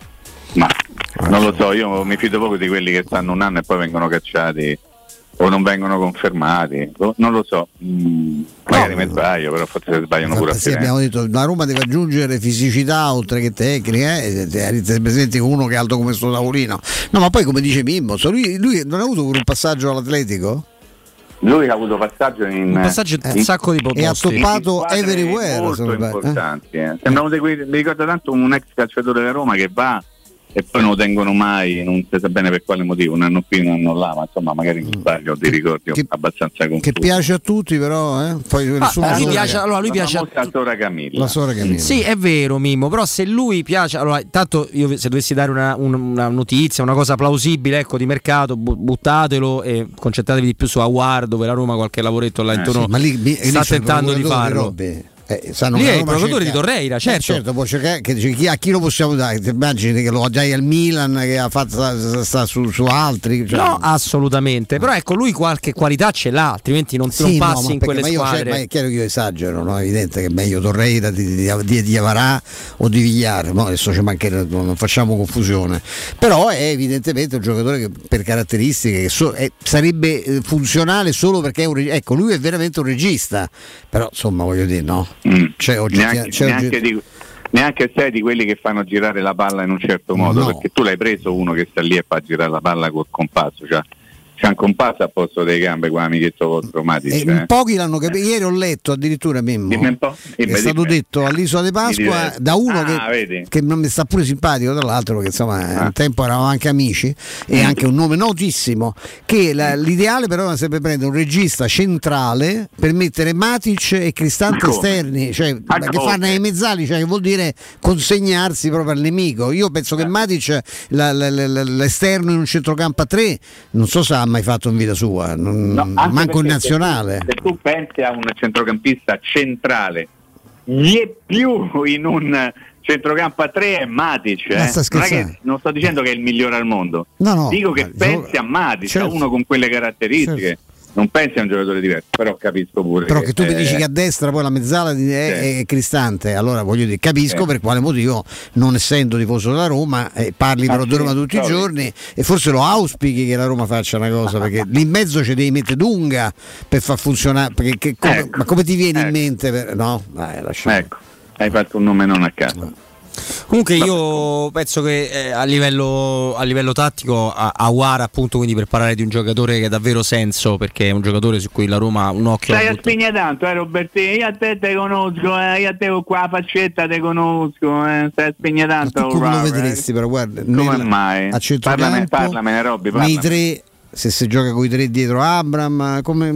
Ma non lo so, io mi fido poco di quelli che stanno un anno e poi vengono cacciati o non vengono confermati, non lo so, mm, magari mi sbaglio, però forse sbagliano pure a Sì, Firenze. abbiamo detto la Roma deve aggiungere fisicità oltre che tecnica, eh, e ti presenti con uno che è alto come sto tavolino. No, ma poi come dice Mimmo, so lui, lui non ha avuto pure un passaggio all'Atletico? Lui ha avuto passaggio in Un passaggio in un sacco di E ha posti. toppato squadre everywhere. molto insomma, eh. importanti. Eh. Sembra uno di quei- mi ricorda tanto un ex calciatore della Roma che va e poi non lo tengono mai, non si sa bene per quale motivo, un anno qui, un anno là, ma insomma magari mi sbaglio di ricordi che- abbastanza confusi. Che piace a tutti, però, eh? Poi Ah, nessuno a lui sa- piace, allora lui La piace a famosa Sora Camilla. la sora Camilla. Sì, è vero, Mimmo, però se lui piace, allora intanto io se dovessi dare una, un- una notizia, una cosa plausibile, ecco, di mercato, bu- buttatelo e concentratevi di più su Aguard, dove la Roma qualche lavoretto là Eh, intorno Sì, ma lì, lì sta sono i tentando di procuratori farlo. robe. Eh, sanno Lì che è la il Roma procuratore di cerca- Torreira, Eh, certo. certo, può cercare, che, dice, chi, a chi lo possiamo dare? Ti immagini che lo dai al Milan che ha fatto sta, sta su, su altri? Cioè, No, assolutamente, però ecco, lui qualche qualità ce l'ha, altrimenti non, sì, non no, passi ma in perché- quelle ma io, cioè, squadre. ma è chiaro che io esagero, no? È evidente che è meglio Torreira di, di, di, di Avarà o di Villar, no? Adesso ci mancherà, non facciamo confusione, però è evidentemente un giocatore che per caratteristiche che so- è- sarebbe eh, funzionale solo perché è un reg- ecco, lui è veramente un regista, però insomma voglio dire, no? Mm. C'è oggettiva- neanche, c'è neanche ogget- di, neanche sei di quelli che fanno girare la palla in un certo modo, No. perché tu l'hai preso uno che sta lì e fa girare la palla col compasso, cioè c'è un compasso a posto delle gambe qua, amichetto vostro Matic. E eh. in pochi l'hanno capito. Ieri ho letto addirittura Mimmo, Dimmi un po'. è Dimmi, stato dimmi. detto all'Isola di Mi Pasqua diverte. da uno Ah, che, vedi? che non mi sta pure simpatico, tra l'altro, perché insomma Ah. un tempo eravamo anche amici e Mm. anche un nome notissimo, che la- l'ideale però è sempre prendere un regista centrale per mettere Matic e Cristante Ma come? esterni, cioè Ma che come? fanno ai mezzali, cioè che vuol dire consegnarsi proprio al nemico. Io penso che Matic la- la- la- la- l'esterno in un centrocampo a tre non so se ha mai fatto in vita sua, non- No, anche manco in perché nazionale. Se tu, se tu pensi a un centrocampista centrale, gli è più in un centrocampo a tre è Matic. Ma Eh? sta Non, è scherzando? che, non sto dicendo che è il migliore al mondo, No, no, dico che ma pensi gioca- a Matic, certo. a uno con quelle caratteristiche. Certo. Non pensi a un giocatore diverso, però capisco pure. Però che tu mi eh, dici che a destra poi la mezzala di- è, Sì. è Cristante, allora voglio dire, capisco Sì. per quale motivo, non essendo tifoso della Roma, eh, parli Ah, però di sì, Roma tutti i sorry. giorni e forse lo auspichi che la Roma faccia una cosa, perché lì in mezzo ci devi mettere Dunga per far funzionare, perché che- come, Ecco. ma come ti viene in Ecco. mente? Per, no? Dai, lasciamo. Ecco, hai fatto un nome non a caso. Comunque io penso che eh, a, livello, a livello tattico a- Aouar, appunto, quindi per parlare di un giocatore che ha davvero senso, perché è un giocatore su cui la Roma ha un occhio Stai la a butta- spigna tanto, eh Robertino, io a te te conosco, eh, io a te con qua la faccetta te conosco, eh, stai a spigna Ma tanto. tu come lo Robert, vedresti però, guarda, Come nel- mai? a centrocampo, Parlame- parlamene, Robby, nei parlamene. tre, se si gioca con i tre dietro Abram, come...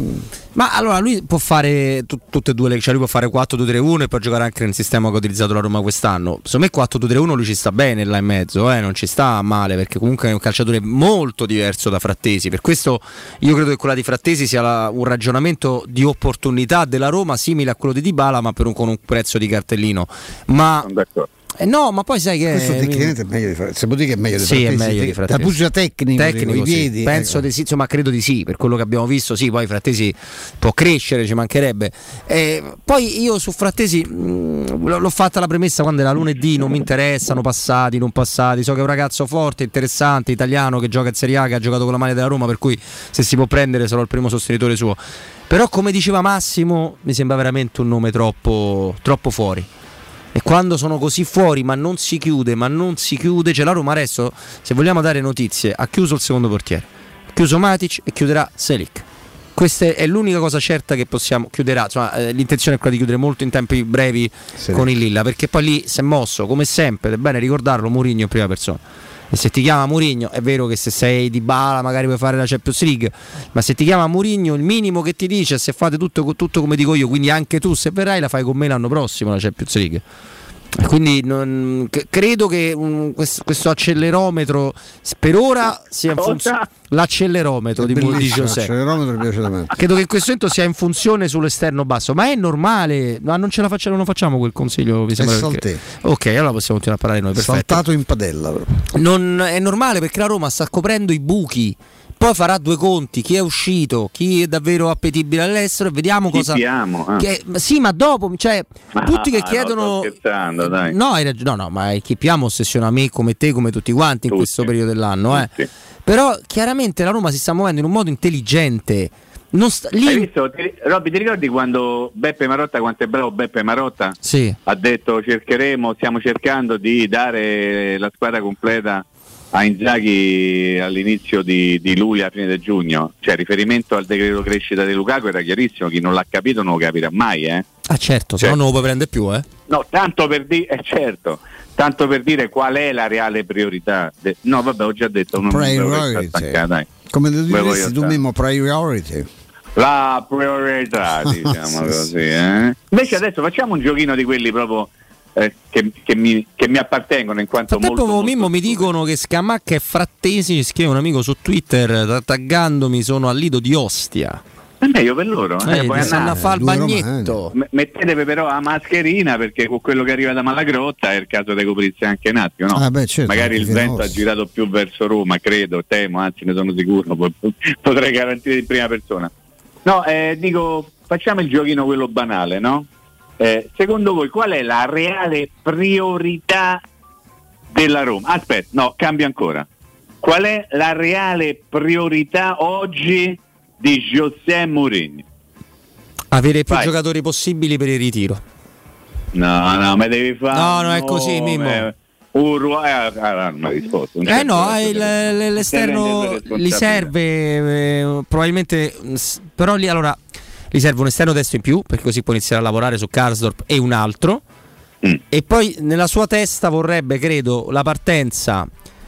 Ma allora lui può fare tu- tutte e due le, cioè lui può fare quattro due tre uno e poi giocare anche nel sistema che ha utilizzato la Roma quest'anno. Secondo me quattro due tre uno lui ci sta bene là in mezzo, eh, non ci sta male, perché comunque è un calciatore molto diverso da Frattesi. Per questo io credo che quella di Frattesi sia la- un ragionamento di opportunità della Roma simile a quello di Dybala, ma per un, con un prezzo di cartellino. Ma Sono d'accordo. eh no, ma poi sai che Questo tecnicamente è meglio di Frattesi, se può dire che è meglio di Sì, è Frattesi, meglio te- di Frattesi. dal punto di vista tecnico, Tecnico, dico, i sì. piedi, penso ecco. di sì, insomma credo di sì, per quello che abbiamo visto, sì, poi Frattesi può crescere, ci mancherebbe. Eh, poi io su Frattesi mh, l'ho l'ho fatta la premessa quando era lunedì, non mi interessano passati, non passati, so che è un ragazzo forte, interessante, italiano, che gioca in Serie A, che ha giocato con la maglia della Roma, per cui se si può prendere sarò il primo sostenitore suo. Però come diceva Massimo, mi sembra veramente un nome troppo, troppo fuori. E quando sono così fuori, ma non si chiude, ma non si chiude, cioè la Roma adesso, se vogliamo dare notizie, ha chiuso il secondo portiere, ha chiuso Matic e chiuderà Selic. Questa è l'unica cosa certa che possiamo chiuderà, insomma, eh, l'intenzione è quella di chiudere molto in tempi brevi Sì. con il Lilla, perché poi lì si è mosso, come sempre, ed è bene ricordarlo, Mourinho in prima persona. E se ti chiama Mourinho, è vero che se sei di Bala magari puoi fare la Champions League, ma se ti chiama Mourinho il minimo che ti dice è se fate tutto, tutto come dico io, quindi anche tu se verrai la fai con me l'anno prossimo la Champions League. Quindi non, c- credo che um, questo, questo accelerometro per ora sia in funzione. L'accelerometro di, di José. L'accelerometro piace da me. Credo che in questo momento sia in funzione sull'esterno basso, ma è normale. Ma non ce la facciamo, non facciamo quel consiglio. Vi sembra, perché... Ok, allora possiamo continuare a parlare noi. Perfetto. Saltato in padella. Non è normale perché la Roma sta coprendo i buchi. Poi farà due conti, chi è uscito, chi è davvero appetibile all'estero e vediamo chi cosa. Piamo, ah. Che, sì, ma dopo, cioè, ah, tutti che no, chiedono. Sto scherzando, dai. No, hai ragione, no, no, ma chi Piamo ossessiona me come te, come tutti quanti in tutti. questo periodo dell'anno, eh. Però chiaramente la Roma si sta muovendo in un modo intelligente. Non sta, lì... Hai visto, ti, Robby, ti ricordi quando Beppe Marotta, quanto è bravo Beppe Marotta? Sì. Ha detto cercheremo, stiamo cercando di dare la squadra completa a Inzaghi all'inizio di, di luglio, a fine di giugno. Cioè riferimento al decreto crescita di Lukaku era chiarissimo, chi non l'ha capito non lo capirà mai, eh? Ah certo, cioè, se no non lo puoi prendere più, eh? No, tanto per dire, eh, certo, tanto per dire qual è la reale priorità. De- no, vabbè, ho già detto, non priority. Staccare, dai. Come lo diresti tu mesmo, priority. La priorità, diciamo sì, così, eh? Invece adesso facciamo un giochino di quelli proprio Eh, che, che, mi, che mi appartengono in quanto molto, molto Mimmo mi dicono che Scamacca e Frattesi, ci scrive un amico su Twitter taggandomi, sono al Lido di Ostia. È meglio per loro, eh, eh, poi stanno a fare il bagnetto. M- mettetevi però la mascherina, perché con quello che arriva da Malagrotta è il caso di coprirsi anche un attimo, no? Ah, beh, certo, magari il vento ha girato più verso Roma, credo, temo, anzi ne sono sicuro, potrei garantire in prima persona. No, eh, dico, facciamo il giochino quello banale, no? Eh, secondo voi qual è la reale priorità della Roma? Aspetta, no, cambio ancora. Qual è la reale priorità oggi di José Mourinho? Avere più Vai. giocatori possibili per il ritiro. No, no, ma devi fare. No, no, è così, Mimmo. Eh, un ruolo, eh, ah, non hai risposto. Non Eh no, certo, il, l- l'esterno gli serve eh, probabilmente, però lì allora gli serve un esterno destro in più, perché così può iniziare a lavorare su Karsdorp e un altro. Mm. E poi nella sua testa vorrebbe, credo, la partenza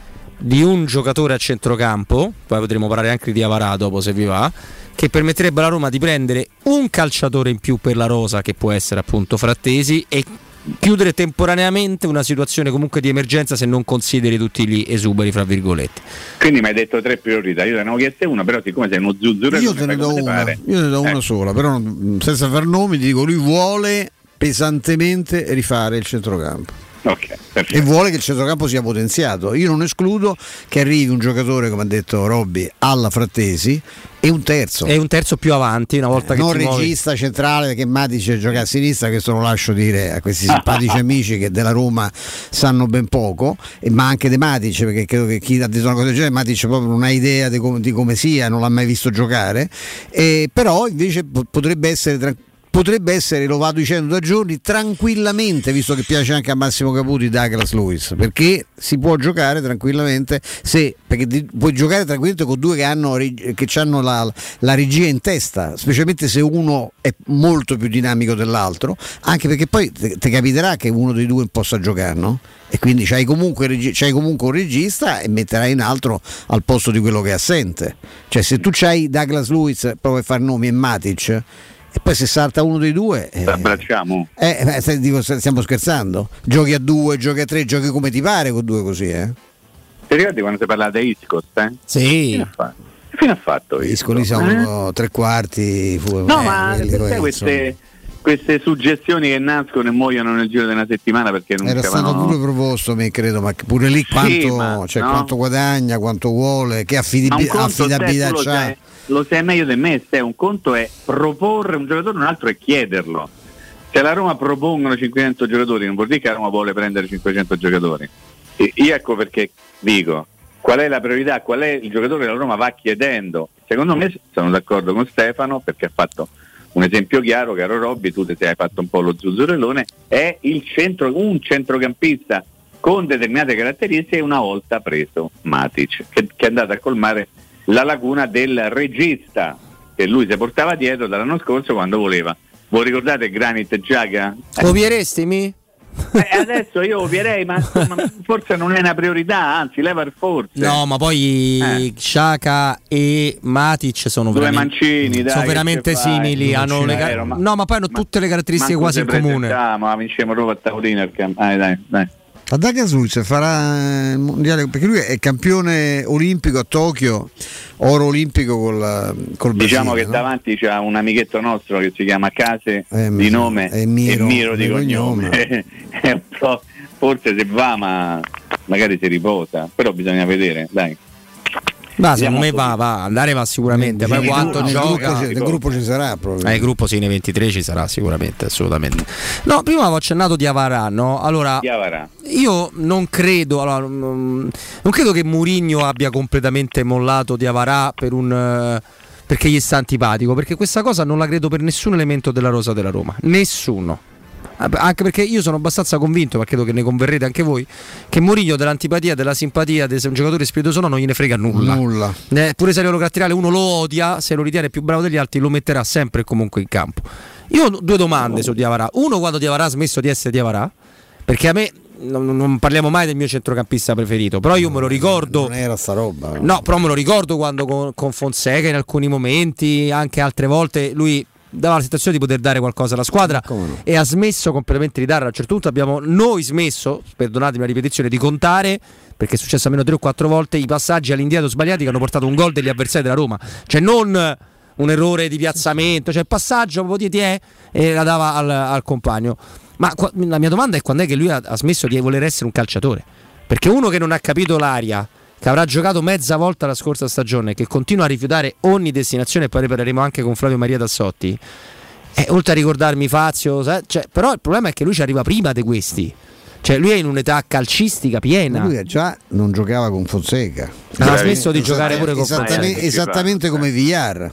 di un giocatore a centrocampo, poi potremo parlare anche di Avarà dopo se vi va, che permetterebbe alla Roma di prendere un calciatore in più per la rosa, che può essere appunto Frattesi, e chiudere temporaneamente una situazione comunque di emergenza, se non consideri tutti gli esuberi fra virgolette. Quindi mi hai detto tre priorità, io te ne ho chieste una, però siccome sei uno zuzzurello io te ne do una, io te ne do una eh. sola, però senza far nomi ti dico, lui vuole pesantemente rifare il centrocampo. Okay, e vuole che il centrocampo sia potenziato. Io non escludo che arrivi un giocatore, come ha detto Robby, alla Frattesi e un terzo e un terzo più avanti una volta eh, che non ti regista muovi. Centrale, perché Matic gioca a sinistra, questo lo lascio dire a questi simpatici amici che della Roma sanno ben poco, e ma anche di Matic, perché credo che chi ha detto una cosa del genere, Matic proprio non ha idea di come, di come sia, non l'ha mai visto giocare, e però invece potrebbe essere tranquillo. Potrebbe essere, lo vado dicendo da giorni, tranquillamente, visto che piace anche a Massimo Caputi, Douglas Luiz, perché si può giocare tranquillamente, se, perché di, puoi giocare tranquillamente con due che hanno, che hanno la, la regia in testa, specialmente se uno è molto più dinamico dell'altro, anche perché poi ti capiterà che uno dei due possa giocare, no? E quindi c'hai comunque, c'hai comunque un regista e metterai un altro al posto di quello che è assente. Cioè se tu c'hai Douglas Luiz, proprio per far nomi, e Matic, e poi se salta uno dei due eh, abbracciamo eh, eh, dico, stiamo scherzando, giochi a due, giochi a tre, giochi come ti pare con due così, eh? Ti ricordi quando si parlava di Isco? Eh? Sì. Fino a fa- fino a fatto Isco lì sono eh? tre quarti fu- no eh, ma sai queste, queste suggestioni che nascono e muoiono nel giro di una settimana perché non era stavano... stato pure proposto, me credo, ma pure lì quanto, sì, ma, cioè, no? quanto guadagna, quanto vuole, che affidib- affidabilità lo c'ha sai, lo sai meglio di me, Ste, un conto è proporre un giocatore, un altro è chiederlo. Se la Roma propongono cinquecento giocatori non vuol dire che la Roma vuole prendere cinquecento giocatori, e io ecco perché dico qual è la priorità, qual è il giocatore che la Roma va chiedendo. Secondo me sono d'accordo con Stefano, perché ha fatto un esempio chiaro, caro Robby, tu ti hai fatto un po' lo zuzzurellone, è il centro, un centrocampista con determinate caratteristiche, una volta preso Matic, che, che è andato a colmare la laguna del regista che lui si portava dietro dall'anno scorso quando voleva. Voi ricordate Granit Xhaka? Copieresti mi? eh, adesso io ovvierei, ma, ma forse non è una priorità, anzi leva il forse. No, ma poi eh. Xhaka e Matic sono due veramente, mancini, dai, sono veramente simili, hanno le ca- vero, ma, no, ma poi hanno tutte le caratteristiche quasi in comune. Ma vinciamo Roma a tavolino, dai, dai, dai. A Dagasus farà il mondiale perché lui è campione olimpico a Tokyo, oro olimpico col, col Brasile. Diciamo che no? davanti c'è un amichetto nostro che si chiama Case eh, di nome e Miro, e Miro di cognome. È un po', forse se va, ma magari si riposa, però bisogna vedere, dai. Ma secondo me va, va, andare va sicuramente. Poi quanto nel gioca gruppo, nel gruppo ci sarà proprio. Eh, il gruppo sì, nei ventitré ci sarà sicuramente, assolutamente. No, prima avevo accennato di Avarà, no? Allora, Diavara. Io non credo, allora, non credo che Mourinho abbia completamente mollato Diavara per un perché gli sta antipatico, perché questa cosa non la credo per nessun elemento della rosa della Roma, nessuno. Anche perché io sono abbastanza convinto, ma credo che ne converrete anche voi, che Mourinho dell'antipatia, della simpatia di un giocatore spiritoso non gliene frega nulla, nulla. Eh, pure se a livello caratteriale uno lo odia, se lo ritiene più bravo degli altri lo metterà sempre e comunque in campo. Io ho due domande su Diavara. Uno, quando Diavara ha smesso di essere Diavara, perché a me non, non parliamo mai del mio centrocampista preferito, però io me lo ricordo, non era sta roba, no, no però me lo ricordo quando con, con Fonseca in alcuni momenti, anche altre volte lui dava la sensazione di poter dare qualcosa alla squadra no? E ha smesso completamente di dare. A un certo punto abbiamo noi smesso, perdonatemi la ripetizione, di contare, perché è successo almeno tre o quattro volte, i passaggi all'indietro sbagliati che hanno portato un gol degli avversari della Roma, cioè non un errore di piazzamento, cioè il passaggio proprio di te e la dava al, al compagno. Ma qua, la mia domanda è quando è che lui ha, ha smesso di voler essere un calciatore, perché uno che non ha capito l'aria, che avrà giocato mezza volta la scorsa stagione, che continua a rifiutare ogni destinazione, e poi riparleremo anche con Flavio Maria Tassotti, eh, oltre a ricordarmi Fazio, cioè, però il problema è che lui ci arriva prima di questi, cioè lui è in un'età calcistica piena. Ma lui già non giocava con Fonseca, ha smesso di giocare pure con esattamente, Fonseca, esattamente come Villar.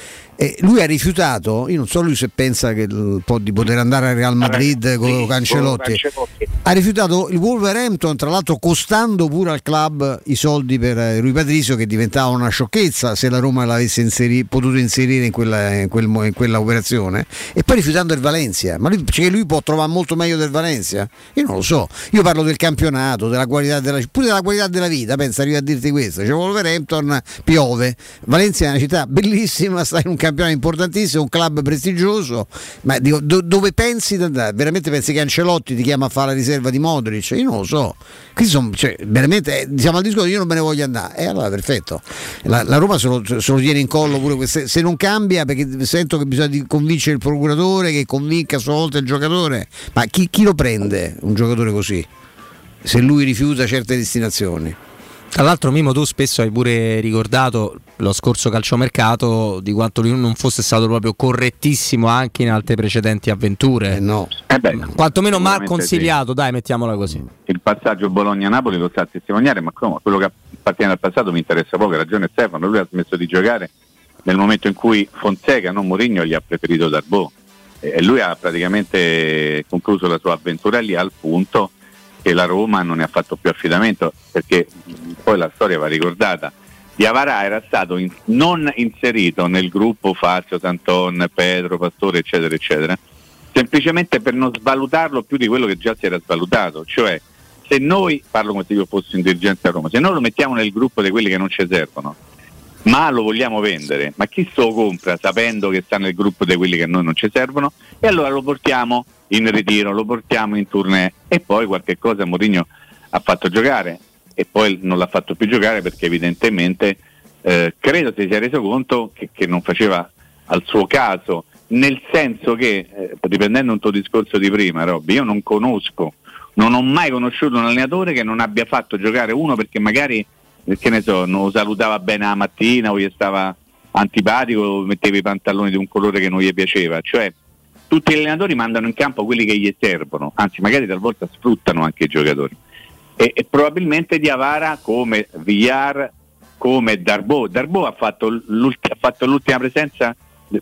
E lui ha rifiutato, io non so lui se pensa che può di poter andare al Real Madrid eh, con Cancelotti. Cancelotti, ha rifiutato il Wolverhampton, tra l'altro costando pure al club i soldi per Rui Patricio, che diventava una sciocchezza se la Roma l'avesse inseri- potuto inserire in quella, in, quel, in quella operazione, e poi rifiutando il Valencia. Ma lui, cioè, lui può trovare molto meglio del Valencia? Io non lo so, io parlo del campionato, della qualità della, pure della qualità della vita, pensa, arrivo a dirti questo, cioè Wolverhampton piove, Valencia è una città bellissima, sta in un campionato importantissimo, un club prestigioso, ma dico, do, dove pensi di andare? Veramente pensi che Ancelotti ti chiama a fare la riserva di Modric? Io non lo so. Qui sono, cioè, veramente diciamo al discorso, io non me ne voglio andare. E eh, allora perfetto. La, la Roma se lo, se lo tiene in collo pure queste, se non cambia, perché sento che bisogna convincere il procuratore che convinca a sua volta il giocatore. Ma chi, chi lo prende un giocatore così? Se lui rifiuta certe destinazioni. Tra l'altro Mimo, tu spesso hai pure ricordato lo scorso calciomercato di quanto lui non fosse stato proprio correttissimo anche in altre precedenti avventure. Eh no. Eh beh, quantomeno mal consigliato, sì. Dai, mettiamola così. Il passaggio Bologna-Napoli lo sa a testimoniare, ma come, quello che appartiene al passato mi interessa poco, ha ragione Stefano, lui ha smesso di giocare nel momento in cui Fonseca, non Mourinho, gli ha preferito Darboe, e lui ha praticamente concluso la sua avventura lì, al punto che la Roma non ne ha fatto più affidamento, perché poi la storia va ricordata. Diavara era stato in, non inserito nel gruppo Fazio, Santon, Pedro, Pastore, eccetera, eccetera, semplicemente per non svalutarlo più di quello che già si era svalutato. Cioè, se noi, parlo come se io fossi un dirigente a Roma, se noi lo mettiamo nel gruppo di quelli che non ci servono, ma lo vogliamo vendere, ma chi se lo compra sapendo che sta nel gruppo di quelli che a noi non ci servono? E allora lo portiamo in ritiro, lo portiamo in tournée, e poi qualche cosa Mourinho ha fatto giocare e poi non l'ha fatto più giocare perché evidentemente eh, credo si sia reso conto che, che non faceva al suo caso, nel senso che, eh, riprendendo un tuo discorso di prima, Robby, io non conosco, non ho mai conosciuto un allenatore che non abbia fatto giocare uno perché magari, che ne so, non lo salutava bene la mattina o gli stava antipatico, metteva i pantaloni di un colore che non gli piaceva. Cioè, tutti gli allenatori mandano in campo quelli che gli servono, anzi magari talvolta sfruttano anche i giocatori, e, e probabilmente Diavara, come Villar, come Darboe Darboe ha fatto, ha fatto l'ultima presenza,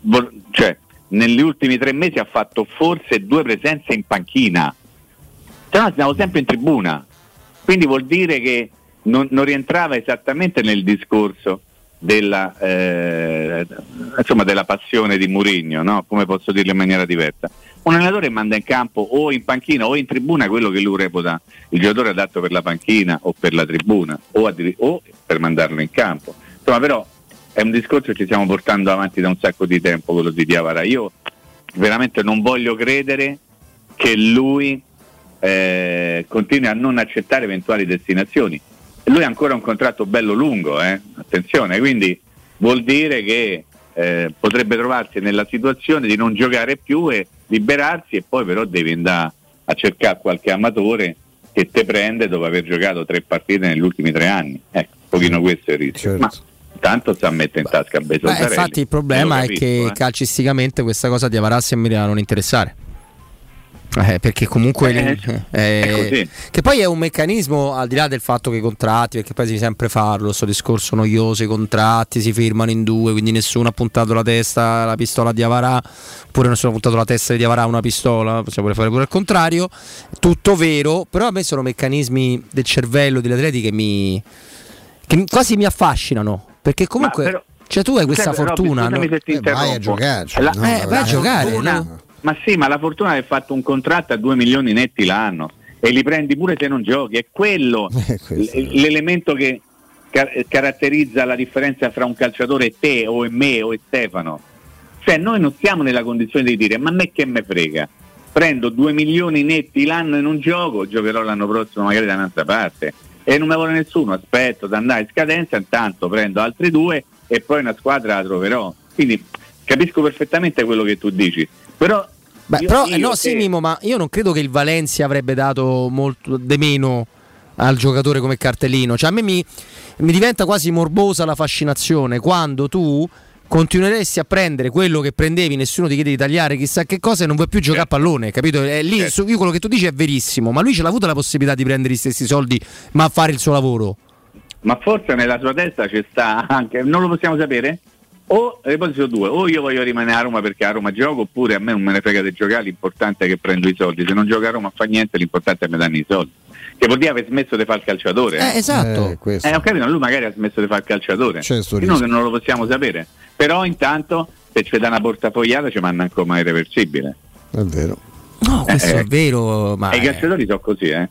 cioè negli ultimi tre mesi ha fatto forse due presenze in panchina, se no siamo sempre in tribuna, quindi vuol dire che non, non rientrava esattamente nel discorso della, eh, insomma, della passione di Mourinho, no? Come posso dirlo in maniera diversa. un allenatore manda in campo o in panchina o in tribuna quello che lui reputa il giocatore adatto per la panchina o per la tribuna o, addiri- o per mandarlo in campo. Insomma, però è un discorso che ci stiamo portando avanti da un sacco di tempo, quello di Diawara. Io veramente non voglio credere che lui eh, continui a non accettare eventuali destinazioni. Lui ha ancora un contratto bello lungo, eh? Attenzione, quindi vuol dire che eh, potrebbe trovarsi nella situazione di non giocare più e liberarsi, e poi però devi andare a cercare qualche amatore che te prende dopo aver giocato tre partite negli ultimi tre anni. Ecco, un pochino questo è il rischio. Certo. Ma tanto sta a mettere in tasca a Besontarelli. Beh, infatti il problema capisco, è che eh. calcisticamente questa cosa di Diawara sembra non interessare. Eh, perché comunque Eh, eh, è così. che poi è un meccanismo, al di là del fatto che i contratti, perché poi si sempre farlo questo discorso noioso, i contratti si firmano in due, quindi nessuno ha puntato la testa la pistola a Diawara, oppure nessuno ha puntato la testa di Diawara a una pistola, possiamo pure fare pure il contrario, tutto vero, però a me sono meccanismi del cervello degli atleti che mi che quasi mi affascinano, perché comunque però, cioè tu hai questa Robby, fortuna, scusami no? se ti Eh, vai a interrompo. giocarci, La- no? Eh, vai a giocare, fortuna- no? Ma sì, ma la fortuna è che hai fatto un contratto a due milioni netti l'anno e li prendi pure se non giochi, è quello l- l'elemento che car- caratterizza la differenza fra un calciatore e te o e me o e Stefano. Cioè noi non siamo nella condizione di dire ma a me che me frega, prendo due milioni netti l'anno e non gioco, giocherò l'anno prossimo magari da un'altra parte e non mi vuole nessuno, aspetto da andare in scadenza, intanto prendo altri due e poi una squadra la troverò. Quindi capisco perfettamente quello che tu dici, però Beh, io- però io eh, no, che- sì, Mimo, ma io non credo che il Valencia avrebbe dato molto di meno al giocatore come cartellino. Cioè, a me mi, mi diventa quasi morbosa la fascinazione quando tu continueresti a prendere quello che prendevi, nessuno ti chiede di tagliare chissà che cosa e non vuoi più giocare a pallone, capito? È lì, su, io quello che tu dici è verissimo, ma lui ce l'ha avuto la possibilità di prendere gli stessi soldi ma a fare il suo lavoro. ma forse nella sua testa ci sta anche, non lo possiamo sapere? O le ipotesi sono due, o io voglio rimanere a Roma perché a Roma gioco, oppure a me non me ne frega di giocare, l'importante è che prendo i soldi, se non gioco a Roma fa niente, l'importante è che mi danno i soldi, che vuol dire aver smesso di fare il calciatore. Eh, esatto. Eh, questo. Eh, ho capito, lui magari ha smesso di fare il calciatore, C'è sto noi non, rischio. non lo possiamo sapere, però intanto se ci dà una portafogliata ci manda ancora mai irreversibile. È vero. No, questo Eh, è vero, ma E i è- calciatori sono così, eh.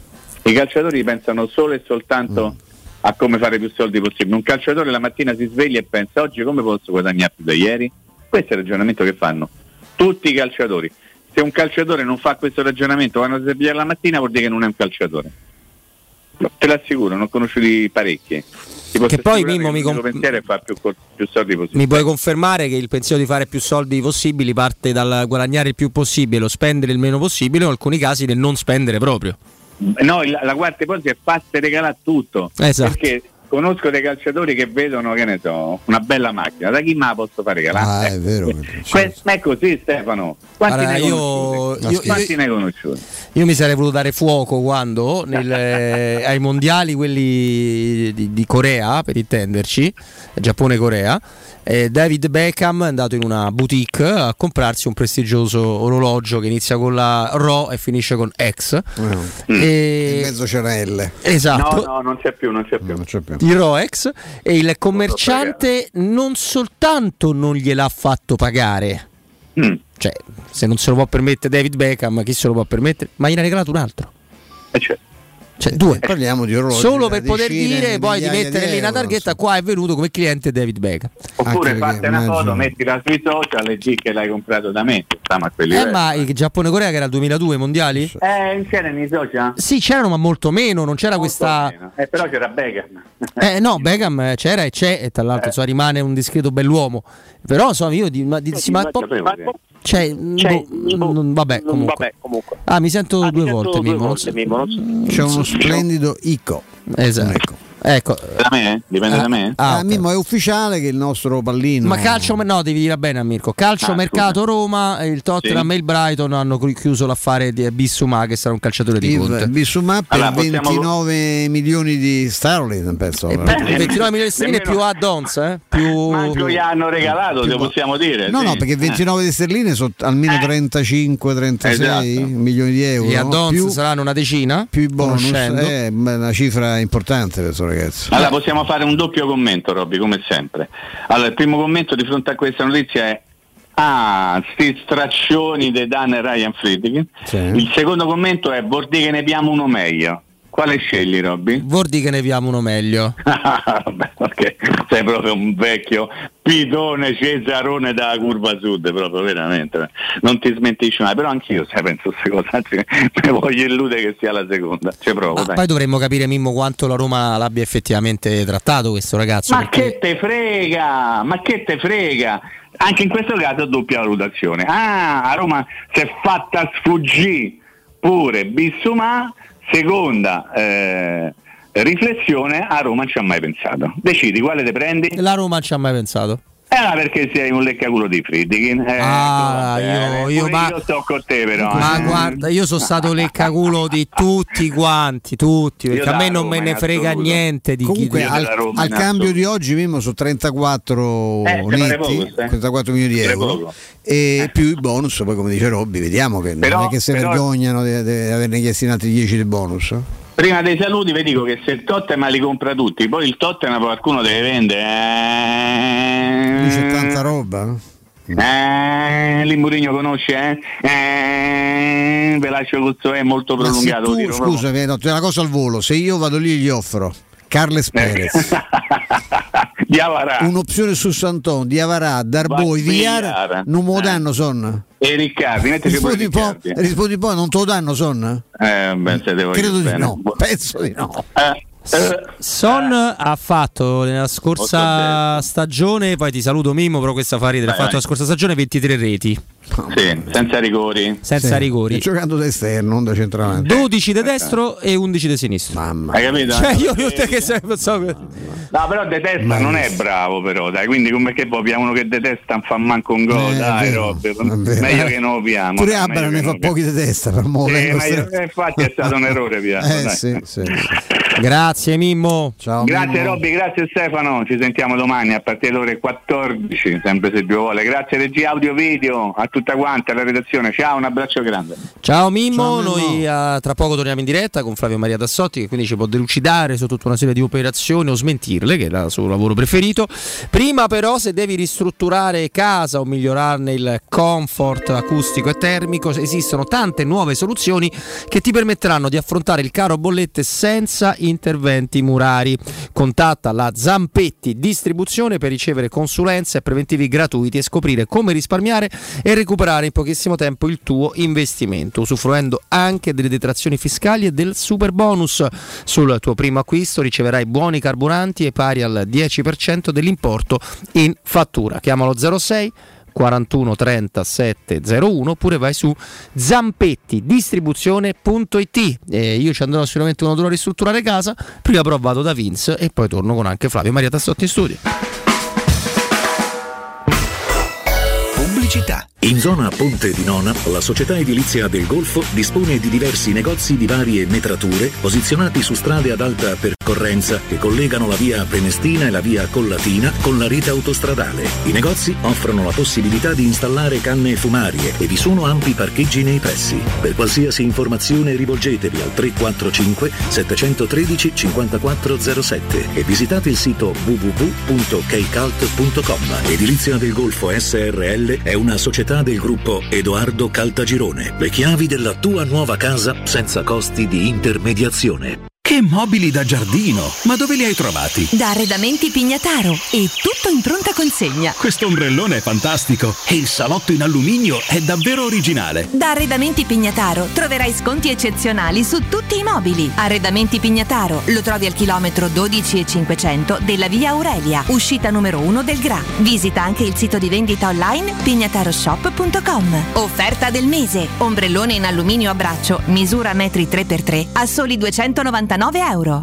I calciatori pensano solo e soltanto Mm. a come fare più soldi possibile. Un calciatore la mattina si sveglia e pensa oggi come posso guadagnare più da ieri? Questo è il ragionamento che fanno tutti i calciatori. Se un calciatore non fa questo ragionamento quando si sveglia la mattina vuol dire che non è un calciatore. No, te l'assicuro, ne ho conosciuti parecchi. Ti posso Che poi, assicurare Mimmo, che mi il mio com- pensiero è fare più, cor- più soldi possibili. Mi puoi confermare che il pensiero di fare più soldi possibili parte dal guadagnare il più possibile, lo spendere il meno possibile, o in alcuni casi del non spendere proprio? No, il- la quarta ipotesi è farsi regalare tutto. Esatto. Perché conosco dei calciatori che vedono, che ne so, una bella macchina, da chi me la posso fare regalare? Ah, è vero. Que- ma è così, Stefano. Quanti Guarda, ne hai io- conosciuti? io- Quanti io- ne hai conosciuti? Io mi sarei voluto dare fuoco quando nel, eh, ai mondiali quelli di, di Corea, per intenderci, Giappone-Corea, eh, David Beckham è andato in una boutique a comprarsi un prestigioso orologio che inizia con la Ro e finisce con X. E- In mezzo c'era L. Esatto. No, no, non c'è più, non c'è più. Non c'è più. Di Roex, e il commerciante non soltanto non gliel'ha fatto pagare, Mm. cioè se non se lo può permettere David Beckham, chi se lo può permettere? Ma gliene ha regalato un altro, E c'è. cioè due, Parliamo di orologi solo da per poter decine dire di poi di migliaia mettere di lì una euro, targhetta, qua è venuto come cliente David Beckham. Oppure Anche fate perché una immagino- foto, mettila sui social e di che l'hai comprato da me. Stiamo a quelli Eh, livelli. ma il Giappone-Corea che era il duemiladue ai mondiali? Eh, non c'erano i social? Sì, c'erano, ma molto meno, non c'era questa... Meno. Eh, però c'era Beckham. Eh no, Beckham c'era e c'è, e tra l'altro insomma, rimane un discreto bell'uomo. Però insomma io di, ma, di, sì, ma- Sapevo che- cioè, Cioè, boh, non- vabbè, comunque. Vabbè, comunque. Ah, mi sento Ah, due mi sento volte, due Mimmo, non volte, so- Mimmo, non so- C'è uno splendido Ico. Esatto. Ecco. Ecco. Da me? Dipende da me? Ah, Ah, ok. Mimmo, è ufficiale che il nostro pallino. Ma calcio, no, devi dire bene a Mirko. Calcio Ah, mercato Roma, il Tottenham Sì. e il Brighton hanno cru- chiuso l'affare di Bissouma, che sarà un calciatore di Conte. Il Bissouma per Allora, possiamo- ventinove milioni di sterling, penso. E Eh, per ventinove milioni di sterline nemmeno- più add-ons, eh? Più... Manco gli hanno regalato, più- lo possiamo dire. No, sì. no, perché ventinove di sterline sono almeno Eh. trentacinque trentasei Esatto. milioni di euro. Gli add-ons più, saranno una decina, più i bonus. conoscendo. È una cifra importante per questo ragazzo. Allora possiamo fare un doppio commento, Robby, come sempre. Allora, il primo commento di fronte a questa notizia è Ah, sti straccioni di Dan e Ryan Friedkin. Sì. Il secondo commento è vorrei che ne abbiamo uno meglio. Quale scegli, Robby? Vorrei che ne abbiamo uno meglio. Vabbè, okay. Sei proprio un vecchio pitone Cesarone da curva sud, proprio veramente. Non ti smentisci mai, però anch'io sai, penso queste cose, anzi mi voglio illudere che sia la seconda. Ci provo, dai. Poi dovremmo capire, Mimmo, quanto la Roma l'abbia effettivamente trattato questo ragazzo. Ma perché... che te frega, ma che te frega? Anche in questo caso doppia valutazione. Ah, a Roma si è fatta sfuggire pure Bissumà. Seconda eh, riflessione, a Roma non ci ha mai pensato. Decidi quale te prendi? La Roma non ci ha mai pensato. Eh, perché sei un leccaculo di Friedkin. Eh, ah, io, io, ma... io sto con te però. Ma eh. guarda, io sono stato leccaculo di tutti quanti, tutti, perché io a me non Roma, me ne frega assoluto. niente di Comunque, chi al, Roma, al cambio di oggi Mimmo su trentaquattro eh, netti, poco, eh. trentaquattro milioni di euro poco. e più il bonus, poi come dice Robby, vediamo che però, non è che si però... vergognano di, di averne chiesti in altri dieci di bonus. Prima dei saluti vi dico che se il Tottenham li compra tutti, poi il Tottenham qualcuno deve vendere. Eh... Lì c'è tanta roba. Eh, Limburigno conosce? Eh? Eh, ve lascio questo è molto prolungato. Ma se tu, scusami, no, una cosa al volo, se io vado lì gli offro Carles Perez, un'opzione su Santon, Diavarà, Darboi, Villar, non me lo danno, Son? E Riccardi, rispondi poi, rispondi poi, non te lo danno, Son? Eh, beh, se devo credo di bene. no, penso di no. Eh. Son eh. ha fatto nella scorsa stagione, poi ti saluto Mimmo, però questa fa ridere, ha fatto la scorsa stagione ventitré reti. Sì, senza rigori. Senza sì, rigori. Giocando da esterno, non da centravanti. dodici di destro e undici di sinistro. Mamma. Hai capito? Cioè io, io te che sei, so... No, però De Testa non è bravo però, dai, quindi come che poi abbiamo uno che De Testa non fa manco un gol, eh, dai Robby, meglio che non lo piamo. Pure Abra ne fa pochi di testa per sì, io, infatti è stato un errore via. Eh, sì, sì, sì. Grazie Mimmo. Ciao. Grazie Robby, grazie Stefano, ci sentiamo domani a partire dalle ore quattordici, sempre se Dio vuole. Grazie regia audio video, a tutta quanta la redazione. Ciao, un abbraccio grande. Ciao Mimmo, Ciao, Mimmo. noi uh, tra poco torniamo in diretta con Flavio Maria Tassotti, che quindi ci può delucidare su tutta una serie di operazioni o smentirle, che è il suo lavoro preferito. Prima però, se devi ristrutturare casa o migliorarne il comfort acustico e termico, esistono tante nuove soluzioni che ti permetteranno di affrontare il caro bollette senza interventi murari. Contatta la Zampetti Distribuzione per ricevere consulenze e preventivi gratuiti e scoprire come risparmiare e recuperare in pochissimo tempo il tuo investimento, usufruendo anche delle detrazioni fiscali e del super bonus. Sul tuo primo acquisto riceverai buoni carburanti e pari al dieci per cento dell'importo in fattura. Chiamalo zero sei quarantuno trentasette zero uno oppure vai su zampetti distribuzione punto it. E io ci andrò sicuramente quando dovrò ristrutturare casa. Prima però vado da Vince e poi torno con anche Flavio Maria Tassotti in studio. Pubblicità. In zona Ponte di Nona, la società edilizia del Golfo dispone di diversi negozi di varie metrature posizionati su strade ad alta percorrenza che collegano la via Prenestina e la via Collatina con la rete autostradale. I negozi offrono la possibilità di installare canne fumarie e vi sono ampi parcheggi nei pressi. Per qualsiasi informazione rivolgetevi al tre quattro cinque sette uno tre cinque zero sette e visitate il sito w w w punto keicalt punto com. Edilizia del Golfo S R L è una società del gruppo Edoardo Caltagirone. Le chiavi della tua nuova casa senza costi di intermediazione. Che mobili da giardino! Ma dove li hai trovati? Da Arredamenti Pignataro, e tutto in pronta consegna. Questo ombrellone è fantastico e il salotto in alluminio è davvero originale. Da Arredamenti Pignataro troverai sconti eccezionali su tutti i mobili. Arredamenti Pignataro lo trovi al chilometro dodici e cinquecento della via Aurelia, uscita numero uno del Gra. Visita anche il sito di vendita online pignataroshop punto com. Offerta del mese: ombrellone in alluminio a braccio, misura metri tre per tre a soli duecentonovantanove euro.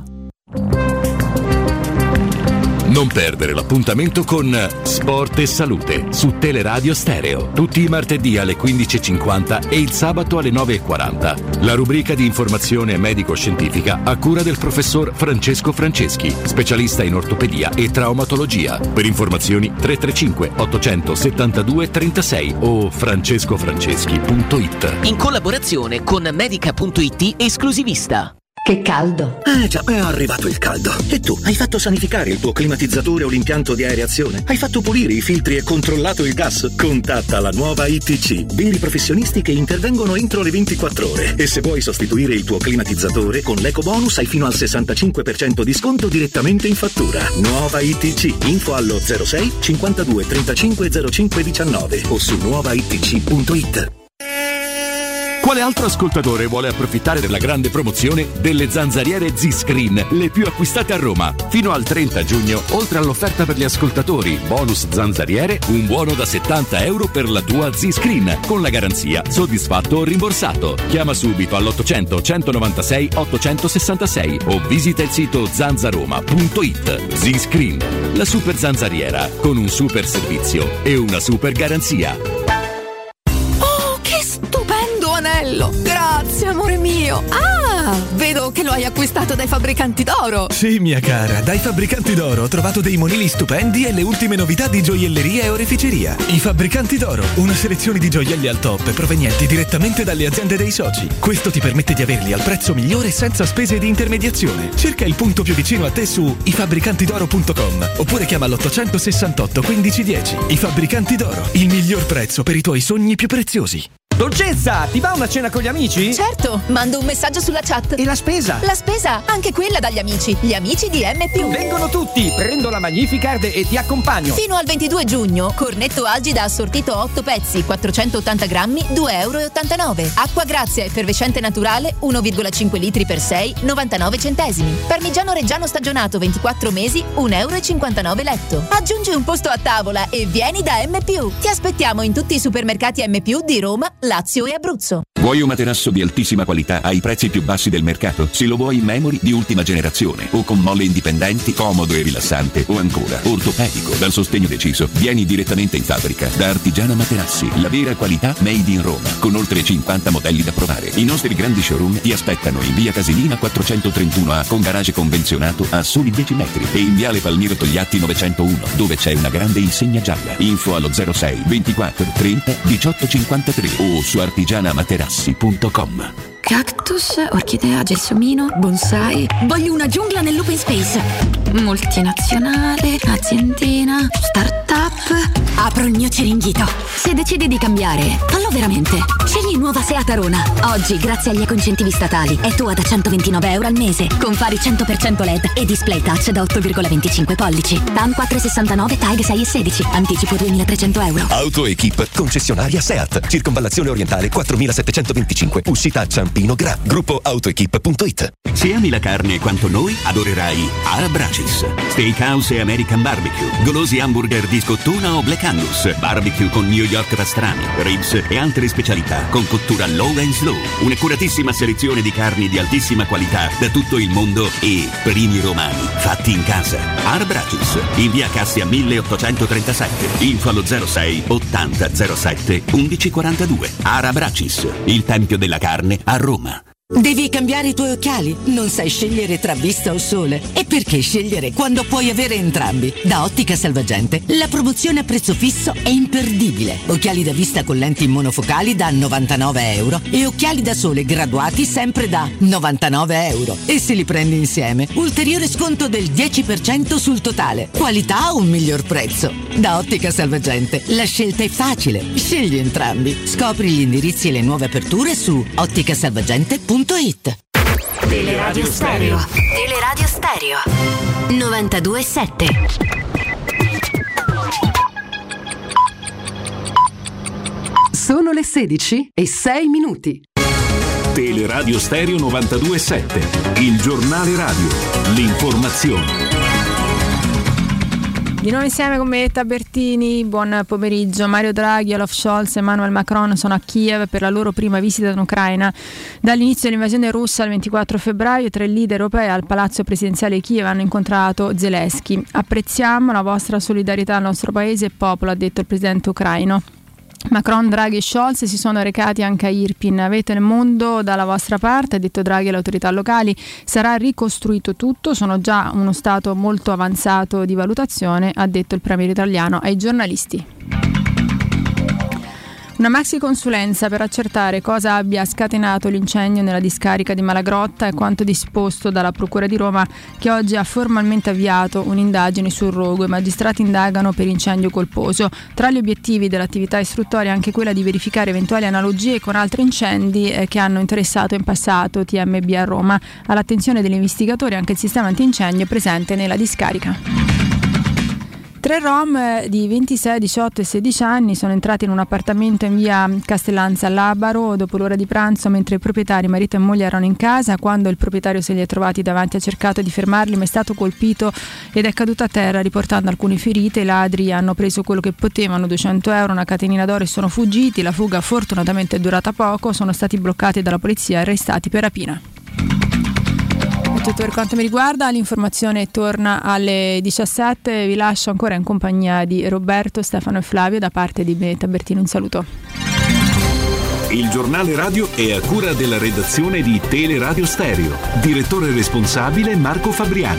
Non perdere l'appuntamento con Sport e Salute su Teleradio Stereo, tutti i martedì alle quindici e cinquanta e il sabato alle nove e quaranta. La rubrica di informazione medico-scientifica a cura del professor Francesco Franceschi, specialista in ortopedia e traumatologia. Per informazioni tre tre cinque ottocentosettantadue trentasei o francescofranceschi punto it. In collaborazione con medica punto it esclusivista. Che caldo! Eh già, è arrivato il caldo. E tu, hai fatto sanificare il tuo climatizzatore o l'impianto di areazione? Hai fatto pulire i filtri e controllato il gas? Contatta la nuova I T C, veri professionisti che intervengono entro le ventiquattro ore. E se vuoi sostituire il tuo climatizzatore, con l'eco bonus hai fino al sessantacinque per cento di sconto direttamente in fattura. Nuova I T C, info allo zero sei cinquantadue trentacinque zero cinque diciannove o su nuova I T C punto it. Quale altro ascoltatore vuole approfittare della grande promozione delle zanzariere Z-Screen, le più acquistate a Roma? Fino al trenta giugno, oltre all'offerta per gli ascoltatori bonus zanzariere, un buono da settanta euro per la tua Z-Screen, con la garanzia soddisfatto o rimborsato. Chiama subito all'ottocento centonovantasei ottocentosessantasei o visita il sito zanzaroma punto it. Z-Screen, la super zanzariera, con un super servizio e una super garanzia. Anello, grazie amore mio. Ah, vedo che lo hai acquistato dai fabbricanti d'oro. Sì, mia cara, dai fabbricanti d'oro ho trovato dei monili stupendi e le ultime novità di gioielleria e oreficeria. I fabbricanti d'oro, una selezione di gioielli al top provenienti direttamente dalle aziende dei soci. Questo ti permette di averli al prezzo migliore senza spese di intermediazione. Cerca il punto più vicino a te su i fabbricanti d'oro punto com oppure chiama l'ottocentosessantotto quindici dieci. I fabbricanti d'oro, il miglior prezzo per i tuoi sogni più preziosi. Dolcezza, ti va una cena con gli amici? Certo, mando un messaggio sulla chat. E la spesa? La spesa, anche quella dagli amici. Gli amici di M più. Vengono tutti, prendo la Magnificard e ti accompagno. Fino al ventidue giugno, cornetto Algida assortito otto pezzi, quattrocentottanta grammi, due virgola ottantanove euro. Acqua Grazia effervescente naturale, uno virgola cinque litri per sei, novantanove centesimi. Parmigiano Reggiano stagionato ventiquattro mesi, un virgola cinquantanove euro letto. Aggiungi un posto a tavola e vieni da M più. Ti aspettiamo in tutti i supermercati M più di Roma, Lazio e Abruzzo. Vuoi un materasso di altissima qualità ai prezzi più bassi del mercato? Se lo vuoi in memory di ultima generazione o con molle indipendenti, comodo e rilassante, o ancora ortopedico dal sostegno deciso, vieni direttamente in fabbrica da Artigiana Materassi, la vera qualità made in Roma, con oltre cinquanta modelli da provare. I nostri grandi showroom ti aspettano in via Casilina quattrocentotrentuno A con garage convenzionato a soli dieci metri e in viale Palmiro Togliatti novecentouno dove c'è una grande insegna gialla. Info allo zero sei ventiquattro trenta diciotto cinquantatré o su artigiana materassi punto com. Cactus, orchidea, gelsomino, bonsai. Voglio una giungla nell'open space. Multinazionale, aziendina, startup. Apro il mio ceringhito. Se decidi di cambiare, fallo veramente. Scegli nuova Seat Arona. Oggi, grazie agli ecoincentivi statali, è tua da centoventinove euro al mese. Con fari cento per cento L E D e display touch da otto virgola venticinque pollici. T A M quattro virgola sessantanove, T A G sei virgola sedici. Anticipo duemilatrecento euro. AutoEquip, concessionaria Seat. Circonvallazione orientale quattromilasettecentoventicinque. Uscita a Ciampino Gra. Gruppo autoequip punto it. Se ami la carne quanto noi, adorerai Arabracis. Steakhouse e American Barbecue. Golosi hamburger di scottuna o Black Angus. Barbecue con New York pastrami, ribs e altre specialità con cottura low and slow. Un'accuratissima selezione di carni di altissima qualità da tutto il mondo e primi romani fatti in casa. Arabracis. In via Cassia milleottocentotrentasette. Info allo zero sei ottanta zero sette undici quarantadue. Arabracis. Il tempio della carne a Roma. Devi cambiare i tuoi occhiali? Non sai scegliere tra vista o sole? E perché scegliere quando puoi avere entrambi? Da Ottica Salvagente la promozione a prezzo fisso è imperdibile. Occhiali da vista con lenti monofocali da novantanove euro e occhiali da sole graduati sempre da novantanove euro. E se li prendi insieme, ulteriore sconto del dieci per cento sul totale. Qualità o un miglior prezzo? Da Ottica Salvagente la scelta è facile. Scegli entrambi. Scopri gli indirizzi e le nuove aperture su otticasalvagente punto it. Teleradio Stereo. Teleradio Stereo. novantadue sette. Sono le sedici e sei minuti. Teleradio Stereo novantadue sette. Il giornale radio. L'informazione. Di nuovo insieme con Metta Bertini, buon pomeriggio. Mario Draghi, Olaf Scholz e Emmanuel Macron sono a Kiev per la loro prima visita in Ucraina. Dall'inizio dell'invasione russa al ventiquattro febbraio, tre leader europei al Palazzo Presidenziale di Kiev hanno incontrato Zelensky. Apprezziamo la vostra solidarietà al nostro paese e popolo, ha detto il presidente ucraino. Macron, Draghi e Scholz si sono recati anche a Irpin. Avete il mondo dalla vostra parte, ha detto Draghi alle autorità locali. Sarà ricostruito tutto, sono già uno stato molto avanzato di valutazione, ha detto il premier italiano ai giornalisti. Una maxi consulenza per accertare cosa abbia scatenato l'incendio nella discarica di Malagrotta e quanto disposto dalla Procura di Roma, che oggi ha formalmente avviato un'indagine sul rogo. I magistrati indagano per incendio colposo. Tra gli obiettivi dell'attività istruttoria anche quella di verificare eventuali analogie con altri incendi eh, che hanno interessato in passato T M B a Roma. All'attenzione degli investigatori anche il sistema antincendio presente nella discarica. Tre rom di ventisei, diciotto e sedici anni sono entrati in un appartamento in via Castellanza Labaro dopo l'ora di pranzo, mentre i proprietari, marito e moglie, erano in casa. Quando il proprietario se li è trovati davanti ha cercato di fermarli, ma è stato colpito ed è caduto a terra riportando alcune ferite. I ladri hanno preso quello che potevano, duecento euro, una catenina d'oro, e sono fuggiti. La fuga fortunatamente è durata poco, sono stati bloccati dalla polizia e arrestati per rapina. Tutto per quanto mi riguarda, l'informazione torna alle diciassette, vi lascio ancora in compagnia di Roberto, Stefano e Flavio. Da parte di Benetta Bertini un saluto. Il giornale radio è a cura della redazione di Teleradio Stereo. Direttore responsabile Marco Fabriani.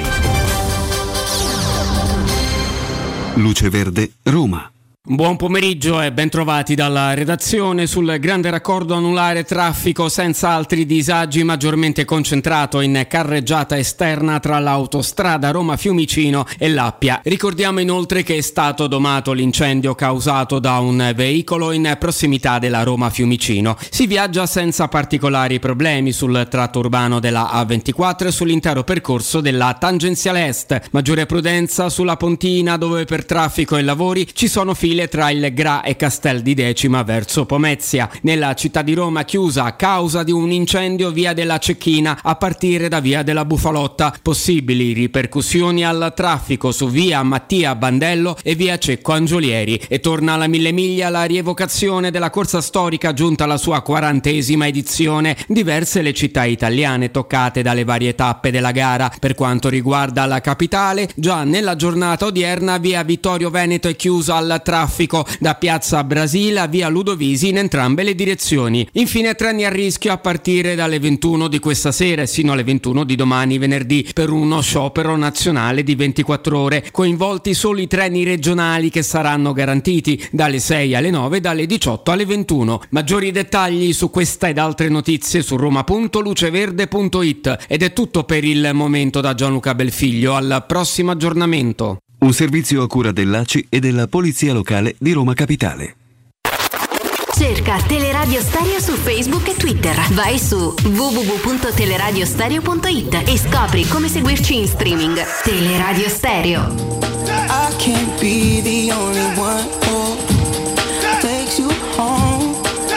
Luce Verde, Roma. Buon pomeriggio e ben trovati dalla redazione. Sul grande raccordo anulare traffico senza altri disagi, maggiormente concentrato in carreggiata esterna tra l'autostrada Roma-Fiumicino e l'Appia. Ricordiamo inoltre che è stato domato l'incendio causato da un veicolo in prossimità della Roma-Fiumicino. Si viaggia senza particolari problemi sul tratto urbano della A ventiquattro e sull'intero percorso della tangenziale est. Maggiore prudenza sulla Pontina, dove per traffico e lavori ci sono file tra il Gra e Castel di Decima verso Pomezia. Nella città di Roma chiusa a causa di un incendio via della Cecchina a partire da via della Bufalotta. Possibili ripercussioni al traffico su via Mattia Bandello e via Cecco Angiolieri. E torna alla Mille Miglia la rievocazione della corsa storica giunta alla sua quarantesima edizione. Diverse le città italiane toccate dalle varie tappe della gara. Per quanto riguarda la capitale, già nella giornata odierna via Vittorio Veneto è chiusa al traffico da piazza Brasile a via Ludovisi in entrambe le direzioni. Infine treni a rischio a partire dalle ventuno di questa sera e sino alle ventuno di domani venerdì per uno sciopero nazionale di ventiquattro ore. Coinvolti solo i treni regionali che saranno garantiti dalle sei alle nove e dalle diciotto alle ventuno. Maggiori dettagli su questa ed altre notizie su roma punto luceverde punto it. Ed è tutto per il momento da Gianluca Belfiglio. Al prossimo aggiornamento. Un servizio a cura dell'A C I e della Polizia Locale di Roma Capitale. Cerca Teleradio Stereo su Facebook e Twitter. Vai su w w w punto teleradiostereo punto it e scopri come seguirci in streaming. Teleradio Stereo. I can't be the only one who takes you home.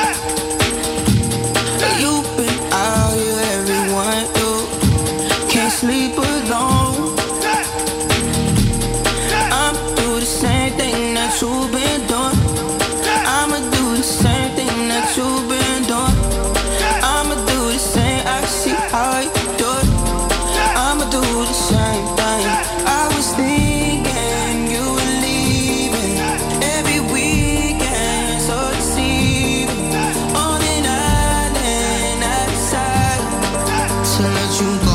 You've been out here, everyone, you can't sleep alone. Same thing that you've been doing. I'ma do the same thing that you've been doing. I'ma do the same, I see how you do it. I'ma do the same thing. I was thinking you were leaving every weekend, so deceiving. On an island outside to let you go.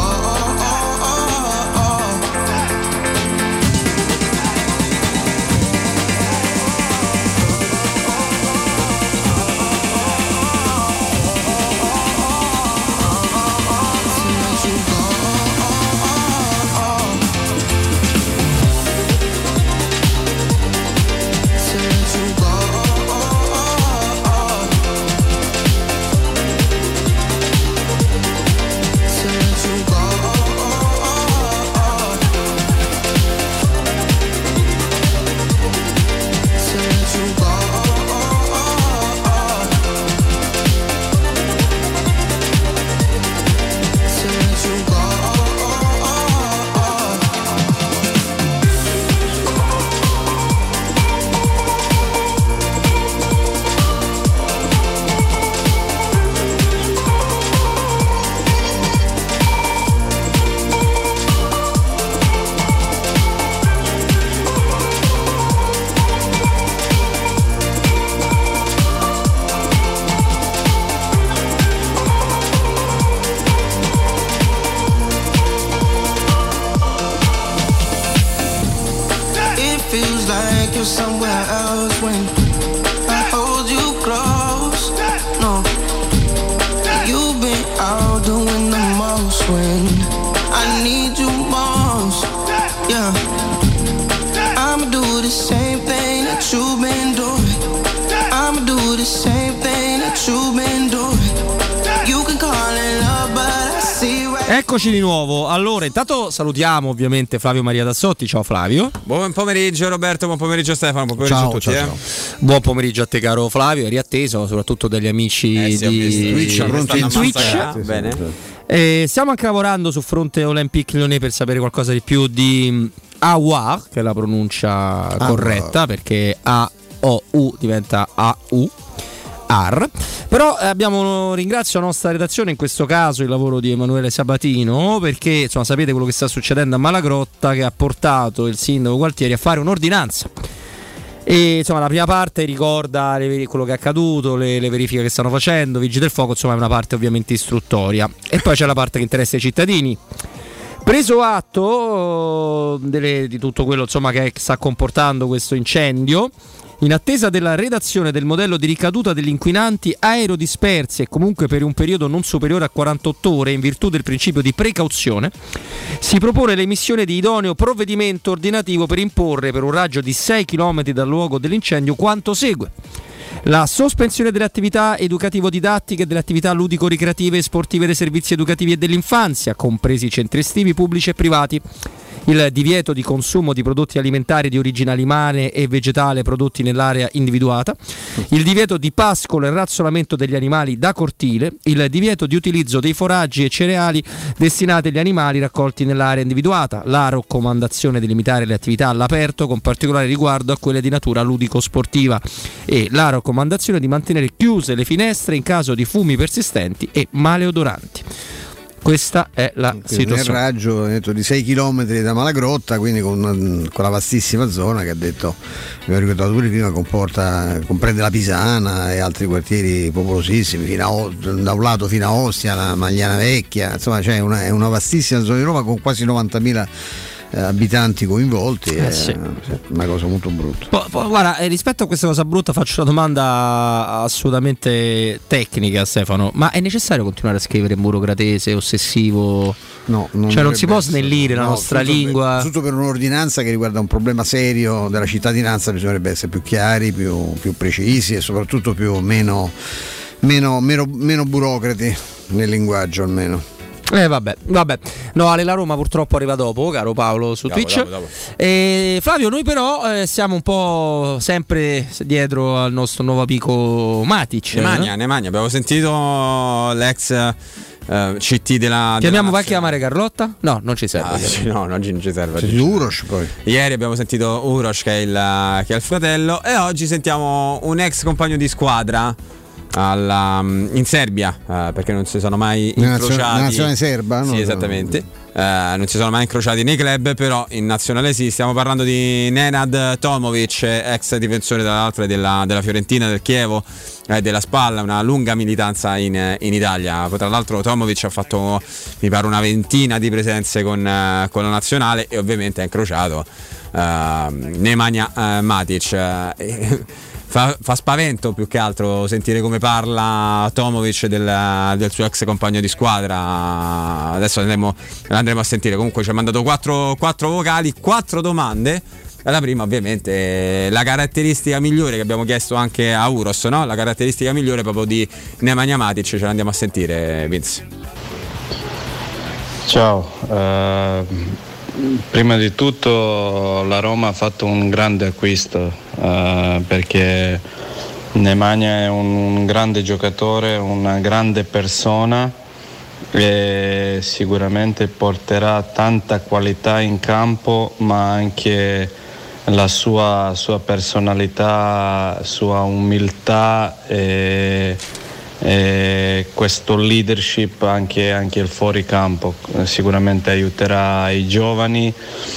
Somewhere else when I hold you close. Eccoci di nuovo. Allora, intanto salutiamo ovviamente Flavio Maria Tassotti. Ciao Flavio. Buon pomeriggio Roberto, buon pomeriggio Stefano, buon pomeriggio Ciao, a tutti. ciao, eh. ciao. Buon pomeriggio a te caro Flavio, eri atteso soprattutto dagli amici Eh, sì, ho visto. di Twitch, pronti in Twitch. Twitch. Bene. Eh, stiamo anche lavorando su fronte Olympique Lyonnais per sapere qualcosa di più di A U A, che è la pronuncia Ah, corretta, wow. perché A O U diventa A U. Ar. Però eh, abbiamo, ringrazio la nostra redazione, in questo caso il lavoro di Emanuele Sabatino, perché insomma sapete quello che sta succedendo a Malagrotta, che ha portato il sindaco Gualtieri a fare un'ordinanza. E insomma la prima parte ricorda le, quello che è accaduto, le, le verifiche che stanno facendo, Vigili del Fuoco, insomma è una parte ovviamente istruttoria. E poi c'è la parte che interessa i cittadini. Preso atto delle, di tutto quello insomma che sta comportando questo incendio, in attesa della redazione del modello di ricaduta degli inquinanti aerodispersi e comunque per un periodo non superiore a quarantotto ore, in virtù del principio di precauzione, si propone l'emissione di idoneo provvedimento ordinativo per imporre per un raggio di sei chilometri dal luogo dell'incendio quanto segue: la sospensione delle attività educativo-didattiche e delle attività ludico-ricreative e sportive dei servizi educativi e dell'infanzia, compresi centri estivi pubblici e privati; il divieto di consumo di prodotti alimentari di origine animale e vegetale prodotti nell'area individuata; il divieto di pascolo e razzolamento degli animali da cortile; il divieto di utilizzo dei foraggi e cereali destinati agli animali raccolti nell'area individuata; la raccomandazione di limitare le attività all'aperto con particolare riguardo a quelle di natura ludico-sportiva e la raccomandazione di mantenere chiuse le finestre in caso di fumi persistenti e maleodoranti. Questa è la quindi situazione. Nel raggio detto, di sei chilometri da Malagrotta, quindi con, una, con la vastissima zona che ha detto, abbiamo ricordato pure prima, comporta, comprende la Pisana e altri quartieri popolosissimi, fino a, da un lato fino a Ostia, la Magliana Vecchia, insomma c'è una, è una vastissima zona di Roma con quasi novantamila eh, abitanti coinvolti, Eh, è sì. una cosa molto brutta. Po- po- guarda, eh, rispetto a questa cosa brutta faccio una domanda assolutamente tecnica, Stefano, ma è necessario continuare a scrivere in burocratese, ossessivo? No, non cioè non si può dovrebbe snellire essere. la No, nostra tutto lingua? Per, tutto per un'ordinanza che riguarda un problema serio della cittadinanza bisognerebbe essere più chiari, più, più precisi e soprattutto più meno, meno, meno, meno burocrati nel linguaggio almeno. Eh vabbè, vabbè. No, Ale, la Roma purtroppo arriva dopo, caro Paolo su Dopo, Twitch. dopo, dopo. E Flavio, noi però eh, siamo un po' sempre dietro al nostro nuovo amico Matic. Nemanja, eh? Nemanja, abbiamo sentito l'ex eh, C T della Chiamiamo, della vai a chiamare Carlotta? No, non ci serve. Ah, sì, no, oggi non ci serve. C'è Uros poi. Ieri abbiamo sentito Uros che è, il, che è il fratello, e oggi sentiamo un ex compagno di squadra alla, in Serbia, eh, perché non si sono mai Nella incrociati. nazio- nella nazionale serba, no? Sì, esattamente. Eh, non si sono mai incrociati nei club, però in nazionale sì. Stiamo parlando di Nenad Tomovic, ex difensore tra l'altro della, della Fiorentina, del Chievo, eh, della Spalla, una lunga militanza in, in Italia. Poi, tra l'altro Tomovic ha fatto mi pare una ventina di presenze con, eh, con la nazionale, e ovviamente ha incrociato eh, Nemanja eh, Matic. Eh, Fa, fa spavento più che altro sentire come parla Tomovic del, del suo ex compagno di squadra. Adesso andremo, andremo a sentire. Comunque ci ha mandato quattro, quattro vocali, quattro domande. E la prima ovviamente la caratteristica migliore che abbiamo chiesto anche a Uros, no? La caratteristica migliore proprio di Nemanja Matic, ce l'andiamo a sentire, Vince. Ciao, eh, prima di tutto la Roma ha fatto un grande acquisto, eh, perché Nemanja è un, un grande giocatore, una grande persona, e sicuramente porterà tanta qualità in campo, ma anche la sua, sua personalità, sua umiltà e e questo leadership anche, anche il fuoricampo sicuramente aiuterà i giovani,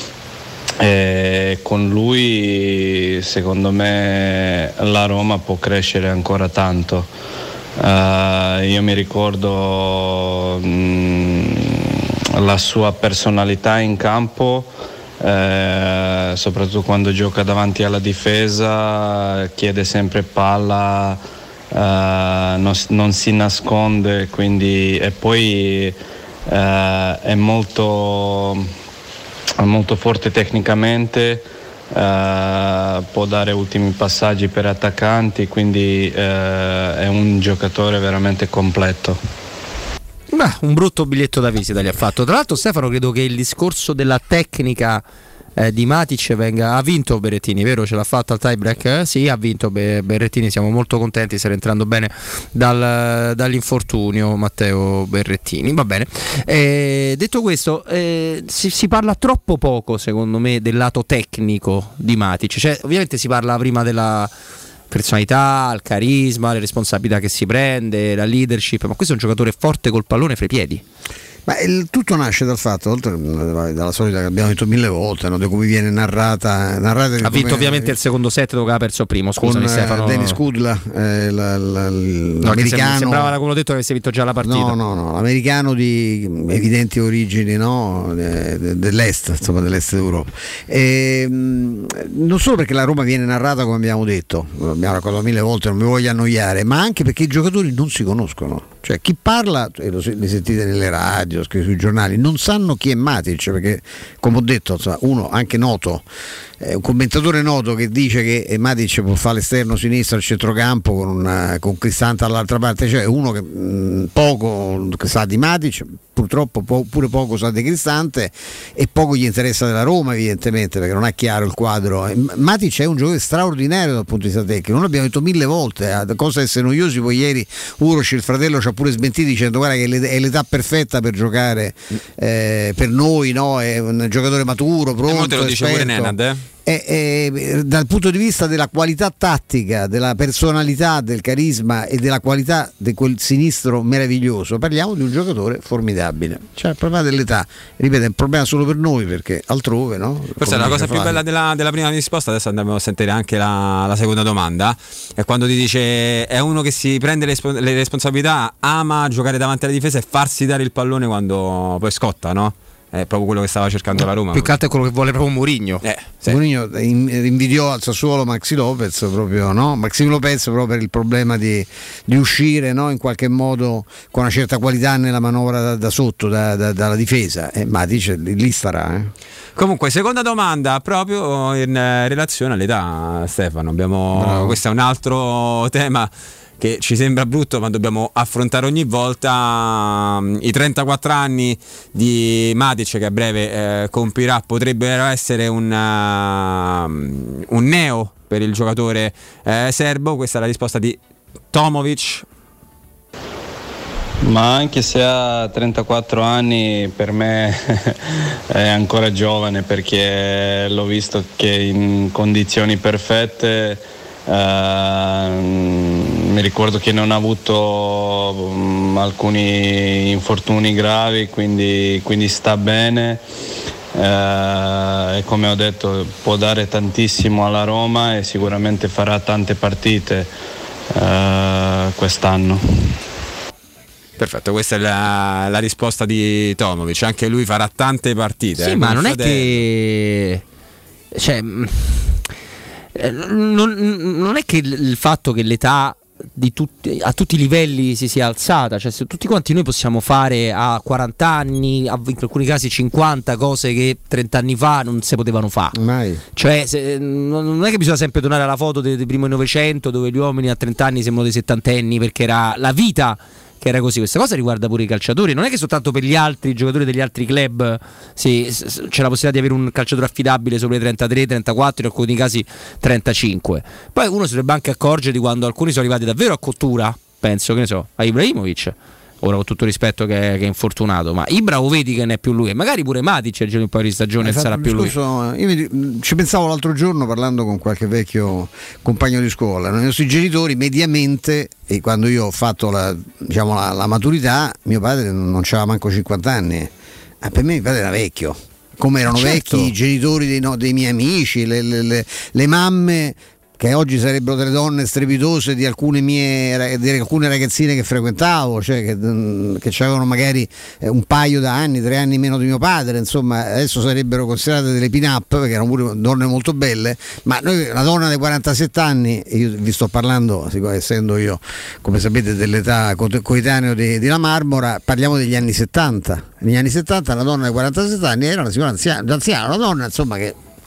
e con lui secondo me la Roma può crescere ancora tanto. Uh, io mi ricordo mh, la sua personalità in campo, eh, soprattutto quando gioca davanti alla difesa, chiede sempre palla. Uh, non, non si nasconde, quindi, e poi uh, è molto, è molto forte tecnicamente, uh, può dare ultimi passaggi per attaccanti, quindi uh, è un giocatore veramente completo. Beh, un brutto biglietto da visita gli ha fatto. Tra l'altro, Stefano, credo che il discorso della tecnica eh, di Matic venga. Ha vinto Berrettini, vero? Ce l'ha fatto al tie break? Eh? Sì, ha vinto Be- Berrettini. Siamo molto contenti, sta rientrando bene dal, dall'infortunio Matteo Berrettini. Va bene. Eh, detto questo, eh, si, si parla troppo poco, secondo me, del lato tecnico di Matic. Cioè, ovviamente si parla prima della personalità, il carisma, le responsabilità che si prende, la leadership, ma questo è un giocatore forte col pallone fra i piedi. Ma il tutto nasce dal fatto, oltre dalla solita che abbiamo detto mille volte, no, di come viene narrata, narrata ha vinto ovviamente il secondo set dopo che aveva perso il primo, scusami con Stefano. Dennis Kudla, eh, la, la, no, l'americano. Sembrava come ho detto che avesse vinto già la partita. No, no, no, l'americano di evidenti origini, no, dell'est, insomma, dell'est d'Europa. E, non solo perché la Roma viene narrata come abbiamo detto, abbiamo raccontato mille volte, non mi voglio annoiare, ma anche perché i giocatori non si conoscono. Cioè chi parla, e lo li sentite nelle radio, sui giornali, non sanno chi è Matic, perché come ho detto, insomma, uno anche noto, eh, un commentatore noto che dice che Matic può fare l'esterno sinistro al centrocampo con, una, con Cristante dall'altra parte, cioè uno che mh, poco sa di Matic, purtroppo po- pure poco sa di Cristante e poco gli interessa della Roma, evidentemente, perché non è chiaro il quadro. Matic è un giocatore straordinario dal punto di vista tecnico, non l'abbiamo detto mille volte, a cosa essere noiosi. Poi ieri Uroš, il fratello, ci ha pure smentito dicendo guarda che è l'età perfetta per giocare eh, per noi, no? È un giocatore maturo, pronto, e te lo dice pure Nenad, eh? E, e, dal punto di vista della qualità tattica, della personalità, del carisma e della qualità di quel sinistro meraviglioso, parliamo di un giocatore formidabile. Cioè il problema dell'età, ripeto, è un problema solo per noi, perché altrove, no? Forse la cosa più bella della, della prima risposta, adesso andiamo a sentire anche la, la seconda domanda, è quando ti dice è uno che si prende le, le responsabilità, ama giocare davanti alla difesa e farsi dare il pallone quando poi scotta, no? È proprio quello che stava cercando la Roma. Più che altro è quello che vuole proprio Mourinho. Eh, sì. Mourinho invidiò al Sassuolo Maxi Lopez proprio, no? Maxi Lopez proprio per il problema di, di uscire, no? In qualche modo con una certa qualità nella manovra da, da sotto, da, da, dalla difesa. E eh, Matic lì starà. Eh. Comunque, seconda domanda, proprio in relazione all'età, Stefano. Abbiamo, questo è un altro tema che ci sembra brutto ma dobbiamo affrontare ogni volta. I trentaquattro anni di Matic che a breve eh, compirà potrebbero essere un, uh, un neo per il giocatore eh, serbo. Questa è la risposta di Tomovic. Ma anche se ha trentaquattro anni, per me è ancora giovane, perché l'ho visto che in condizioni perfette. Uh, mi ricordo che non ha avuto um, alcuni infortuni gravi, quindi, quindi sta bene uh, e come ho detto può dare tantissimo alla Roma e sicuramente farà tante partite uh, quest'anno. Perfetto, questa è la, la risposta di Tomovic. Anche lui farà tante partite. Sì, eh, ma non è fratello. che cioè Non, non è che il fatto che l'età di tutti, a tutti i livelli si sia alzata, cioè se tutti quanti noi possiamo fare a quaranta anni, a, in alcuni casi cinquanta, cose che trenta anni fa non si potevano fare mai. Cioè se, non è che bisogna sempre tornare alla foto del, del primo Novecento dove gli uomini a trenta anni sembrano dei settantenni, perché era la vita che era così. Questa cosa riguarda pure i calciatori, non è che soltanto per gli altri giocatori degli altri club sì, c'è la possibilità di avere un calciatore affidabile sopra i trentatré trentaquattro, in alcuni casi trentacinque. Poi uno si dovrebbe anche accorgere di quando alcuni sono arrivati davvero a cottura, penso, che ne so, a Ibrahimovic, ora con tutto rispetto che è, che è infortunato, ma Ibra o vedi che non è più lui, e magari pure Matic il un paio di stagione sarà più lui. Io mi, ci pensavo l'altro giorno parlando con qualche vecchio compagno di scuola. I nostri genitori mediamente, e quando io ho fatto la, diciamo, la, la maturità, mio padre non c'aveva manco cinquanta anni, eh, per me mio padre era vecchio, come erano certo. vecchi i genitori dei, no, dei miei amici, le, le, le, le mamme che oggi sarebbero delle donne strepitose di alcune mie di alcune ragazzine che frequentavo, cioè che, che avevano magari un paio d'anni, tre anni meno di mio padre, insomma adesso sarebbero considerate delle pin-up perché erano pure donne molto belle, ma noi una donna di quarantasette anni, io vi sto parlando, essendo io come sapete dell'età coetaneo di, di La Marmora, parliamo degli anni settanta. Negli anni settanta una donna di quarantasette anni era una signora anziana, anziana una donna insomma che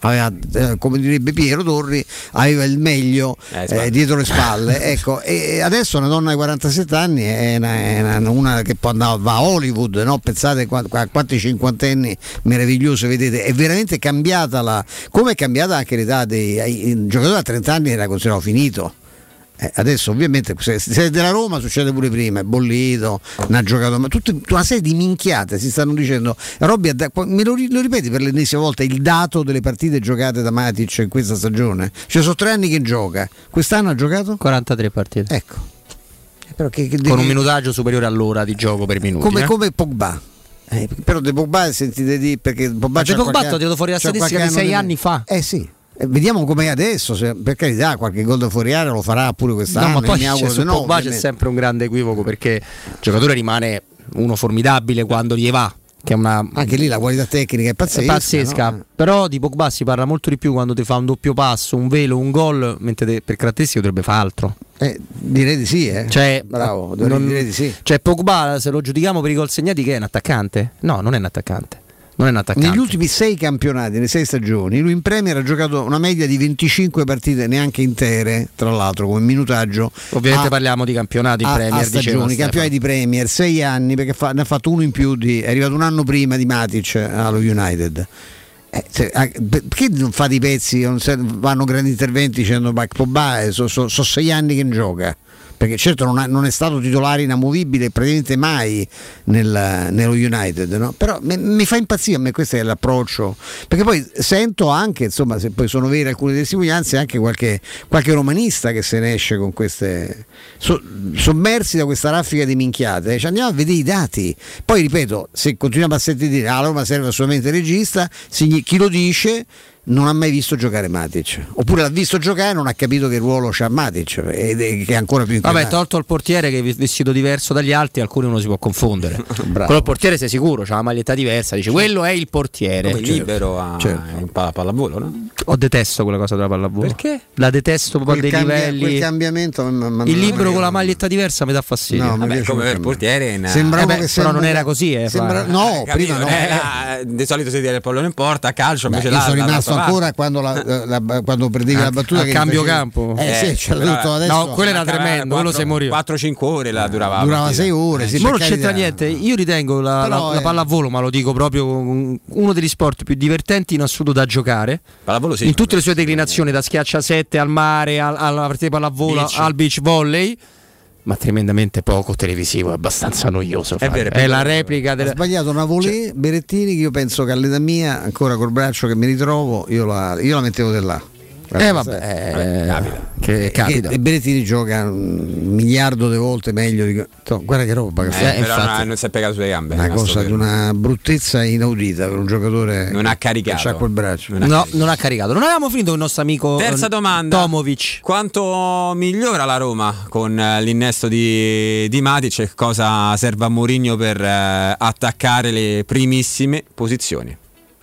aveva, eh, come direbbe Piero Torri, aveva il meglio eh, eh, dietro le spalle. Ecco, e adesso una donna di quarantasette anni è una, è una, una che può andare, va a Hollywood, no? Pensate a quanti cinquantenni meravigliosi, vedete, è veramente cambiata la, come è cambiata anche l'età dei il giocatore a trenta anni era considerato finito. Eh, adesso ovviamente se, se è della Roma succede pure prima, è bollito, non ha giocato, ma tutta una serie di minchiate si stanno dicendo. Robby, me lo, lo ripeti per l'ennesima volta il dato delle partite giocate da Matic in questa stagione? Cioè sono tre anni che gioca, quest'anno ha giocato? quarantatré partite. Ecco. Però che, che con devi... un minutaggio superiore all'ora di gioco per minuti. Come, eh? come Pogba. Eh, però De Pogba sentite di perché Pogba, De Pogba ha tirato fuori la statistica di sei anni fa. Eh sì. Vediamo com'è adesso, se, per carità qualche gol da fuori area lo farà pure quest'anno. No, ma poi mi auguro c'è, su no, Pogba c'è sempre un grande equivoco, perché il giocatore rimane uno formidabile quando gli va, che è una, anche lì la qualità tecnica è pazzesca, è pazzesca no? Però di Pogba si parla molto di più quando ti fa un doppio passo, un velo, un gol, mentre te, per caratteristiche dovrebbe fare altro. Eh, direi di sì, eh. Cioè, bravo, non, direi di sì. Cioè Pogba, se lo giudichiamo per i gol segnati, che è un attaccante? No, non è un attaccante. Non è un attaccante. Negli ultimi sei campionati, nelle sei stagioni, lui in Premier ha giocato una media di venticinque partite neanche intere, tra l'altro come minutaggio. Ovviamente a, parliamo di campionati a, Premier, a stagioni, campionati di Premier, sei anni, perché fa, ne ha fatto uno in più, di, è arrivato un anno prima di Matic allo United. Eh, se, perché non fate i pezzi, non se, vanno grandi interventi dicendo Pogba sono so, so sei anni che non gioca? Perché certo non, ha, non è stato titolare inamovibile praticamente mai nel, nello United, no? Però mi, mi fa impazzire a me, questo è l'approccio, perché poi sento anche, insomma, se poi sono vere alcune testimonianze, anche qualche, qualche romanista che se ne esce con queste so, sommersi da questa raffica di minchiate, cioè, andiamo a vedere i dati, poi ripeto, se continuiamo a sentire ah, la Roma serve assolutamente il regista, chi lo dice non ha mai visto giocare Matic, oppure l'ha visto giocare e non ha capito che ruolo c'ha Matic, ed è, che è ancora più vabbè, tolto il portiere che è vestito diverso dagli altri, alcuni uno si può confondere. Quello il portiere sei sicuro, c'ha una maglietta diversa, dice quello è il portiere. Come certo. libero a certo. in palla, pallavolo, no? Ho detesto quella cosa della pallavolo. Perché? La detesto proprio a dei cambia, livelli. Quel cambiamento m- m- il libero con la maglietta diversa mi dà fastidio. No, vabbè, come il portiere in... sembrava eh beh, che però sembra... non era così, eh, sembra... no, eh, prima no. Eh, di solito si tira il pallone in porta, a calcio invece beh, io là, sono rimasto là, ancora quando la, la, la, quando perdevi a, la battuta a che cambio facevi... campo. Eh, eh sì, ce l'ho detto adesso. No, quello era tremendo, quello sei morito. quattro cinque ore la durava. Durava sei ore, sì, ma non c'entra carità. niente. Io ritengo la, la, è... la pallavolo, ma lo dico proprio, uno degli sport più divertenti in assoluto da giocare. Pallavolo sì. In tutte le sue declinazioni, da schiaccia sette al mare, al, alla partita di pallavolo, beach. al beach volley. Ma tremendamente poco televisivo, è abbastanza noioso. È, vero, è, è la replica del... Ha sbagliato una volée, cioè... Berettini, che io penso che all'età mia, ancora col braccio che mi ritrovo, io la, io la mettevo di là. Eh vabbè, eh, capita. Che capita. E Berettini gioca un miliardo di volte meglio di... Guarda che roba che eh, fa. Però infatti, non, non si è piegato sulle gambe. Una cosa di una bruttezza inaudita per un giocatore. Non ha caricato. Che ha quel braccio. Non no, non ha caricato. Non avevamo finito con il nostro amico Terza domanda. Tomovic. Quanto migliora la Roma con l'innesto di, di Matic e cosa serve a Mourinho per eh, attaccare le primissime posizioni?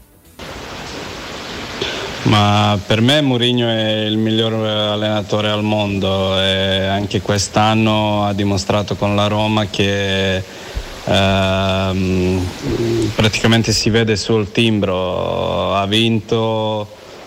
Ma per me Mourinho è il miglior allenatore al mondo e anche quest'anno ha dimostrato con la Roma che ehm, praticamente si vede sul timbro, ha vinto,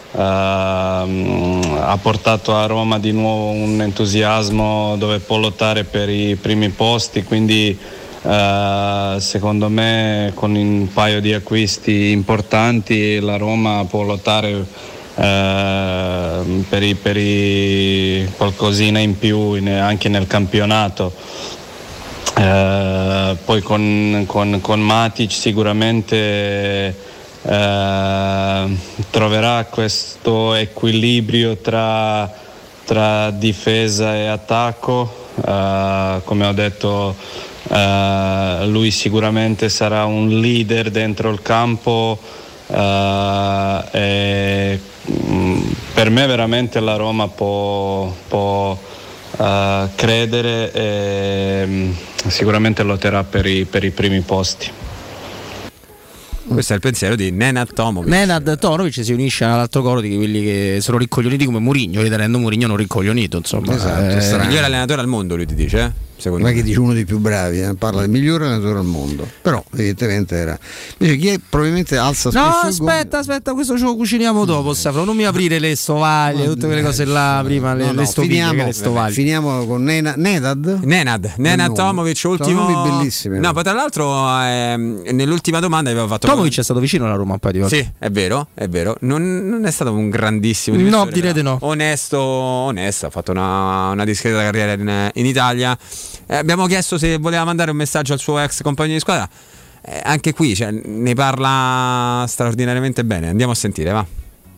ehm, ha portato a Roma di nuovo un entusiasmo dove può lottare per i primi posti, quindi Uh, secondo me con un paio di acquisti importanti la Roma può lottare uh, per, i, per i qualcosina in più in, anche nel campionato. Uh, poi con, con, con Matic sicuramente uh, troverà questo equilibrio tra, tra difesa e attacco. Uh, come ho detto, Uh, lui sicuramente sarà un leader dentro il campo uh, e um, per me veramente la Roma può, può uh, credere e um, sicuramente lotterà per i, per i primi posti. Questo è il pensiero di Nenad Tomovic. Nenad Tomovic si unisce all'altro coro di quelli che sono rincoglioniti come Mourinho, ritenendo Mourinho non rincoglionito, insomma. Esatto, eh, il migliore allenatore al mondo, lui ti dice? Eh? secondo non me. è che dice uno dei più bravi, eh? Parla del migliore allenatore al mondo, però evidentemente era. Invece chi è, probabilmente alza spesso No, il aspetta, aspetta, questo ce lo cuciniamo dopo, Stefano. Non mi aprire le stovaglie, tutte quelle cose là prima, le, No, no, le stoviglie, finiamo, le stovaglie. finiamo con Nena, Nedad. Nenad, Nenad Tomovic, ultimo. Sono nomi bellissimi. No, poi tra l'altro ehm, nell'ultima domanda aveva fatto. Tomovic è stato vicino alla Roma un paio di volte. Sì, è vero, è vero. Non, non è stato un grandissimo No, difensore, direte no. Onesto, onesto, ha fatto una, una discreta carriera in, in Italia. Eh, abbiamo chiesto se voleva mandare un messaggio al suo ex compagno di squadra. Eh, anche qui cioè, ne parla straordinariamente bene. Andiamo a sentire, va.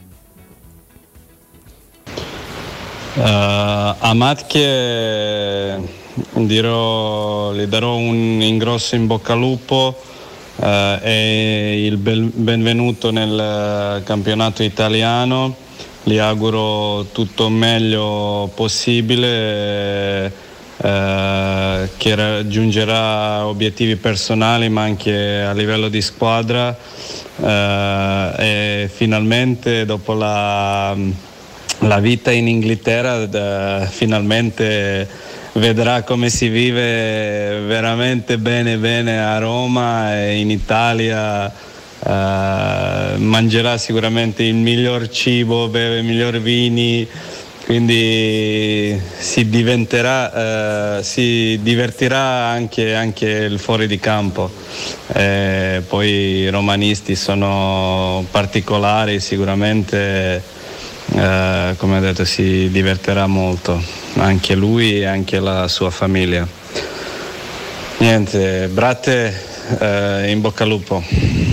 Uh, a Matche dirò, gli darò un ingrosso in bocca al lupo uh, e il bel, benvenuto nel campionato italiano. Gli auguro tutto il meglio possibile, uh, che raggiungerà obiettivi personali ma anche a livello di squadra, uh, e finalmente dopo la La vita in Inghilterra da, finalmente vedrà come si vive veramente bene bene a Roma e in Italia. Uh, mangerà sicuramente il miglior cibo, beve i migliori vini, quindi si diventerà, uh, si divertirà anche, anche il fuori di campo. Eh, poi i romanisti sono particolari, sicuramente. Uh, come ho detto, si divertirà molto anche lui e anche la sua famiglia. Niente, Bratte, uh, in bocca al lupo.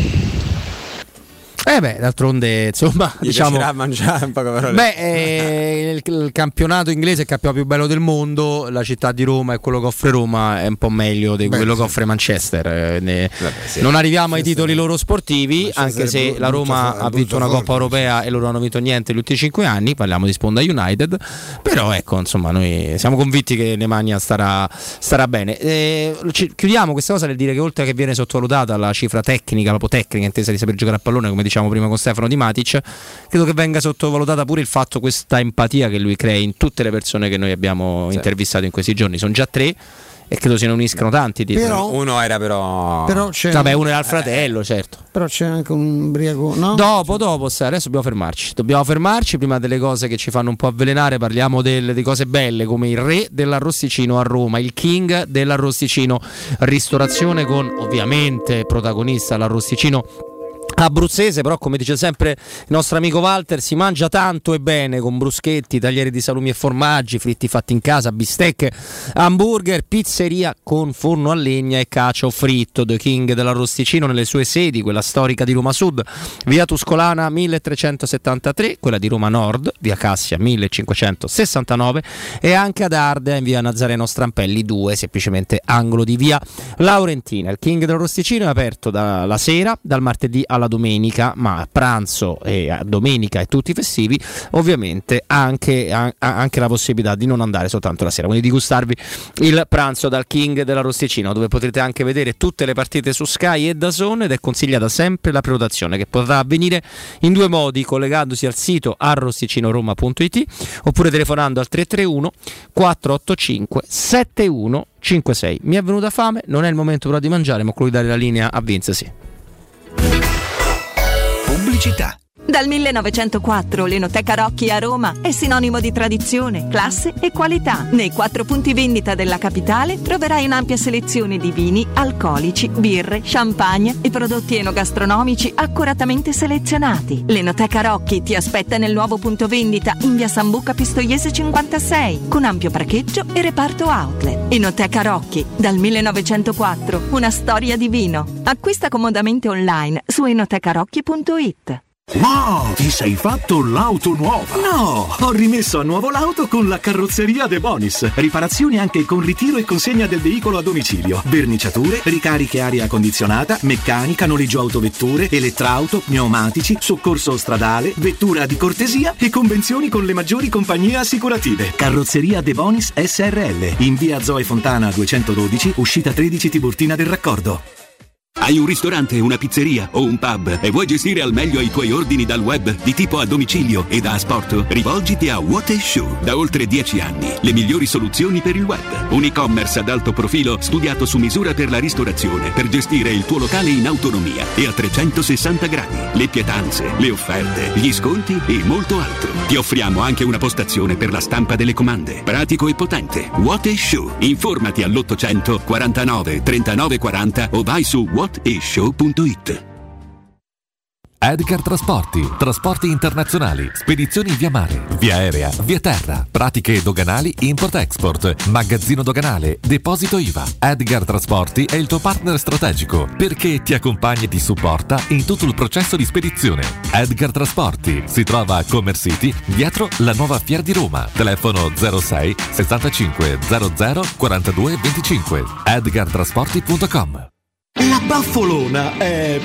Eh beh, d'altronde, insomma, Gli diciamo piacerà mangiare un po' parole. Beh, eh, il, il campionato inglese è il campionato più bello del mondo, la città di Roma e quello che offre Roma è un po' meglio di Beh, quello sì. che offre Manchester. Eh, ne- Vabbè, sì. Non arriviamo ai Sì, titoli sì. loro sportivi, Manchester anche se è brutto, la Roma brutto, ha vinto una brutto Coppa forte, Europea e loro hanno vinto niente negli ultimi cinque anni, parliamo di Sponda United, però ecco, insomma, noi siamo convinti che Nemanja starà, starà bene. Eh, ci- chiudiamo questa cosa nel dire che oltre che viene sottovalutata la cifra tecnica, proprio tecnica, intesa di saper giocare a pallone, come diciamo prima con Stefano, di Matic, credo che venga sottovalutata pure il fatto, questa empatia che lui crea in tutte le persone che noi abbiamo Sì. intervistato in questi giorni. Sono già tre e credo se ne uniscano tanti. Tipo. Però- Uno era però. Però c'è, Vabbè, uno era il fratello, certo. però c'è anche un ubriaco, no? Dopo, dopo, sai, adesso dobbiamo fermarci. Dobbiamo fermarci prima delle cose che ci fanno un po' avvelenare. Parliamo del- di cose belle come il re dell'arrosticino a Roma, il king dell'arrosticino ristorazione, con ovviamente protagonista l'arrosticino abruzzese, però come dice sempre il nostro amico Walter, si mangia tanto e bene, con bruschetti, taglieri di salumi e formaggi, fritti fatti in casa, bistecche, hamburger, pizzeria con forno a legna e cacio fritto. The King dell'arrosticino nelle sue sedi, quella storica di Roma Sud, via Tuscolana milletrecentosettantatré, quella di Roma Nord, via Cassia millecinquecentosessantanove, e anche ad Ardea in via Nazareno Strampelli due, semplicemente angolo di via Laurentina. Il King dell'arrosticino è aperto dalla sera, dal martedì alla domenica, ma a pranzo e a domenica e tutti i festivi ovviamente anche, a, anche la possibilità di non andare soltanto la sera, quindi di gustarvi il pranzo dal King dell'arrosticino, dove potrete anche vedere tutte le partite su Sky e D A Z N, ed è consigliata sempre la prenotazione, che potrà avvenire in due modi: collegandosi al sito arrosticinoroma punto it oppure telefonando al tre tre uno quattro otto cinque sette uno cinque sei. Mi è venuta fame, non è il momento però di mangiare, ma quello di dare la linea a Vince, sì. Pubblicità. Dal millenovecentoquattro l'Enoteca Rocchi a Roma è sinonimo di tradizione, classe e qualità. Nei quattro punti vendita della capitale troverai un'ampia selezione di vini, alcolici, birre, champagne e prodotti enogastronomici accuratamente selezionati. L'Enoteca Rocchi ti aspetta nel nuovo punto vendita in via Sambuca Pistoiese cinquantasei, con ampio parcheggio e reparto outlet. Enoteca Rocchi, dal millenovecentoquattro, una storia di vino. Acquista comodamente online su enotecarocchi punto it. Wow, ti sei fatto l'auto nuova? No, ho rimesso a nuovo l'auto con la carrozzeria De Bonis. Riparazioni anche con ritiro e consegna del veicolo a domicilio. Verniciature, ricariche aria condizionata, meccanica, noleggio autovetture, elettrauto, pneumatici, soccorso stradale, vettura di cortesia e convenzioni con le maggiori compagnie assicurative. Carrozzeria De Bonis S R L, in via Zoe Fontana duecentododici, uscita tredici Tiburtina del Raccordo. Hai un ristorante, una pizzeria o un pub e vuoi gestire al meglio i tuoi ordini dal web di tipo a domicilio e da asporto? Rivolgiti a What is Shoe. Da oltre dieci anni, le migliori soluzioni per il web. Un e-commerce ad alto profilo studiato su misura per la ristorazione, per gestire il tuo locale in autonomia e a trecentosessanta gradi. Le pietanze, le offerte, gli sconti e molto altro. Ti offriamo anche una postazione per la stampa delle comande. Pratico e potente. What is Shoe. Informati all'ottocento quarantanove trentanove quaranta o vai su what is show punto it. Edgar Trasporti, trasporti internazionali, spedizioni via mare, via aerea, via terra, pratiche doganali import-export, magazzino doganale, deposito I V A. Edgar Trasporti è il tuo partner strategico perché ti accompagna e ti supporta in tutto il processo di spedizione. Edgar Trasporti si trova a Commerce City, dietro la nuova Fiera di Roma. Telefono zero sei sessantacinque zero zero quarantadue venticinque. edgar trasporti punto com. La Baffolona è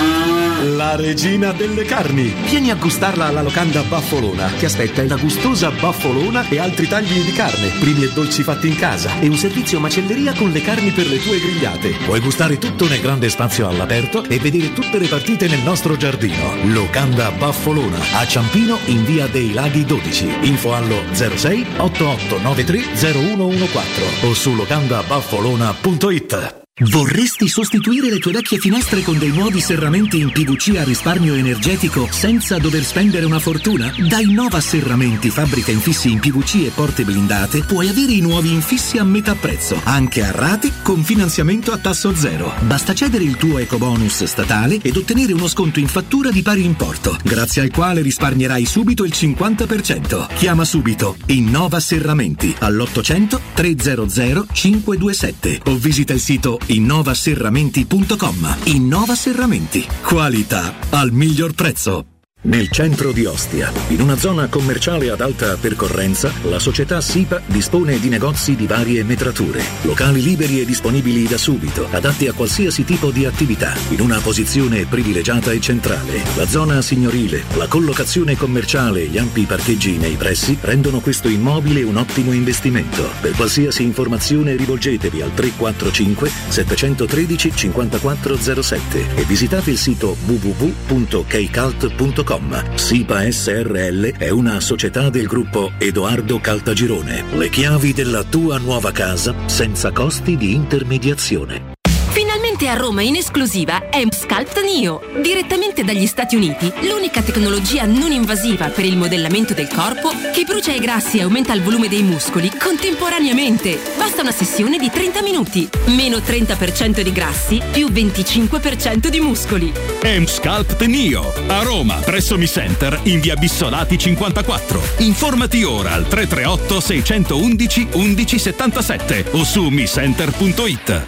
la regina delle carni. Vieni a gustarla alla locanda Baffolona. Ti aspetta una gustosa baffolona e altri tagli di carne, primi e dolci fatti in casa e un servizio macelleria con le carni per le tue grigliate. Puoi gustare tutto nel grande spazio all'aperto e vedere tutte le partite nel nostro giardino. Locanda Baffolona a Ciampino in via dei Laghi dodici. Info allo zero sei ottantotto novantatré zero uno quattordici o su locanda baffolona punto it. Vorresti sostituire le tue vecchie finestre con dei nuovi serramenti in P V C a risparmio energetico senza dover spendere una fortuna? Da Innova Serramenti, fabbrica infissi in P V C e porte blindate, puoi avere i nuovi infissi a metà prezzo, anche a rate con finanziamento a tasso zero. Basta cedere il tuo ecobonus statale ed ottenere uno sconto in fattura di pari importo, grazie al quale risparmierai subito il cinquanta per cento. Chiama subito Innova Serramenti all'ottocento trecento cinquecentoventisette o visita il sito innova serramenti punto com. Innova Serramenti, qualità al miglior prezzo. Nel centro di Ostia, in una zona commerciale ad alta percorrenza, la società SIPA dispone di negozi di varie metrature, locali liberi e disponibili da subito, adatti a qualsiasi tipo di attività, in una posizione privilegiata e centrale. La zona signorile, la collocazione commerciale e gli ampi parcheggi nei pressi rendono questo immobile un ottimo investimento. Per qualsiasi informazione rivolgetevi al tre quattro cinque sette uno tre cinque zero sette e visitate il sito w w w punto keicalt punto com. SIPA S R L è una società del gruppo Edoardo Caltagirone. Le chiavi della tua nuova casa senza costi di intermediazione. Finalmente a Roma in esclusiva è Sculpt Neo. Direttamente dagli Stati Uniti, l'unica tecnologia non invasiva per il modellamento del corpo che brucia i grassi e aumenta il volume dei muscoli contemporaneamente. Basta una sessione di trenta minuti. Meno trenta per cento di grassi, più venticinque per cento di muscoli. M-Sculpt Neo. A Roma, presso Mi Center, in via Bissolati cinquantaquattro. Informati ora al tre tre otto sei uno uno undici settantasette o su mi center punto it.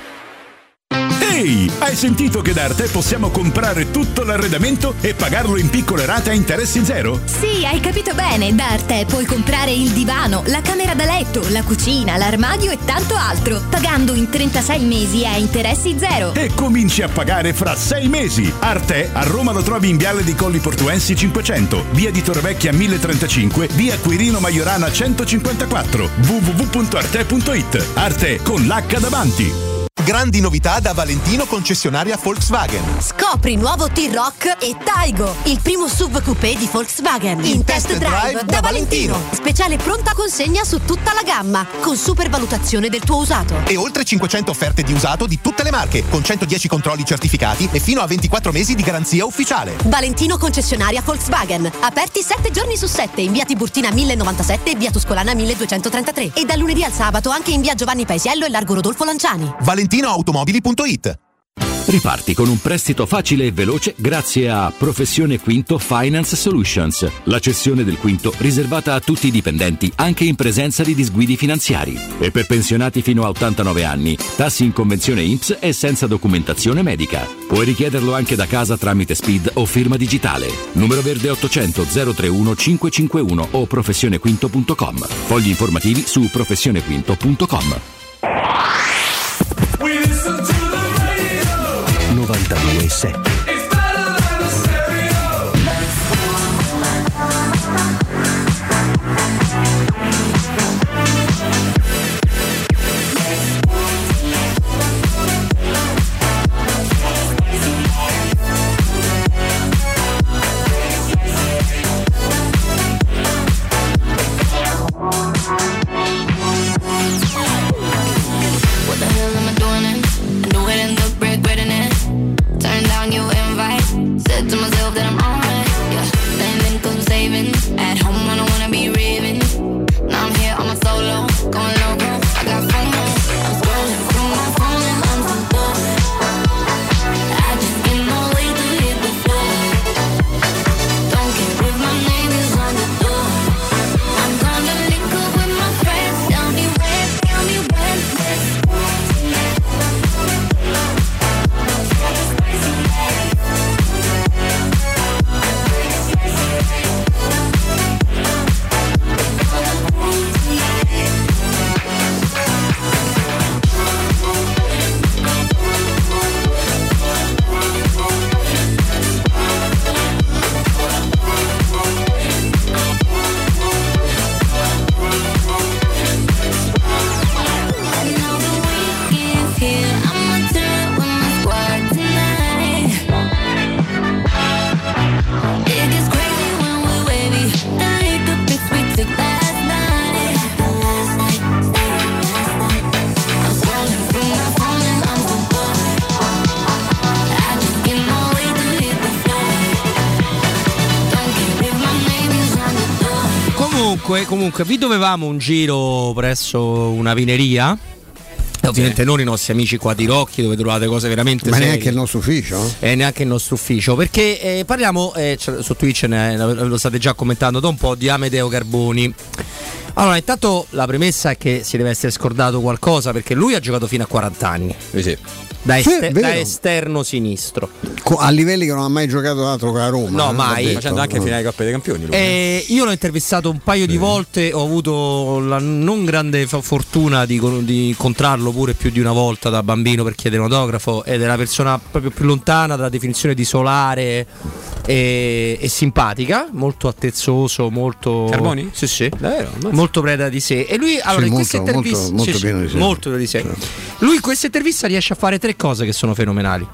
Ehi, hai sentito che da Arte possiamo comprare tutto l'arredamento e pagarlo in piccole rate a interessi zero? Sì, hai capito bene, da Arte puoi comprare il divano, la camera da letto, la cucina, l'armadio e tanto altro, pagando in trentasei mesi a interessi zero. E cominci a pagare fra sei mesi. Arte a Roma lo trovi in Viale dei Colli Portuensi cinquecento, via di Torrevecchia mille trentacinque, via Quirino Maiorana centocinquantaquattro, w w w punto arte punto it. Arte con l'H davanti. Grandi novità da Valentino concessionaria Volkswagen. Scopri nuovo T-Roc e Taigo, il primo S U V coupé di Volkswagen. In, In test drive, drive da, da Valentino. Valentino. Speciale pronta consegna su tutta la gamma, con super valutazione del tuo usato. E oltre cinquecento offerte di usato di tutte le marche, con centodieci controlli certificati e fino a ventiquattro mesi di garanzia ufficiale. Valentino concessionaria Volkswagen. Aperti sette giorni su sette in via Tiburtina mille novantasette e via Tuscolana milleduecentotrentatré. E da lunedì al sabato anche in via Giovanni Paesiello e largo Rodolfo Lanciani. Valentino automobili punto it. Riparti con un prestito facile e veloce grazie a Professione Quinto Finance Solutions, la cessione del quinto riservata a tutti i dipendenti anche in presenza di disguidi finanziari. E per pensionati fino a ottantanove anni, tassi in convenzione I N P S e senza documentazione medica. Puoi richiederlo anche da casa tramite SPID o firma digitale. Numero verde ottocento zero trentuno cinquecentocinquantuno o professionequinto punto com. Fogli informativi su professionequinto punto com. novantadue sette. Comunque, comunque, vi dovevamo un giro presso una vineria. Ovviamente non i nostri amici qua di Rocchi, dove trovate cose veramente ma serie. neanche il nostro ufficio? E neanche il nostro ufficio, perché eh, parliamo eh, su Twitch, ne, lo state già commentando da un po', di Amedeo Carboni. Allora, intanto la premessa è che si deve essere scordato qualcosa, perché lui ha giocato fino a quaranta anni. Sì, sì. Da, Sì, ester- vero. da esterno sinistro. Co- a livelli che non ha mai giocato altro che a Roma. No, eh, mai. va detto. Facendo anche finale di Coppa dei Campioni. Lui. E io l'ho intervistato un paio di volte, ho avuto la non grande fa- fortuna di, di incontrarlo pure più di una volta da bambino per chiedere un autografo, ed è la persona proprio più lontana dalla definizione di solare e, e simpatica, molto attezzoso, molto... Carboni? Sì, sì. Davvero? Molto preda di sé. E lui, allora, Sì, in molto, questa intervista... molto, molto sì, sì, pieno di sé. molto pieno di sé. Lui in questa intervista riesce a fare tre cose che sono fenomenali.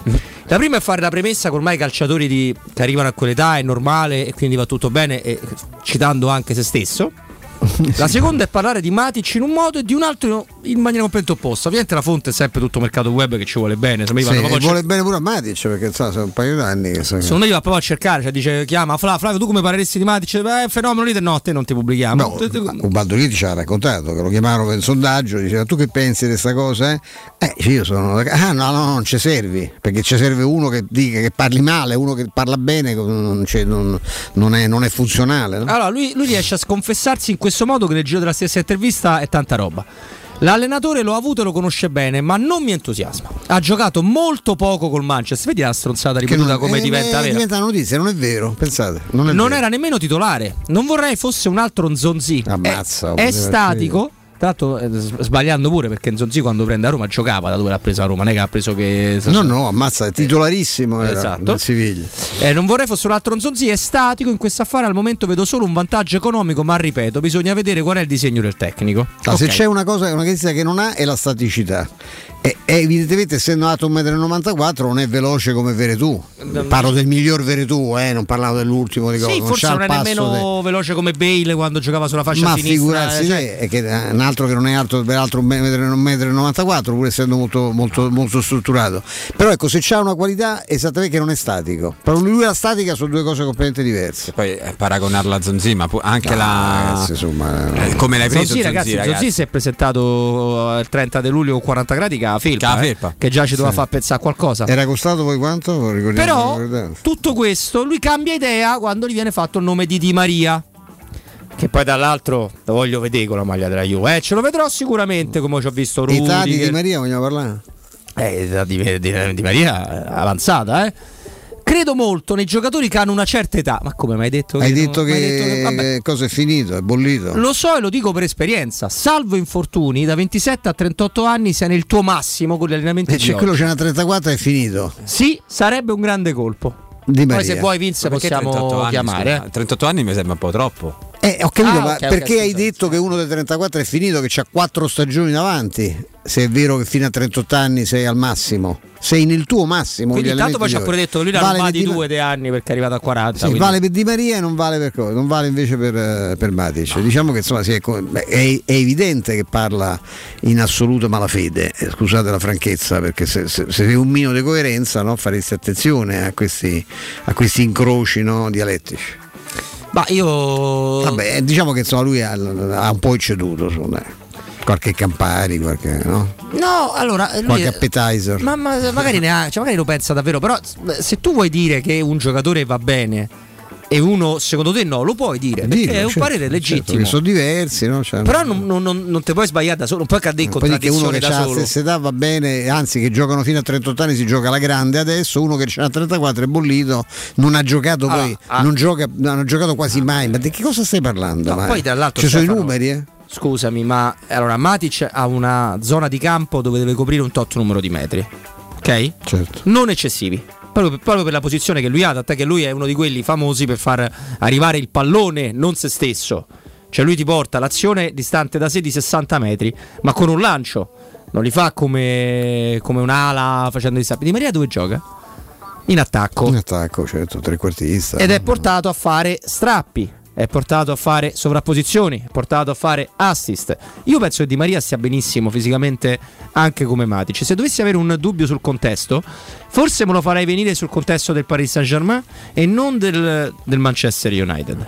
La prima è fare la premessa che ormai i calciatori di, che arrivano a quell'età è normale e quindi va tutto bene, e, citando anche se stesso. La seconda è parlare di Matic in un modo e di un altro in maniera completamente opposta. Ovviamente la fonte è sempre tutto mercato web che ci vuole bene. Se mi Sì, vanno e proprio a vuole cer- bene pure a Matic, perché so, sono un paio d'anni che so che- secondo me gli va proprio a cercare, cioè dice, chiama Fla, Flavio, tu come parleresti di Matic? Beh, fenomeno leader, no, a te non ti pubblichiamo. No, Ubaldo Liti ci ha raccontato che lo chiamarono per il sondaggio, diceva tu che pensi di questa cosa? Eh, eh io sono ah no no non ci servi, perché ci serve uno che dica che parli male, uno che parla bene, non, c'è, non, non, è, non è funzionale, no? Allora lui, lui riesce a sconfessarsi in questo modo, che nel giro della stessa intervista è tanta roba. L'allenatore lo ha avuto e lo conosce bene, ma non mi entusiasma. Ha giocato molto poco col Manchester. Vedi la stronzata ripetuta come eh, diventa eh, vera. diventa notizia, non è vero, pensate. Non, è Non vero. era nemmeno titolare. Non vorrei fosse un altro Nzonzi. Ammazza, è, è oh, statico. Tra l'altro eh, sbagliando pure, perché Nzonzi quando prende a Roma giocava da dove l'ha presa a Roma, non è che ha preso che... No, no, ammazza, è titolarissimo era, Esatto. del Siviglia. Eh, non vorrei fosse un altro Nzonzi, è statico in questo affare, al momento vedo solo un vantaggio economico, ma ripeto, bisogna vedere qual è il disegno del tecnico. Ah, Ok. Se c'è una cosa, una caratteristica che non ha è la staticità. E, e evidentemente essendo alto un metro e novantaquattro non è veloce come Veretù. Parlo del miglior Veretù, eh, non parlavo dell'ultimo di cosa. Sì, non forse c'ha non il è passo nemmeno de- veloce come Bale quando giocava sulla fascia ma sinistra. figurarsi cioè- te, è che è un altro che non è alto, peraltro un metro e novantaquattro, pur essendo molto, molto, molto strutturato. Però ecco, se c'ha una qualità esattamente che non è statico. Proprio lui e la statica sono due cose completamente diverse. E poi eh, paragonarla a Zonzi, ma pu- anche No, la ragazzi, insomma, eh, come l'hai preso Zonzi, ragazzi, Zonzi si è presentato il trenta di luglio con quaranta gradi che ha la felpa, Che ha la eh, felpa. che già ci doveva Sì. far pensare a qualcosa. Era costato poi quanto? Ricordiamo, Però ricordate? tutto questo lui cambia idea quando gli viene fatto il nome di Di Maria, che poi dall'altro lo voglio vedere con la maglia della Juve, eh, ce lo vedrò sicuramente, come ci ho visto Rudy. Età di Di Maria vogliamo parlare? Eh, età di, di, di Maria eh, avanzata, eh. Credo molto nei giocatori che hanno una certa età. Ma come mi hai detto che Hai non- detto mi che, hai detto che- vabbè. cosa è finito, è bollito. Lo so e lo dico per esperienza. Salvo infortuni, da ventisette a trentotto anni sei nel tuo massimo con gli allenamenti E di c'è oggi. quello c'è una trentaquattro è finito. Sì, sarebbe un grande colpo. Di Poi Maria. se vuoi Vince Ma perché possiamo trentotto anni, chiamare. scusa? trentotto anni mi sembra un po' troppo. Eh, ho capito, Ah, ma ok, ok, perché hai scusa. detto che uno dei trentaquattro è finito, che c'ha quattro stagioni davanti? Se è vero che fino a trentotto anni sei al massimo, sei nel tuo massimo. Quindi gli intanto poi allenamenti ci ha di pure oggi. detto che lui era Vale vale per di Di Ma- due dei anni perché è arrivato a quaranta. Sì, quindi- vale per Di Maria e non vale per cosa, non vale invece per, eh, per Matic. Diciamo che insomma si è, co- beh, è, è evidente che parla in assoluta malafede, eh, scusate la franchezza, perché se, se, se sei un minimo di coerenza, no, faresti attenzione a questi, a questi incroci, no, dialettici. Ma io. Vabbè, diciamo che insomma lui ha, ha un po' ecceduto, insomma. Qualche Campari, qualche, no? No, allora lui- Qualche appetizer. Ma, ma magari, ne ha, cioè magari lo pensa davvero, però se tu vuoi dire che un giocatore va bene e uno secondo te no, lo puoi dire, perché Dillo, è un certo, parere certo, legittimo. che sono diversi, no? Cioè, Però non, non, non, non ti puoi sbagliare da solo, non puoi cadere in poi che uno contraddizione che da ha la solo. stessa età va bene, anzi che giocano fino a trentotto anni si gioca alla grande adesso, uno che ha trentaquattro è bollito, non ha giocato Allora, poi, ah. non, gioca, non ha giocato quasi mai, ma di che cosa stai parlando? No, Ma poi dall'altro ci sono i Stefano, numeri, eh? Scusami, ma allora Matic ha una zona di campo dove deve coprire un tot numero di metri, ok? Certo. Non eccessivi. Proprio per, proprio per la posizione che lui ha, tant'è che lui è uno di quelli famosi per far arrivare il pallone, non se stesso. Cioè lui ti porta l'azione distante da sé di sessanta metri, ma con un lancio. Non li fa come, come un'ala facendo i sappi. Di Maria dove gioca? In attacco. In attacco, certo, trequartista. Ed è portato a fare strappi, è portato a fare sovrapposizioni, è portato a fare assist. Io penso che Di Maria stia benissimo fisicamente anche come Matic. Se dovessi avere un dubbio sul contesto, forse me lo farei venire sul contesto del Paris Saint-Germain e non del, del Manchester United.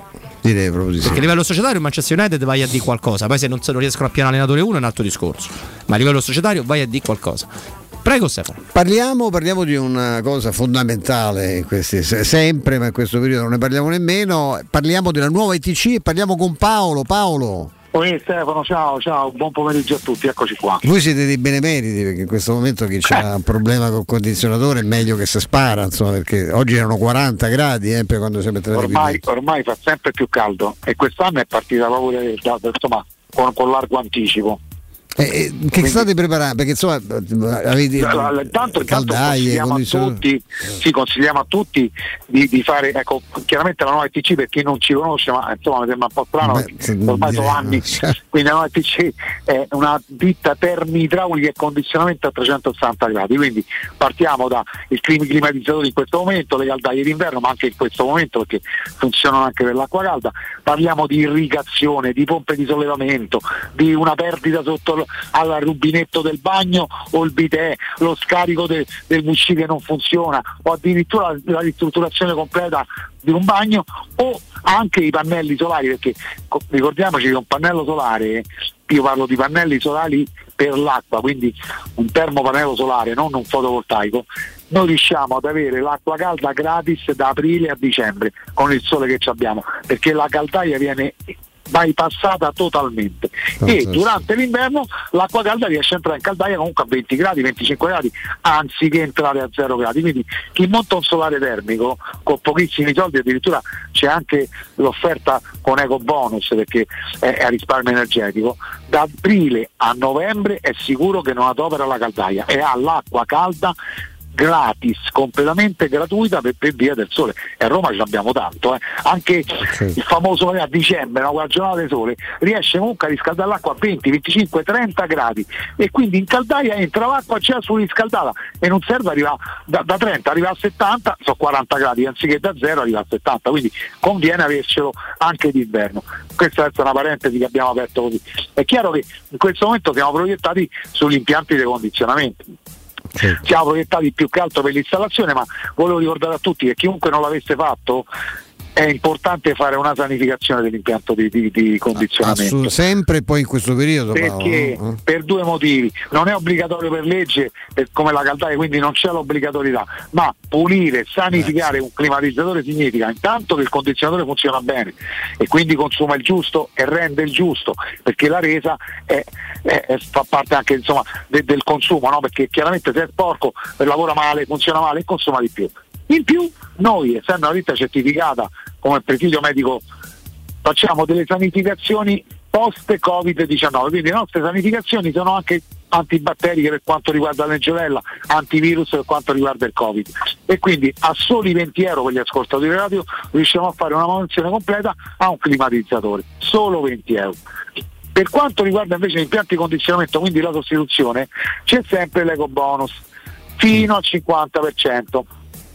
Direi proprio di sì. Perché a livello societario Manchester United vai a dire qualcosa, poi se non, se non riescono a pianare allenatore uno è un altro discorso, ma a livello societario vai a dire qualcosa. Prego Stefano. Parliamo, parliamo di una cosa fondamentale in questi, sempre, ma in questo periodo non ne parliamo nemmeno. Parliamo della nuova I T C e parliamo con Paolo. Paolo. Oi Stefano, ciao, ciao, buon pomeriggio a tutti, eccoci qua. Voi siete dei benemeriti, perché in questo momento chi ha un problema col condizionatore è meglio che si spara, insomma, perché oggi erano quaranta gradi eh, per quando si metterà ormai, ormai fa sempre più caldo e quest'anno è partita proprio da, da, insomma, con, con largo anticipo. Eh, eh, che Quindi, state preparando? Perché insomma avete intanto, intanto consigliamo a tutti, sì, consigliamo a tutti di, di fare, ecco, chiaramente la nuova I T C per chi non ci conosce, ma insomma mi sembra un po' strano Beh, perché ormai sono anni, quindi la nuova I T C è una ditta termidraulica e condizionamento a trecentosessanta gradi, quindi partiamo da il climatizzatore in questo momento, le caldaie d'inverno, ma anche in questo momento perché funzionano anche per l'acqua calda, parliamo di irrigazione, di pompe di sollevamento, di una perdita sotto al rubinetto del bagno o il bidet, lo scarico de, del W C che non funziona o addirittura la, la ristrutturazione completa di un bagno o anche i pannelli solari, perché ricordiamoci che un pannello solare, io parlo di pannelli solari per l'acqua, quindi un termopannello solare, non un fotovoltaico, noi riusciamo ad avere l'acqua calda gratis da aprile a dicembre con il sole che ci abbiamo, perché la caldaia viene bypassata totalmente oh, e durante l'inverno l'acqua calda riesce a entrare in caldaia comunque a venti gradi, venticinque gradi anziché entrare a zero gradi, quindi chi monta un solare termico con pochissimi soldi, addirittura c'è anche l'offerta con eco bonus perché è, è a risparmio energetico, da aprile a novembre è sicuro che non adopera la caldaia e ha l'acqua calda gratis, completamente gratuita per, per via del sole, e a Roma ce l'abbiamo tanto, eh. Anche okay. Il famoso a dicembre, no, quella giornata di sole, riesce comunque a riscaldare l'acqua a venti, venticinque, trenta gradi e quindi in caldaia entra l'acqua già surriscaldata e non serve arrivare da, da trenta arriva a settanta, sono quaranta gradi, anziché da zero arriva a settanta, quindi conviene avercelo anche d'inverno. Questa è una parentesi che abbiamo aperto così. È chiaro che in questo momento siamo proiettati sugli impianti di condizionamento. Sì. Siamo proiettati più che altro per l'installazione, ma volevo ricordare a tutti che chiunque non l'avesse fatto è importante fare una sanificazione dell'impianto di, di, di condizionamento. Assolut- sempre poi in questo periodo. Perché Paolo, no? Per due motivi: non è obbligatorio per legge per, come la caldaia, quindi non c'è l'obbligatorietà, ma pulire, sanificare un climatizzatore significa intanto che il condizionatore funziona bene e quindi consuma il giusto e rende il giusto, perché la resa è, è, è, fa parte anche insomma de, del consumo, no? Perché chiaramente se è sporco lavora male, funziona male e consuma di più. In più noi, essendo una ditta certificata come presidio medico, facciamo delle sanificazioni post covid diciannove, quindi le nostre sanificazioni sono anche antibatteriche per quanto riguarda la legionella, antivirus per quanto riguarda il Covid, e quindi a soli venti euro per gli ascoltatori radio riusciamo a fare una manutenzione completa a un climatizzatore, solo venti euro. Per quanto riguarda invece gli impianti di condizionamento, quindi la sostituzione, c'è sempre l'eco bonus fino al cinquanta per cento.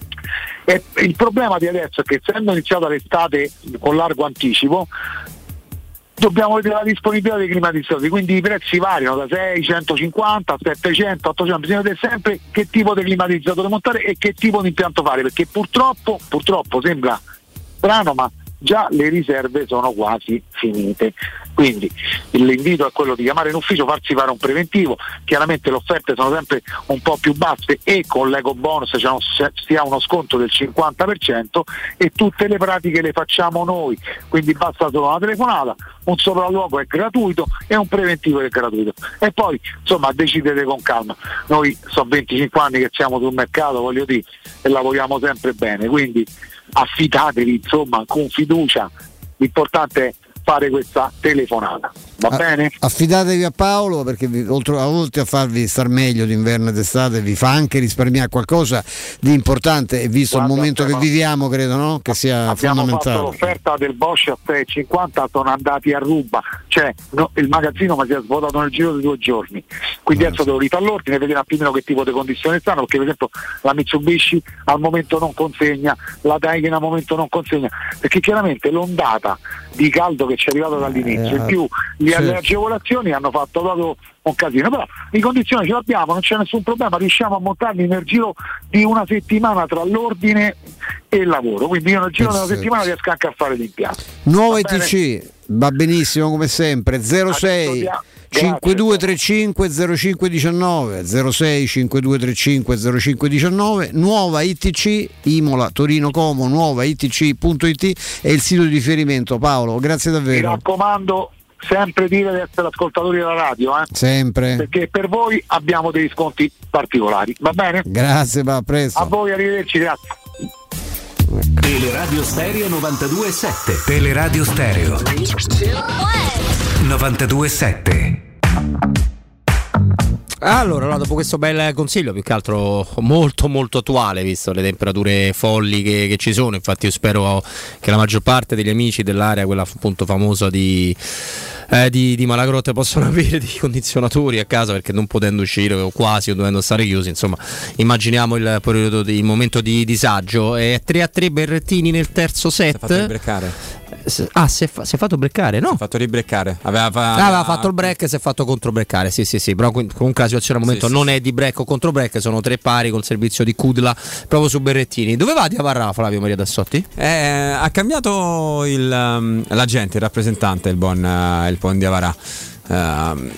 E il problema di adesso è che, essendo iniziata l'estate con largo anticipo, dobbiamo vedere la disponibilità dei climatizzatori, quindi i prezzi variano da sei, centocinquanta, settecento, ottocento, bisogna vedere sempre che tipo di climatizzatore montare e che tipo di impianto fare, perché purtroppo, purtroppo sembra strano, ma già le riserve sono quasi finite. Quindi l'invito è quello di chiamare in ufficio, farsi fare un preventivo, chiaramente le offerte sono sempre un po' più basse e con l'eco bonus si ha uno sconto del cinquanta per cento e tutte le pratiche le facciamo noi, quindi basta solo una telefonata, un sopralluogo è gratuito e un preventivo è gratuito, e poi insomma decidete con calma. Noi sono venticinque anni che siamo sul mercato, voglio dire, e lavoriamo sempre bene, quindi affidatevi insomma con fiducia, l'importante è fare questa telefonata, va a, bene? Affidatevi a Paolo, perché vi, oltre, oltre a farvi star meglio d'inverno ed estate, vi fa anche risparmiare qualcosa di importante, e visto Guarda, il momento che viviamo credo, no? Che sia abbiamo fondamentale. Abbiamo fatto l'offerta del Bosch a sei e cinquanta, sono andati a ruba, cioè no, il magazzino mi si è svuotato nel giro di due giorni, quindi no, adesso sì. devo rifare l'ordine, vedere un attimino che tipo di condizioni stanno, perché per esempio la Mitsubishi al momento non consegna, la Daikin al momento non consegna, perché chiaramente l'ondata di caldo che ci è arrivato dall'inizio, in più gli le, certo. le agevolazioni hanno fatto proprio un casino, però le condizioni ce l'abbiamo, non c'è nessun problema, riusciamo a montarli nel giro di una settimana tra l'ordine e il lavoro, quindi io nel giro di una settimana riesco anche a fare l'impianto. Nuova I T C, va benissimo come sempre, zero sei cinquantadue trentacinque zero cinque diciannove zero sei cinquantadue trentacinque zero cinque diciannove. Nuova I T C, Imola, Torino, Como, nuova I T C punto it è il sito di riferimento. Paolo, grazie davvero. Mi raccomando, sempre dire di essere ascoltatori della radio, eh? Sempre, perché per voi abbiamo degli sconti particolari, va bene? Grazie, va, a presto. A voi, arrivederci, grazie. Teleradio Stereo novantadue virgola sette. Teleradio Stereo novantadue virgola sette. Allora, allora, dopo questo bel consiglio, più che altro molto molto attuale, visto le temperature folli che, che ci sono, infatti io spero che la maggior parte degli amici dell'area, quella appunto famosa di, eh, di, di Malagrotta, possano avere dei condizionatori a casa, perché non potendo uscire o quasi o dovendo stare chiusi, insomma, immaginiamo il periodo di, il momento di disagio. E tre a tre Berrettini nel terzo set. Si è fatto breccare. Ah, si è, fa- si è fatto breccare, no? Si è fatto ribreccare. Aveva, fa- ah, aveva fatto il break e si è fatto controbreccare. Sì, sì, sì. Però comunque la situazione al momento sì, non sì, è di break o controbreak, sono tre pari col servizio di Kudla proprio su Berrettini. Dove va Diavarà, Flavio Maria Dassotti? Eh, ha cambiato il, um, l'agente, il rappresentante, il buon, uh, il buon Diavarà. Uh,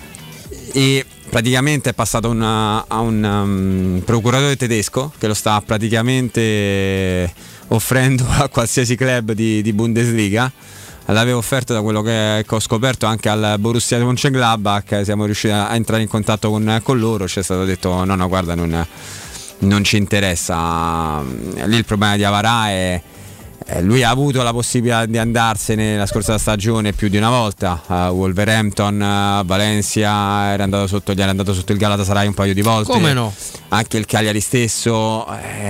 e praticamente è passato una, a un um, procuratore tedesco che lo sta praticamente offrendo a qualsiasi club di, di Bundesliga. L'avevo offerto, da quello che, che ho scoperto, anche al Borussia Mönchengladbach. Siamo riusciti a entrare in contatto con, con loro. Ci è stato detto no no guarda, non, non ci interessa. Lì il problema di Avarà è eh, lui ha avuto la possibilità di andarsene la scorsa stagione più di una volta. uh, Wolverhampton, uh, Valencia, era andato sotto, gli era andato sotto il Galatasaray un paio di volte. Come no? Anche il Cagliari stesso.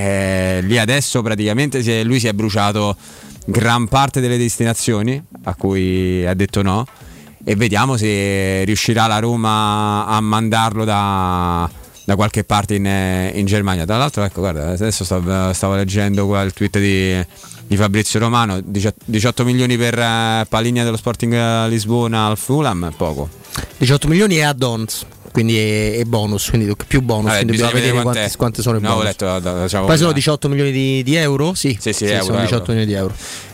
eh, lì adesso praticamente si è, lui si è bruciato gran parte delle destinazioni a cui ha detto no, e vediamo se riuscirà la Roma a mandarlo da, da qualche parte in, in Germania. Tra l'altro, ecco, guarda, adesso stavo, stavo leggendo qua il tweet di, di Fabrizio Romano: diciotto milioni per uh, Paligna dello Sporting Lisbona al Fulham, poco. diciotto milioni e add-ons, quindi è, è bonus, quindi più bonus. Vabbè, quindi dobbiamo vedere quante, quante sono i bonus. No, letto, da, diciamo, poi sono diciotto milioni di, di euro? Sì, sì, sì, sì euro, sono euro. diciotto milioni di euro.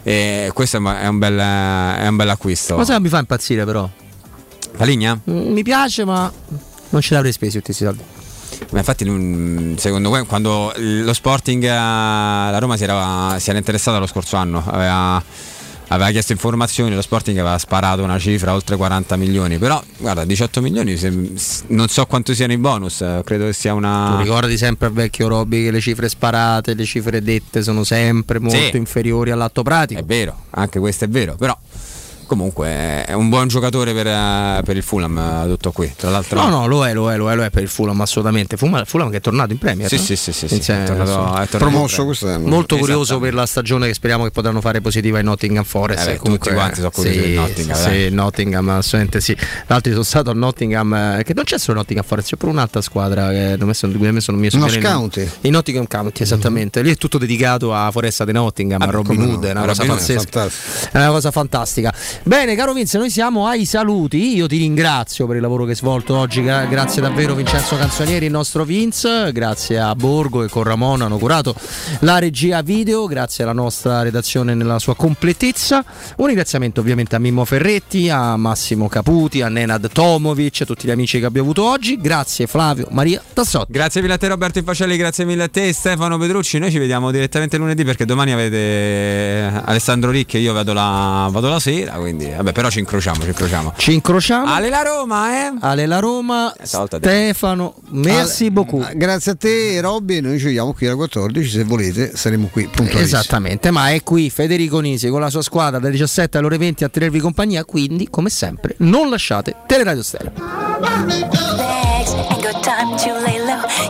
E questo è un bel, è un bel acquisto. Cosa non mi fa impazzire però? Paligna? Mm, mi piace, ma non ce l'avrei spesi tutti questi soldi. Ma infatti, secondo me, quando lo Sporting, la Roma si era, si era interessata lo scorso anno, aveva, aveva chiesto informazioni, lo Sporting aveva sparato una cifra oltre quaranta milioni. Però guarda, diciotto milioni, se, non so quanto siano i bonus, credo che sia una... Tu ricordi sempre al vecchio Robby che le cifre sparate, le cifre dette sono sempre molto sì, inferiori all'atto pratico. È vero, anche questo è vero, però comunque è un buon giocatore per, per il Fulham, tutto qui. Tra l'altro, no, no, lo è, lo è, lo è, lo è per il Fulham, assolutamente. Fulham, Fulham che è tornato in Premier. Sì, no? sì, sì, sì, sì, è tornato, è tornato promosso quest'anno. Molto curioso per la stagione che speriamo che potranno fare positiva in Nottingham Forest. Eh beh, comunque, tutti quanti sono curiosi sì, di Nottingham. Sì, sì, Nottingham, assolutamente sì. L'altro sono stato a Nottingham, che non c'è solo Nottingham Forest, c'è pure un'altra squadra che hanno messo, messo non mi Uno County. In Nottingham County, esattamente. Mm-hmm. Lì è tutto dedicato a Foresta di Nottingham, ah, a Robin Hood, no. È una cosa Robin pazzesca. È una cosa fantastica. Bene, caro Vince, noi siamo ai saluti. Io ti ringrazio per il lavoro che hai svolto oggi, grazie davvero Vincenzo Canzonieri, il nostro Vince, grazie a Borgo che con Ramona hanno curato la regia video, grazie alla nostra redazione nella sua completezza. Un ringraziamento ovviamente a Mimmo Ferretti, a Massimo Caputi, a Nenad Tomovic, a tutti gli amici che abbiamo avuto oggi. Grazie Flavio Maria Tassotti. Grazie mille a te Roberto Infacelli, grazie mille a te Stefano Pedrucci. Noi ci vediamo direttamente lunedì, perché domani avete Alessandro Ricchi e io vado la, vado la sera, quindi vabbè, però ci incrociamo. Ci incrociamo. Ci incrociamo. Ale la Roma, eh? Ale la Roma. Stefano, merci Ale, beaucoup. Grazie a te, Robby. Noi ci vediamo qui alle quattordici. Se volete, saremo qui puntualissimi. Esattamente. Ma è qui Federico Nisi con la sua squadra dalle diciassette alle ore venti a tenervi compagnia. Quindi, come sempre, non lasciate Teleradio Stereo.